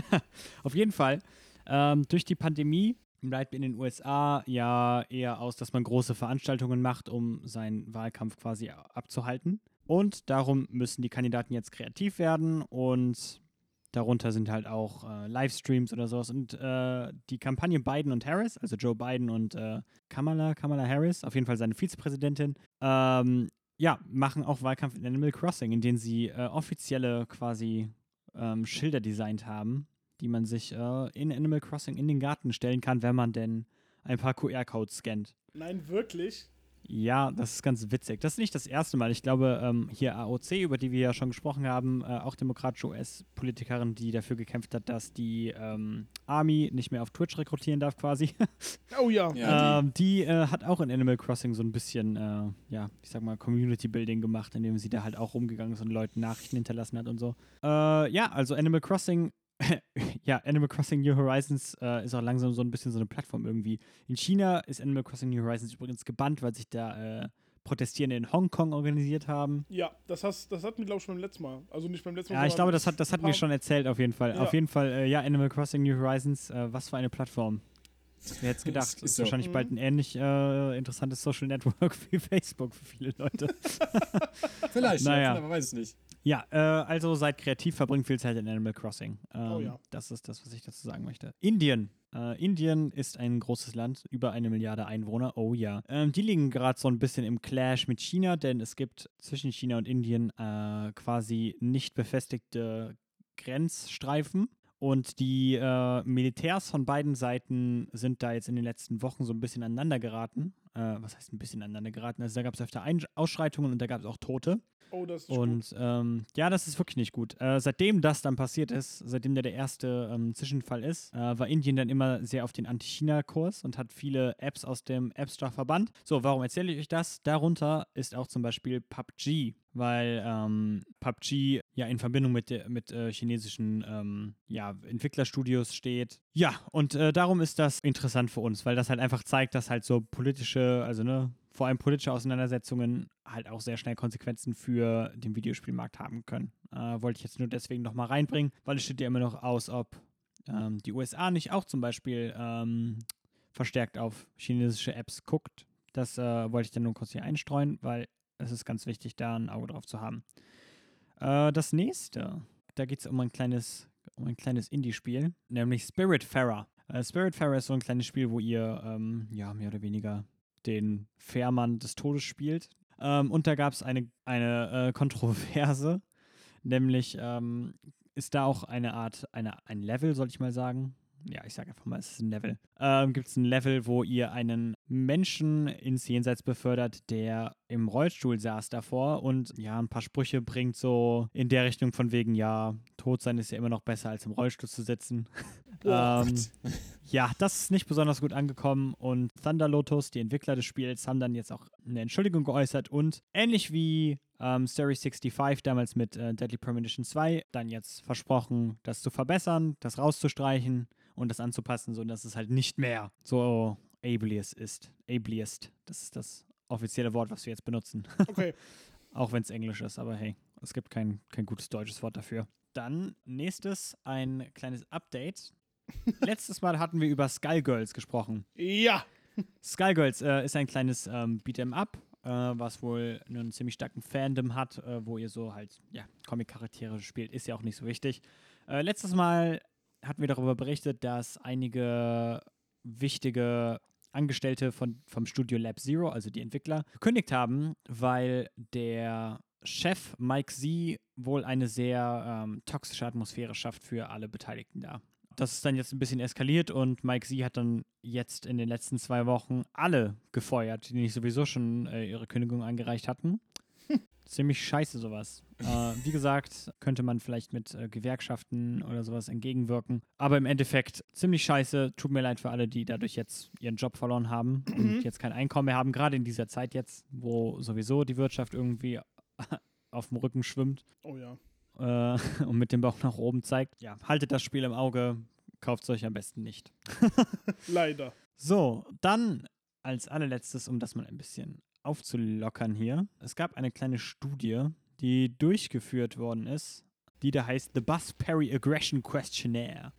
auf jeden Fall. Ähm, durch die Pandemie bleibt in den U S A ja eher aus, dass man große Veranstaltungen macht, um seinen Wahlkampf quasi abzuhalten. Und darum müssen die Kandidaten jetzt kreativ werden und darunter sind halt auch äh, Livestreams oder sowas. Und äh, die Kampagne Biden und Harris, also Joe Biden und äh, Kamala, Kamala Harris, auf jeden Fall seine Vizepräsidentin, ähm, ja, machen auch Wahlkampf in Animal Crossing, in denen sie äh, offizielle quasi ähm, Schilder designt haben, die man sich äh, in Animal Crossing in den Garten stellen kann, wenn man denn ein paar Q R-Codes scannt. Nein, wirklich? Ja, das ist ganz witzig. Das ist nicht das erste Mal. Ich glaube, ähm, hier A O C, über die wir ja schon gesprochen haben, äh, auch demokratische U S-Politikerin, die dafür gekämpft hat, dass die ähm, Army nicht mehr auf Twitch rekrutieren darf quasi. Oh ja. Ja, ähm, die äh, hat auch in Animal Crossing so ein bisschen, äh, ja, ich sag mal, Community-Building gemacht, indem sie da halt auch rumgegangen ist und Leuten Nachrichten hinterlassen hat und so. Äh, ja, also Animal Crossing ja, Animal Crossing New Horizons äh, ist auch langsam so ein bisschen so eine Plattform irgendwie. In China ist Animal Crossing New Horizons übrigens gebannt, weil sich da äh, Protestierende in Hongkong organisiert haben. Ja, das, hast, das hatten wir, glaube ich, beim letzten Mal. Also nicht beim letzten Mal. Ja, ich glaube, das hat, das ein hatten wir paar- schon erzählt, auf jeden Fall. Ja. Auf jeden Fall, äh, ja, Animal Crossing New Horizons, äh, was für eine Plattform. Wer hätte es gedacht? Ist Ist so. wahrscheinlich Mhm. bald ein ähnlich äh, interessantes Social Network wie Facebook für viele Leute. Vielleicht, Naja. ja, man weiß es nicht. Ja, äh, also seid kreativ, verbringt viel Zeit in Animal Crossing. Ähm, Oh ja. Das ist das, was ich dazu sagen möchte. Indien. Äh, Indien ist ein großes Land, über eine Milliarde Einwohner. Oh ja. Ähm, die liegen gerade so ein bisschen im Clash mit China, denn es gibt zwischen China und Indien äh, quasi nicht befestigte Grenzstreifen. Und die äh, Militärs von beiden Seiten sind da jetzt in den letzten Wochen so ein bisschen aneinander geraten. Äh, was heißt ein bisschen aneinander geraten? Also da gab es öfter Ein- Ausschreitungen und da gab es auch Tote. Oh, das ist gut. Und ähm, ja, das ist wirklich nicht gut. Äh, seitdem das dann passiert ist, seitdem der der erste ähm, Zwischenfall ist, äh, war Indien dann immer sehr auf den Anti-China-Kurs und hat viele Apps aus dem App Store verbannt. So, warum erzähle ich euch das? Darunter ist auch zum Beispiel P U B G, weil ähm, P U B G ja in Verbindung mit, der, mit äh, chinesischen ähm, ja, Entwicklerstudios steht. Ja, und äh, darum ist das interessant für uns, weil das halt einfach zeigt, dass halt so politische, also ne, vor allem politische Auseinandersetzungen halt auch sehr schnell Konsequenzen für den Videospielmarkt haben können. Äh, wollte ich jetzt nur deswegen nochmal reinbringen, weil es steht ja immer noch aus, ob ähm, die U S A nicht auch zum Beispiel ähm, verstärkt auf chinesische Apps guckt. Das äh, wollte ich dann nur kurz hier einstreuen, weil es ist ganz wichtig, da ein Auge drauf zu haben. Äh, das nächste, da geht es um ein kleines, um ein kleines Indie-Spiel, nämlich Spiritfarer. Äh, Spiritfarer ist so ein kleines Spiel, wo ihr ähm, ja mehr oder weniger den Fährmann des Todes spielt. Ähm, und da gab es eine, eine äh, Kontroverse, nämlich ähm, ist da auch eine Art, eine, ein Level, soll ich mal sagen. Ja, ich sage einfach mal, es ist ein Level. Ähm, gibt es ein Level, wo ihr einen Menschen ins Jenseits befördert, der im Rollstuhl saß davor und ja, ein paar Sprüche bringt, so in der Richtung von wegen, ja, tot sein ist ja immer noch besser, als im Rollstuhl zu sitzen. Oh ähm, Ja, das ist nicht besonders gut angekommen und Thunder Lotus, die Entwickler des Spiels, haben dann jetzt auch eine Entschuldigung geäußert und ähnlich wie ähm, Series fünfundsechzig damals mit äh, Deadly Premonition zwei, dann jetzt versprochen, das zu verbessern, das rauszustreichen und das anzupassen, sodass es halt nicht mehr so ableist ist. Ableist, das ist das offizielle Wort, was wir jetzt benutzen. Okay. Auch wenn es Englisch ist, aber hey, es gibt kein, kein gutes deutsches Wort dafür. Dann nächstes ein kleines Update. Letztes Mal hatten wir über Skullgirls gesprochen. Ja. Skullgirls äh, ist ein kleines ähm, Beat'em-up, äh, was wohl einen ziemlich starken Fandom hat, äh, wo ihr so halt, ja, Comic-Charaktere spielt, ist ja auch nicht so wichtig. Äh, letztes Mal hatten wir darüber berichtet, dass einige wichtige Angestellte von, vom Studio Lab Zero, also die Entwickler, gekündigt haben, weil der Chef Mike Z wohl eine sehr ähm, toxische Atmosphäre schafft für alle Beteiligten da. Das ist dann jetzt ein bisschen eskaliert und Mike Z hat dann jetzt in den letzten zwei Wochen alle gefeuert, die nicht sowieso schon äh, ihre Kündigung eingereicht hatten. Ziemlich scheiße sowas. Äh, wie gesagt, könnte man vielleicht mit äh, Gewerkschaften oder sowas entgegenwirken. Aber im Endeffekt ziemlich scheiße. Tut mir leid für alle, die dadurch jetzt ihren Job verloren haben Mhm. und jetzt kein Einkommen mehr haben. Gerade in dieser Zeit jetzt, wo sowieso die Wirtschaft irgendwie auf dem Rücken schwimmt Oh ja. äh, und mit dem Bauch nach oben zeigt. Ja, haltet das Spiel im Auge. Kauft es euch am besten nicht. Leider. So, dann als allerletztes, um das mal ein bisschen aufzulockern hier. Es gab eine kleine Studie, die durchgeführt worden ist, die da heißt The Buzz Perry Aggression Questionnaire.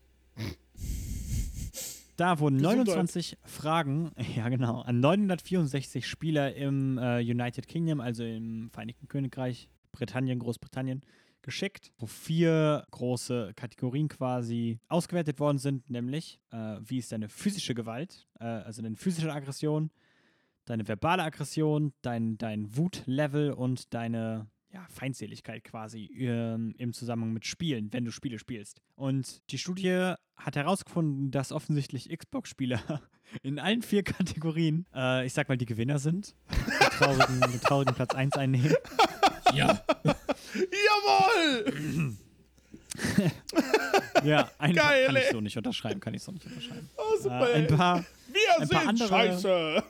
Da wurden Gesundheit. neunundzwanzig Fragen, ja genau, an neunhundertvierundsechzig Spieler im äh, United Kingdom, also im Vereinigten Königreich, Britannien, Großbritannien, geschickt, wo vier große Kategorien quasi ausgewertet worden sind, nämlich äh, wie ist deine physische Gewalt, äh, also deine physische Aggression, deine verbale Aggression, dein, dein Wutlevel und deine ja, Feindseligkeit quasi ähm, im Zusammenhang mit Spielen, wenn du Spiele spielst. Und die Studie hat herausgefunden, dass offensichtlich Xbox-Spieler in allen vier Kategorien, äh, ich sag mal, die Gewinner sind, den traurigen, den traurigen Platz eins einnehmen. Ja. Jawohl! Ja, ein paar Geil, kann ich ey. so nicht unterschreiben, kann ich so nicht unterschreiben. Oh, super, Äh, ein ey. paar, Wir ein paar sind andere- scheiße.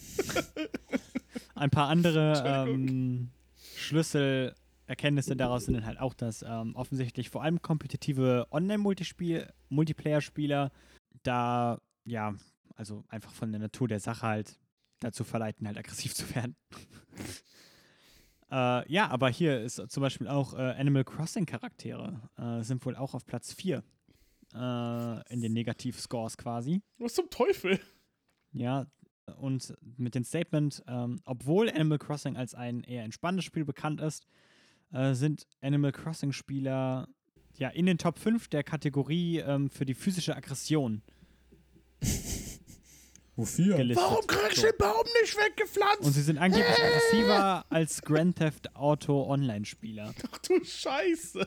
ein paar andere Entschuldigung. ähm, Schlüsselerkenntnisse daraus sind dann halt auch, dass ähm, offensichtlich vor allem kompetitive Online-Multiplayer-Spieler da, ja, also einfach von der Natur der Sache halt dazu verleiten, halt aggressiv zu werden. äh, ja, aber hier ist zum Beispiel auch äh, Animal Crossing-Charaktere äh, sind wohl auch auf Platz vier äh, in den Negativ-Scores quasi. Was zum Teufel? Ja, und mit dem Statement, ähm, obwohl Animal Crossing als ein eher entspanntes Spiel bekannt ist, äh, sind Animal Crossing-Spieler ja in den Top fünf der Kategorie ähm, für die physische Aggression Wofür? gelistet. Warum kriegst du So. den Baum nicht weggepflanzt? Und sie sind angeblich aggressiver als Grand Theft Auto Online-Spieler. Ach du Scheiße.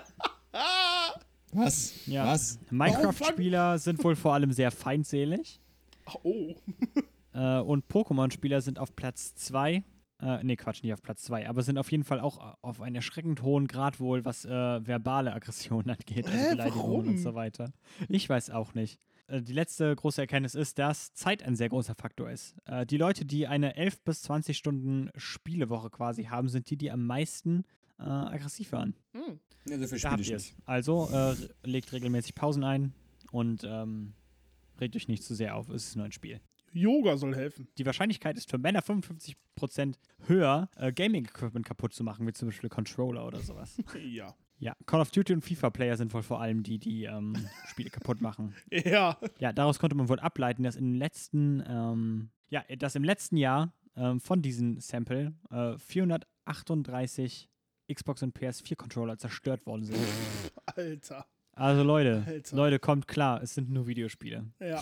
Was? Ja. Was? Minecraft-Spieler sind wohl vor allem sehr feindselig. Ach, oh. Äh, und Pokémon-Spieler sind auf Platz zwei. Äh, nee, Quatsch, nicht auf Platz zwei, aber sind auf jeden Fall auch auf einen erschreckend hohen Grad wohl, was äh, verbale Aggression angeht, also Hä, Beleidigungen warum? und so weiter. Ich weiß auch nicht. Äh, die letzte große Erkenntnis ist, dass Zeit ein sehr großer Faktor ist. Äh, die Leute, die eine elf bis zwanzig Stunden Spielewoche quasi haben, sind die, die am meisten äh, aggressiv waren. Hm. Ja, so viel Da spiele habt ich ihr nicht. es. Also äh, legt regelmäßig Pausen ein und ähm, regt euch nicht zu sehr auf. Es ist nur ein Spiel. Yoga soll helfen. Die Wahrscheinlichkeit ist für Männer fünfundfünfzig Prozent höher, äh, Gaming-Equipment kaputt zu machen, wie zum Beispiel Controller oder sowas. Ja. Ja, Call of Duty und FIFA-Player sind wohl vor allem die, die ähm, Spiele kaputt machen. Ja. Ja, daraus konnte man wohl ableiten, dass in den letzten, ähm, ja, dass im letzten Jahr ähm, von diesem Sample äh, vierhundertachtunddreißig Xbox und P S vier Controller zerstört worden sind. Alter. Also Leute, Alter. Leute, kommt klar, es sind nur Videospiele. Ja.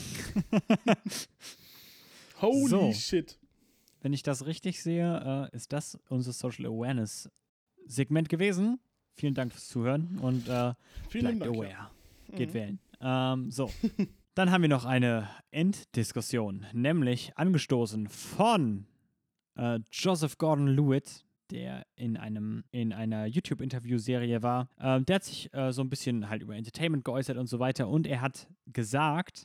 Holy So. shit. Wenn ich das richtig sehe, äh, ist das unser Social Awareness Segment gewesen. Vielen Dank fürs Zuhören und äh, Vielen bleibt Dank. aware. Ja. Geht Mhm. wählen. Ähm, so. Dann haben wir noch eine Enddiskussion, nämlich angestoßen von äh, Joseph Gordon-Levitt, der in einem in einer YouTube-Interview-Serie war. Ähm, der hat sich äh, so ein bisschen halt über Entertainment geäußert und so weiter und er hat gesagt,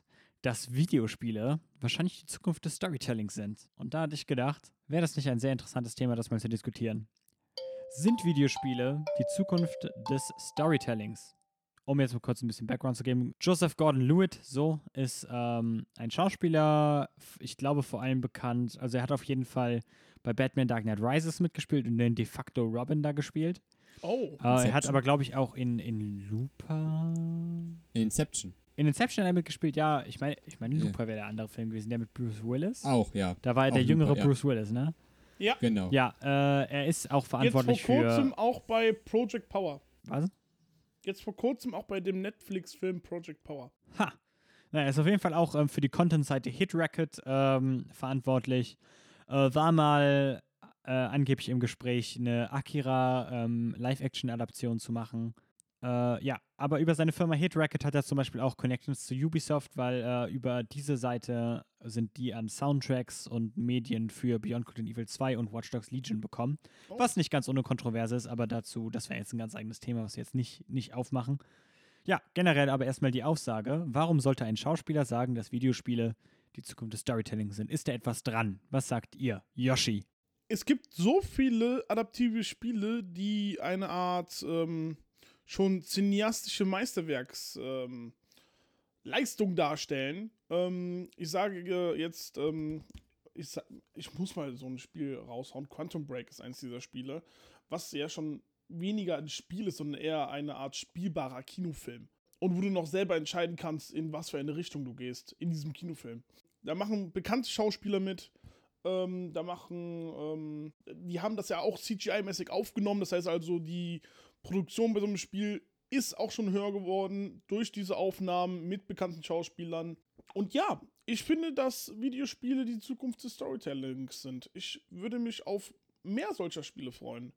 dass Videospiele wahrscheinlich die Zukunft des Storytellings sind. Und da hatte ich gedacht, wäre das nicht ein sehr interessantes Thema, das mal zu diskutieren. Sind Videospiele die Zukunft des Storytellings? Um jetzt mal kurz ein bisschen Background zu geben. Joseph Gordon-Levitt, so, ist ähm, ein Schauspieler, ich glaube vor allem bekannt, also er hat auf jeden Fall bei Batman Dark Knight Rises mitgespielt und den de facto Robin da gespielt. Oh. Äh, er hat aber, glaube ich, auch in, in Looper... Inception. In Inception hat er mitgespielt, ja. Ich meine, ich mein, Ja. Looper wäre der andere Film gewesen, der mit Bruce Willis. Auch, ja. Da war er Auch der jüngere Looper, ja. Bruce Willis, ne? Ja. Genau. Ja, äh, er ist auch Jetzt verantwortlich vor kurzem für... auch bei Project Power. Was? Jetzt vor kurzem auch bei dem Netflix-Film Project Power. Ha! Na, er ist auf jeden Fall auch ähm, für die Content-Seite Hit Racket ähm, verantwortlich. Äh, war mal äh, angeblich im Gespräch, eine Akira ähm, Live-Action-Adaption zu machen. Äh, ja, aber über seine Firma Hit Racket hat er zum Beispiel auch Connections zu Ubisoft, weil äh, über diese Seite sind die an Soundtracks und Medien für Beyond Good and Evil zwei und Watch Dogs Legion bekommen. Oh. Was nicht ganz ohne Kontroverse ist, aber dazu, das wäre jetzt ein ganz eigenes Thema, was wir jetzt nicht, nicht aufmachen. Ja, generell aber erstmal die Aussage, warum sollte ein Schauspieler sagen, dass Videospiele die Zukunft des Storytellings sind? Ist da etwas dran? Was sagt ihr? Yoshi? Es gibt so viele adaptive Spiele, die eine Art ähm, schon cineastische Meisterwerks ähm, Leistung darstellen. Ähm, ich sage äh, jetzt, ähm, ich, sa- ich muss mal so ein Spiel raushauen. Quantum Break ist eins dieser Spiele, was ja schon weniger ein Spiel ist, sondern eher eine Art spielbarer Kinofilm. Und wo du noch selber entscheiden kannst, in was für eine Richtung du gehst in diesem Kinofilm. Da machen bekannte Schauspieler mit. Ähm, da machen, ähm, die haben das ja auch C G I-mäßig aufgenommen. Das heißt also, die Produktion bei so einem Spiel ist auch schon höher geworden durch diese Aufnahmen mit bekannten Schauspielern. Und ja, ich finde, dass Videospiele die Zukunft des Storytellings sind. Ich würde mich auf mehr solcher Spiele freuen.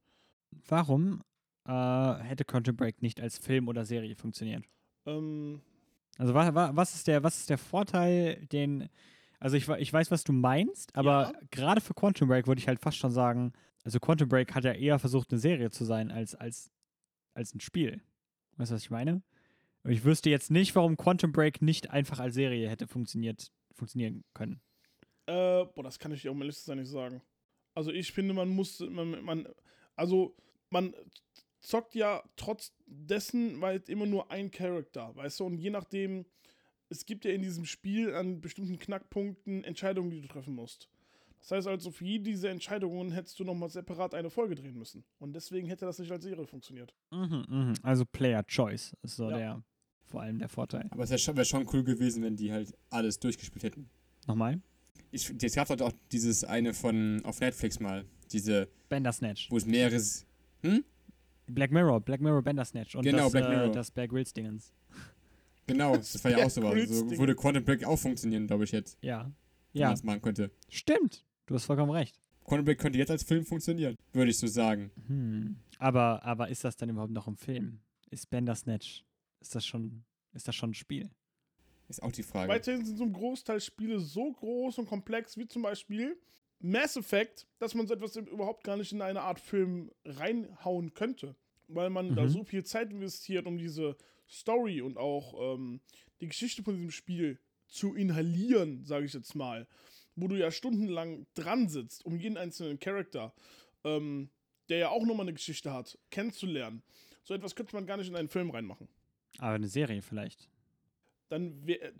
Warum äh, hätte Quantum Break nicht als Film oder Serie funktioniert? Ähm, Also wa, wa, was, ist der, was ist der Vorteil, den... Also ich, we- ich weiß, was du meinst, aber Ja. gerade für Quantum Break würde ich halt fast schon sagen, also Quantum Break hat ja eher versucht, eine Serie zu sein, als, als, als ein Spiel. Weißt du, was ich meine? Und ich wüsste jetzt nicht, warum Quantum Break nicht einfach als Serie hätte funktioniert, funktionieren können. Äh, boah, das kann ich dir auch mal ehrlich sein nicht sagen. Also ich finde, man muss, man, man, also man zockt ja trotz dessen weil immer nur ein Charakter, weißt du? Und je nachdem, es gibt ja in diesem Spiel an bestimmten Knackpunkten Entscheidungen, die du treffen musst. Das heißt also, für jede dieser Entscheidungen hättest du nochmal separat eine Folge drehen müssen. Und deswegen hätte das nicht als Serie funktioniert. Mhm, mhm. Also Player Choice ist so Ja. der, vor allem der Vorteil. Aber es wäre schon, wär schon cool gewesen, wenn die halt alles durchgespielt hätten. Nochmal? Ich, jetzt gab es auch dieses eine von auf Netflix mal. Diese, Bandersnatch. wo es mehrere. Hm? Black Mirror, Black Mirror Bandersnatch. Und Genau, das, Black äh, Mirror. das Bear Grylls Dingens. Genau, das war ja auch sowas. So Grylls-Ding. würde Quantum Break auch funktionieren, glaube ich jetzt. Ja. Wenn man Ja, das machen könnte. stimmt. Du hast vollkommen recht. Quantum Break könnte jetzt als Film funktionieren, würde ich so sagen. Hm. Aber, aber ist das dann überhaupt noch im Film? Ist Bandersnatch, ist das schon, ist das schon ein Spiel? Ist auch die Frage. Weiterhin sind so ein Großteil Spiele so groß und komplex, wie zum Beispiel Mass Effect, dass man so etwas überhaupt gar nicht in eine Art Film reinhauen könnte. Weil man Mhm. da so viel Zeit investiert, um diese Story und auch ähm, die Geschichte von diesem Spiel zu inhalieren, sage ich jetzt mal. Wo du ja stundenlang dran sitzt, um jeden einzelnen Charakter, ähm, der ja auch nochmal eine Geschichte hat, kennenzulernen. So etwas könnte man gar nicht in einen Film reinmachen. Aber eine Serie vielleicht. Dann wär,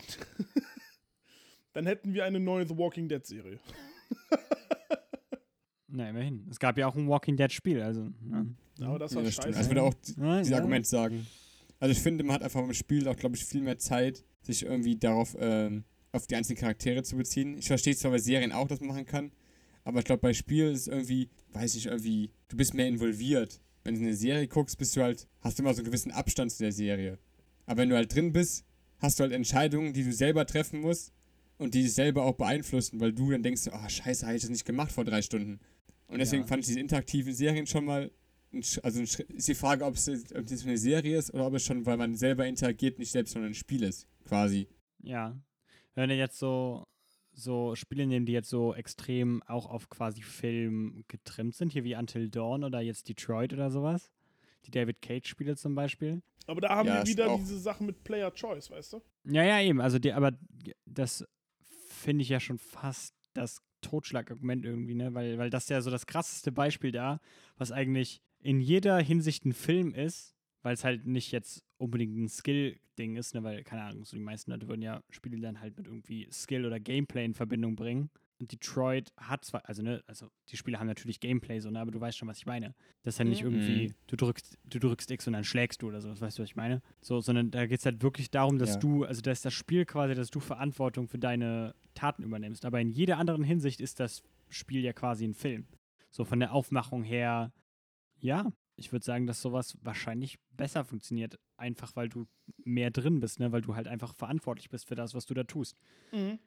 dann hätten wir eine neue The Walking Dead Serie. Na, immerhin. Es gab ja auch ein Walking Dead Spiel, also. Ne? Aber das Ja, war das stimmt. scheiße. Also ich würde auch Ja, dieses ja. Argument sagen. Also ich finde, man hat einfach beim Spiel auch, glaube ich, viel mehr Zeit, sich irgendwie darauf, ähm, auf die einzelnen Charaktere zu beziehen. Ich verstehe zwar bei Serien auch, dass man machen kann, aber ich glaube, bei Spielen ist es irgendwie, weiß ich, irgendwie, du bist mehr involviert. Wenn du eine Serie guckst, bist du halt, hast du immer so einen gewissen Abstand zu der Serie. Aber wenn du halt drin bist, hast du halt Entscheidungen, die du selber treffen musst und die dich selber auch beeinflussen, weil du dann denkst, oh scheiße, habe ich das nicht gemacht vor drei Stunden. Und deswegen Ja. fand ich diese interaktiven Serien schon mal, ein Sch- also ein Schritt, ist die Frage, ob es, ob das eine Serie ist oder ob es schon, weil man selber interagiert, nicht selbst schon ein Spiel ist, quasi. Ja. Wenn wir jetzt so, so Spiele nehmen, die jetzt so extrem auch auf quasi Film getrimmt sind, hier wie Until Dawn oder jetzt Detroit oder sowas, die David Cage-Spiele zum Beispiel. Aber da haben Ja, wir ist wieder auch- diese Sache mit Player Choice, weißt du? Ja, ja, eben. Also, die, aber das finde ich ja schon fast das Totschlagargument irgendwie, ne? Weil, weil das ja so das krasseste Beispiel da, was eigentlich in jeder Hinsicht ein Film ist, weil es halt nicht jetzt unbedingt ein Skill-Ding ist, ne? Weil, keine Ahnung, so die meisten Leute würden ja Spiele dann halt mit irgendwie Skill oder Gameplay in Verbindung bringen. Und Detroit hat zwar, also ne, also die Spiele haben natürlich Gameplay so, ne, aber du weißt schon, was ich meine. Das ist ja nicht Mhm. irgendwie, du drückst, du drückst X und dann schlägst du oder so, das weißt du, was ich meine? So, sondern da geht es halt wirklich darum, dass Ja. du, also da ist das Spiel quasi, dass du Verantwortung für deine Taten übernimmst. Aber in jeder anderen Hinsicht ist das Spiel ja quasi ein Film. So von der Aufmachung her, ja, ich würde sagen, dass sowas wahrscheinlich besser funktioniert, einfach weil du mehr drin bist, ne, weil du halt einfach verantwortlich bist für das, was du da tust. Mhm.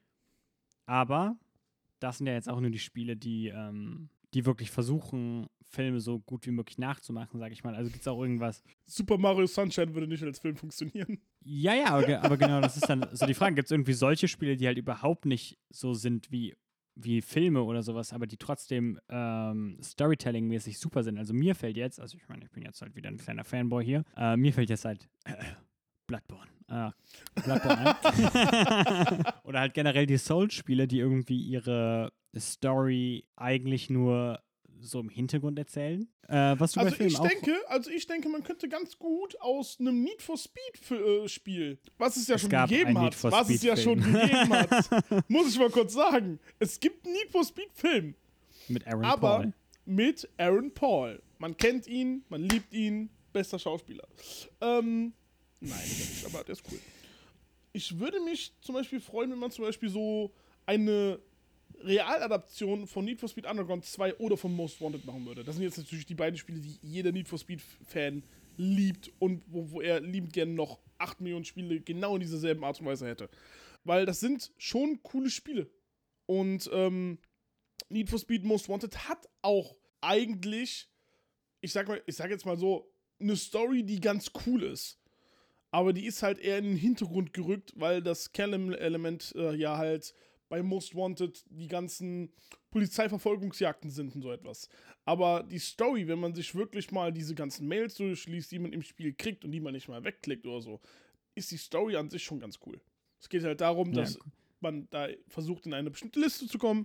Aber das sind ja jetzt auch nur die Spiele, die, ähm, die wirklich versuchen, Filme so gut wie möglich nachzumachen, sag ich mal. Also gibt es auch irgendwas. Super Mario Sunshine würde nicht als Film funktionieren. Ja, ja, aber, ge- aber genau, das ist dann so die Frage. Gibt es irgendwie solche Spiele, die halt überhaupt nicht so sind wie, wie Filme oder sowas, aber die trotzdem ähm, Storytelling-mäßig super sind? Also mir fällt jetzt, also ich meine, ich bin jetzt halt wieder ein kleiner Fanboy hier, äh, mir fällt jetzt halt äh, Bloodborne. Äh, Bloodborne ein. Oder halt generell die Souls-Spiele, die irgendwie ihre Story eigentlich nur so im Hintergrund erzählen. Äh, was du bei Also Filmen ich auch... denke, also ich denke, man könnte ganz gut aus einem Need for Speed F- äh, Spiel, was es ja Es schon gab gegeben einen hat, Need for was es Speed ja schon Film. gegeben hat, muss ich mal kurz sagen. Es gibt einen Need for Speed Film, Mit Aaron aber Paul. mit Aaron Paul. Man kennt ihn, man liebt ihn, bester Schauspieler. Ähm, nein, ist er nicht, aber der ist cool. Ich würde mich zum Beispiel freuen, wenn man zum Beispiel so eine Realadaption von Need for Speed Underground zwei oder von Most Wanted machen würde. Das sind jetzt natürlich die beiden Spiele, die jeder Need for Speed-Fan liebt und wo, wo er liebend gerne noch acht Millionen Spiele genau in dieser selben Art und Weise hätte. Weil das sind schon coole Spiele. Und ähm, Need for Speed Most Wanted hat auch eigentlich, ich sag mal, ich sag jetzt mal so, eine Story, die ganz cool ist. Aber die ist halt eher in den Hintergrund gerückt, weil das Kern-Element äh, ja halt bei Most Wanted die ganzen Polizeiverfolgungsjagden sind und so etwas. Aber die Story, wenn man sich wirklich mal diese ganzen Mails durchliest, die man im Spiel kriegt und die man nicht mal wegklickt oder so, ist die Story an sich schon ganz cool. Es geht halt darum, Ja, dass cool. man da versucht, in eine bestimmte Liste zu kommen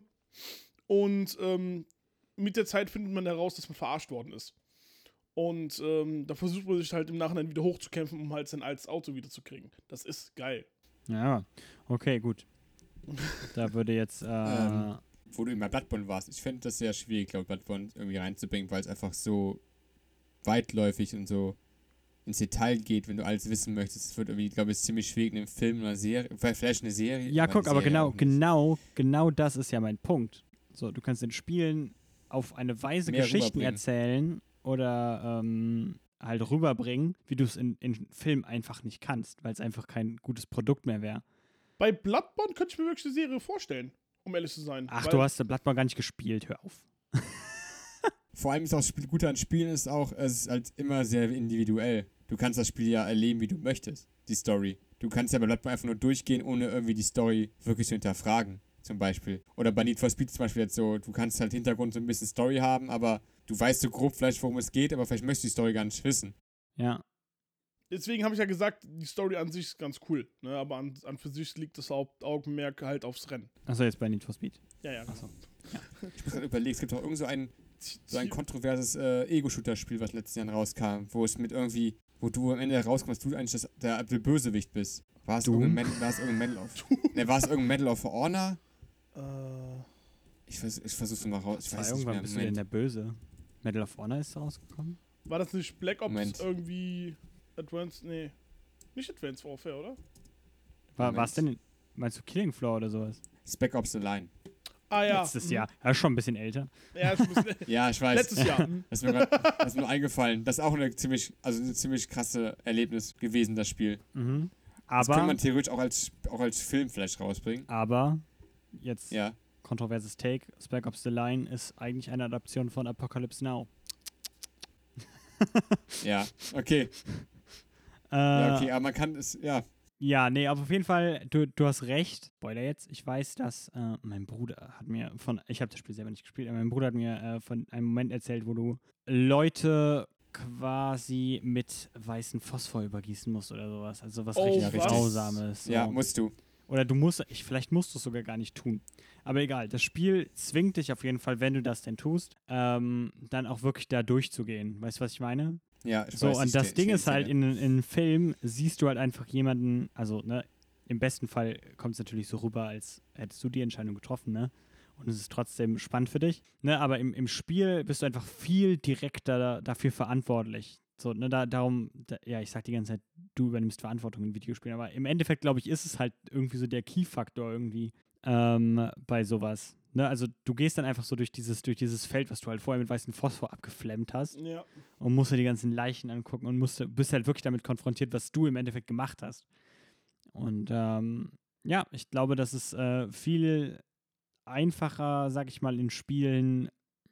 und ähm, mit der Zeit findet man heraus, dass man verarscht worden ist. Und ähm, da versucht man sich halt im Nachhinein wieder hochzukämpfen, um halt sein altes Auto wiederzukriegen. Das ist geil. Ja, okay, gut. Da würde jetzt... Äh, Ähm, Wo du immer Bloodborne warst. Ich fände das sehr schwierig, glaube ich, Bloodborne irgendwie reinzubringen, weil es einfach so weitläufig und so ins Detail geht, wenn du alles wissen möchtest. Es wird irgendwie, glaube ich, ziemlich schwierig in einem Film oder Serie, vielleicht eine Serie. ja, aber guck, eine aber Serie genau, auch nicht. genau, genau das ist ja mein Punkt. So, du kannst in Spielen auf eine Weise Mehr Geschichten rüberbringen. erzählen oder ähm, halt rüberbringen, wie du es in, in Film einfach nicht kannst, weil es einfach kein gutes Produkt mehr wäre. Bei Bloodborne könnte ich mir wirklich eine Serie vorstellen, um ehrlich zu sein. Ach, Weil- du hast Bloodborne gar nicht gespielt, hör auf. Vor allem ist auch das Spiel, Gute an Spielen ist auch, es ist halt immer sehr individuell. Du kannst das Spiel ja erleben, wie du möchtest, die Story. Du kannst ja bei Bloodborne einfach nur durchgehen, ohne irgendwie die Story wirklich zu hinterfragen, zum Beispiel. Oder bei Need for Speed zum Beispiel jetzt so, du kannst halt Hintergrund so ein bisschen Story haben, aber du weißt so grob vielleicht, worum es geht, aber vielleicht möchtest du die Story gar nicht wissen. Ja. Deswegen habe ich ja gesagt, die Story an sich ist ganz cool. Ne? Aber an, an für sich liegt das Hauptaugenmerk halt aufs Rennen. Achso, jetzt bei Need for Speed. Ja, ja. Achso. Ich muss gerade überlegen, es gibt auch irgend so ein, so ein kontroverses äh, Ego-Shooter-Spiel, was letzten Jahren rauskam, wo es mit irgendwie, wo du am Ende herauskommst, dass du eigentlich das, der, der Bösewicht bist. War es Doom? irgendein Medal, war es irgendein Medal of... Ne, war es irgendein Medal of Honor? Äh, Ich, vers ich versuch's mal raus. Ich War weiß nicht irgendwann mehr. bist du denn Moment. der Böse. Medal of Honor ist rausgekommen? war das nicht Black Ops Moment. irgendwie Advanced? Nee. Nicht Advanced Warfare, oder? War Moment. was denn? Meinst du Killing Floor oder sowas? Spec Ops The Line. Ah ja. Letztes mhm. Jahr. Ja, schon ein bisschen älter. Ja, ist ein bisschen, Ja, ich weiß. letztes Jahr. mhm. Das ist mir, grad, das ist mir nur eingefallen. Das ist auch eine ziemlich, also eine ziemlich krasse Erlebnis gewesen, das Spiel. Mhm. Das könnte Aber, man theoretisch auch als, auch als Film vielleicht rausbringen. aber, jetzt Ja. kontroverses Take, Spec Ops The Line ist eigentlich eine Adaption von Apocalypse Now. Ja, okay. Äh, Ja, okay, aber man kann es, ja. Ja, nee, aber auf jeden Fall, du, du hast recht. Spoiler jetzt. Ich weiß, dass äh, mein Bruder hat mir von, ich habe das Spiel selber nicht gespielt, aber mein Bruder hat mir äh, von einem Moment erzählt, wo du Leute quasi mit weißem Phosphor übergießen musst oder sowas. Also was Oh, richtig was? Grausames. So. Ja, musst du. Oder du musst, ich, vielleicht musst du es sogar gar nicht tun. Aber egal, das Spiel zwingt dich auf jeden Fall, wenn du das denn tust, ähm, dann auch wirklich da durchzugehen. Weißt du, was ich meine? Ja, ich So, weiß, und ich das kenn- Ding ich ist halt, kenn in, in einem Film siehst du halt einfach jemanden, also, ne, im besten Fall kommt es natürlich so rüber, als hättest du die Entscheidung getroffen, ne? Und es ist trotzdem spannend für dich, ne? Aber im, im Spiel bist du einfach viel direkter da, dafür verantwortlich. So, ne, da, darum, da, ja, ich sag die ganze Zeit, du übernimmst Verantwortung in Videospielen, aber im Endeffekt, glaube ich, ist es halt irgendwie so der Key-Faktor irgendwie ähm, bei sowas. Ne? Also du gehst dann einfach so durch dieses, durch dieses Feld, was du halt vorher mit weißem Phosphor abgeflammt hast Ja. und musst dir die ganzen Leichen angucken und musst, bist halt wirklich damit konfrontiert, was du im Endeffekt gemacht hast. Und ähm, ja, ich glaube, das ist äh, viel einfacher, sag ich mal, in Spielen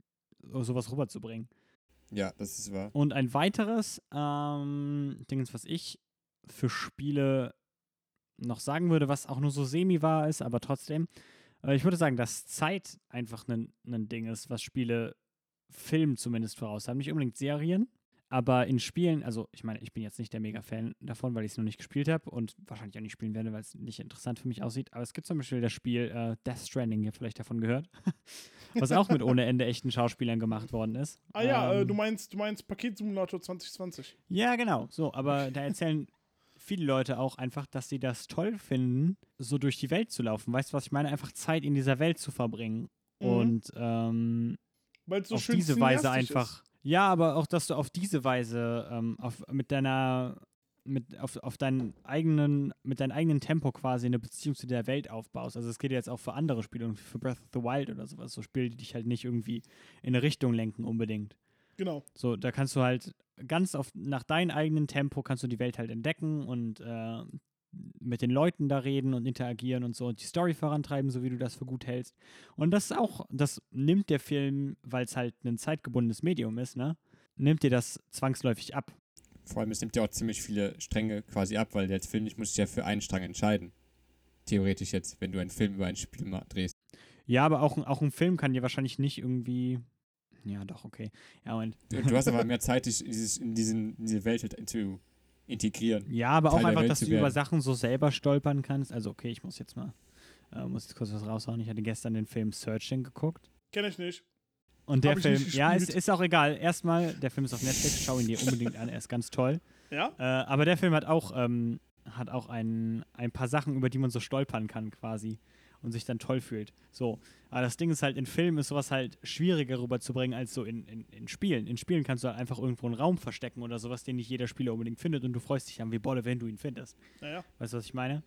sowas rüberzubringen. Ja, das ist wahr. Und ein weiteres ähm, Ding, was ich für Spiele noch sagen würde, was auch nur so semi-wahr ist, aber trotzdem, äh, ich würde sagen, dass Zeit einfach ein Ding ist, was Spiele Film zumindest voraus haben. Nicht unbedingt Serien, aber in Spielen, also ich meine, ich bin jetzt nicht der Mega-Fan davon, weil ich es noch nicht gespielt habe und wahrscheinlich auch nicht spielen werde, weil es nicht interessant für mich aussieht. Aber es gibt zum Beispiel das Spiel äh, Death Stranding, ihr habt vielleicht davon gehört, was auch mit ohne Ende echten Schauspielern gemacht worden ist. Ah ja, ähm, äh, du meinst, du meinst Paketsimulator zwanzig zwanzig. Ja, genau. So, aber da erzählen viele Leute auch einfach, dass sie das toll finden, so durch die Welt zu laufen. Weißt du, was ich meine? Einfach Zeit in dieser Welt zu verbringen. Mhm. Und ähm, Weil es so auf schön diese Weise cineastisch einfach. Ja, aber auch, dass du auf diese Weise ähm, auf, mit deiner, mit, auf, auf deinen eigenen, mit deinem eigenen Tempo quasi eine Beziehung zu der Welt aufbaust. Also es geht jetzt auch für andere Spiele, irgendwie für Breath of the Wild oder sowas, so Spiele, die dich halt nicht irgendwie in eine Richtung lenken unbedingt. ist. Genau. So, da kannst du halt ganz auf, nach deinem eigenen Tempo kannst du die Welt halt entdecken und äh, mit den Leuten da reden und interagieren und so und die Story vorantreiben, so wie du das für gut hältst. Und das ist auch, das nimmt der Film, weil es halt ein zeitgebundenes Medium ist, ne, nimmt dir das zwangsläufig ab. Vor allem, es nimmt ja auch ziemlich viele Stränge quasi ab, weil der Film nicht muss sich ja für einen Strang entscheiden. Theoretisch jetzt, wenn du einen Film über ein Spiel mal drehst. Ja, aber auch, auch ein Film kann dir wahrscheinlich nicht irgendwie. Ja, doch, okay. Ja, und Du, du hast aber mehr Zeit, dich in, dieses, in, diesen, in diese Welt halt zu integrieren. ja, aber auch Teil der einfach, Welt dass zu du über werden. Sachen so selber stolpern kannst. Also, okay, ich muss jetzt mal, äh, muss jetzt kurz was raushauen. Ich hatte gestern den Film Searching geguckt. Kenn ich nicht. Und der Hab ich Film, nicht ja, ist, gespielt. ist auch egal. Erstmal, der Film ist auf Netflix, schau ihn dir unbedingt an, er ist ganz toll. Ja? Äh, aber der Film hat auch, ähm, hat auch ein, ein paar Sachen, über die man so stolpern kann quasi und sich dann toll fühlt. So, aber das Ding ist halt, in Filmen ist sowas halt schwieriger rüberzubringen als so in, in, in Spielen. In Spielen kannst du halt einfach irgendwo einen Raum verstecken oder sowas, den nicht jeder Spieler unbedingt findet und du freust dich an wie Bolle, wenn du ihn findest. Naja. Weißt du, was ich meine?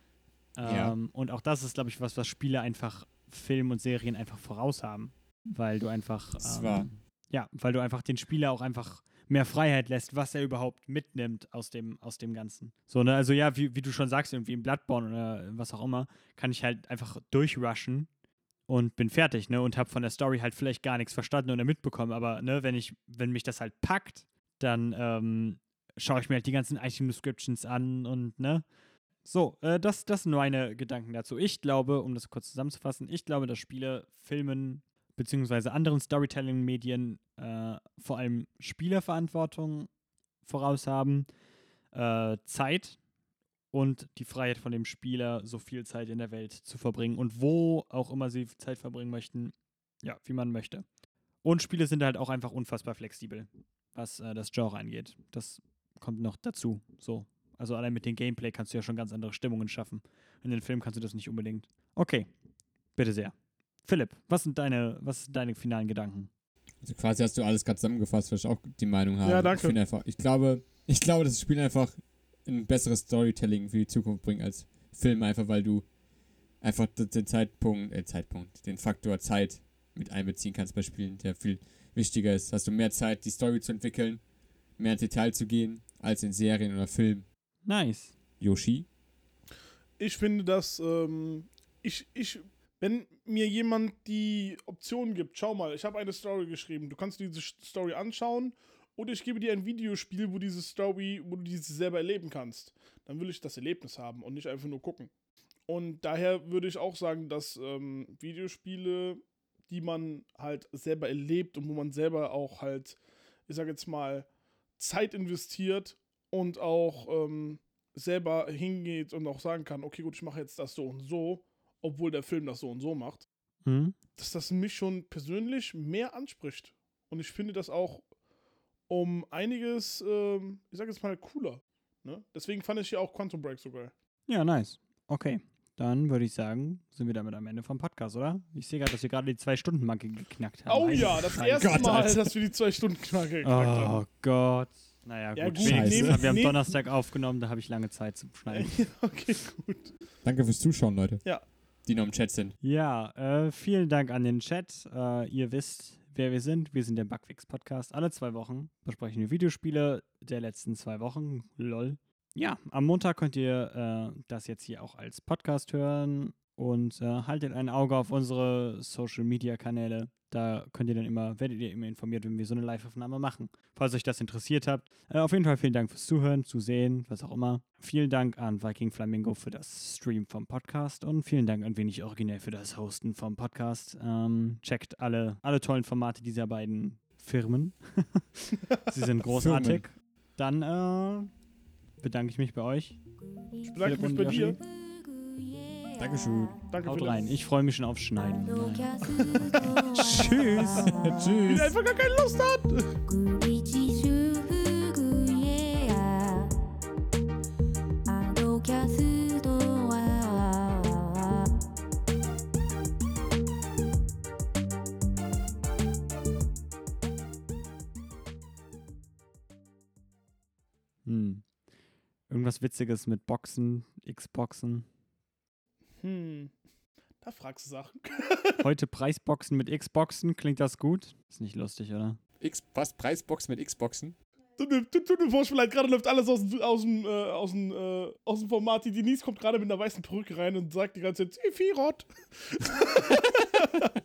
Ja. Ähm, und auch das ist, glaube ich, was, was Spiele einfach, Film und Serien einfach voraus haben. Weil du einfach, Das ähm, war- ja, weil du einfach den Spieler auch einfach mehr Freiheit lässt, was er überhaupt mitnimmt aus dem, aus dem Ganzen. So, ne, also ja, wie, wie du schon sagst, irgendwie im Bloodborne oder was auch immer, kann ich halt einfach durchrushen und bin fertig, ne, und habe von der Story halt vielleicht gar nichts verstanden oder mitbekommen, aber, ne, wenn ich, wenn mich das halt packt, dann ähm, schaue ich mir halt die ganzen Item-Descriptions an und, ne, so, äh, das, das sind meine Gedanken dazu. Ich glaube, um das kurz zusammenzufassen, ich glaube, dass Spiele, Filmen beziehungsweise anderen Storytelling-Medien äh, vor allem Spielerverantwortung voraus haben, äh, Zeit und die Freiheit von dem Spieler, so viel Zeit in der Welt zu verbringen und wo auch immer sie Zeit verbringen möchten, ja, wie man möchte. Und Spiele sind halt auch einfach unfassbar flexibel, was äh, das Genre angeht. Das kommt noch dazu, so. Also allein mit dem Gameplay kannst du ja schon ganz andere Stimmungen schaffen. In den Film kannst du das nicht unbedingt. Okay, bitte sehr. Philipp, was sind deine, was sind deine finalen Gedanken? Also quasi hast du alles gerade zusammengefasst, was ich auch die Meinung habe. Ja, danke. Ich finde einfach, ich glaube, ich glaube, dass das Spiel einfach ein besseres Storytelling für die Zukunft bringt als Film, einfach weil du einfach d- den Zeitpunkt, äh, Zeitpunkt, den Faktor Zeit mit einbeziehen kannst bei Spielen, der viel wichtiger ist. Hast du mehr Zeit, die Story zu entwickeln, mehr ins Detail zu gehen, als in Serien oder Filmen. Nice. Yoshi? Ich finde, dass ähm, ich, ich, wenn mir jemand die Option gibt, schau mal, ich habe eine Story geschrieben, du kannst diese Story anschauen oder ich gebe dir ein Videospiel, wo diese Story, wo du diese selber erleben kannst, dann will ich das Erlebnis haben und nicht einfach nur gucken. Und daher würde ich auch sagen, dass ähm, Videospiele, die man halt selber erlebt und wo man selber auch halt, ich sag jetzt mal, Zeit investiert und auch ähm, selber hingeht und auch sagen kann, okay, gut, ich mache jetzt das so und so, obwohl der Film das so und so macht, Mhm. dass das mich schon persönlich mehr anspricht. Und ich finde das auch um einiges, ähm, ich sag jetzt mal, cooler. Ne? Deswegen fand ich ja auch Quantum Break so geil. Ja, nice. Okay. Dann würde ich sagen, sind wir damit am Ende vom Podcast, oder? Ich sehe gerade, dass wir gerade die Zwei-Stunden-Marke geknackt haben. Oh ja, das Scheiße. erste Gott, Mal, Alter. dass wir die zwei Stunden Knacke geknackt Oh haben. Gott. Naja, Ja, gut. gut, wenigstens nehm- haben wir am nehm- Donnerstag aufgenommen, da habe ich lange Zeit zum Schneiden. Okay, gut. Danke fürs Zuschauen, Leute. Ja. Die noch im Chat sind. Ja, äh, vielen Dank an den Chat. Äh, ihr wisst, wer wir sind. Wir sind der Bugfix-Podcast. Alle zwei Wochen besprechen wir Videospiele der letzten zwei Wochen. Lol. Ja, am Montag könnt ihr äh, das jetzt hier auch als Podcast hören und äh, haltet ein Auge auf unsere Social-Media-Kanäle. Da könnt ihr dann immer, werdet ihr immer informiert, wenn wir so eine Live-Aufnahme machen. Falls euch das interessiert habt. Äh, auf jeden Fall vielen Dank fürs Zuhören, Zusehen, was auch immer. Vielen Dank an Viking Flamingo für das Stream vom Podcast und vielen Dank an Wenig Originell für das Hosten vom Podcast. Ähm, checkt alle, alle tollen Formate dieser beiden Firmen. Sie sind großartig. Dann äh, bedanke ich mich bei euch. Ich bedanke Philipp mich und bei Yoshi. dir. Dankeschön. Danke Haut für rein. Ich freue mich schon aufs Schneiden. Naja. Tschüss. Die Tschüss. einfach gar keine Lust hat. 繰り地修復へアドキャストは Hm. Irgendwas Witziges mit Boxen, Xboxen. Hm. Da fragst du Sachen. Heute Preisboxen mit Xboxen. Klingt das gut? Ist nicht lustig, oder? X, was? Preisbox mit Xboxen? Du, du, du, du vorstellst vielleicht gerade läuft alles aus, dem- aus, dem, äh, aus, dem, äh, aus dem Format. Die Denise kommt gerade mit einer weißen Perücke rein und sagt die ganze Zeit, Sephiroth.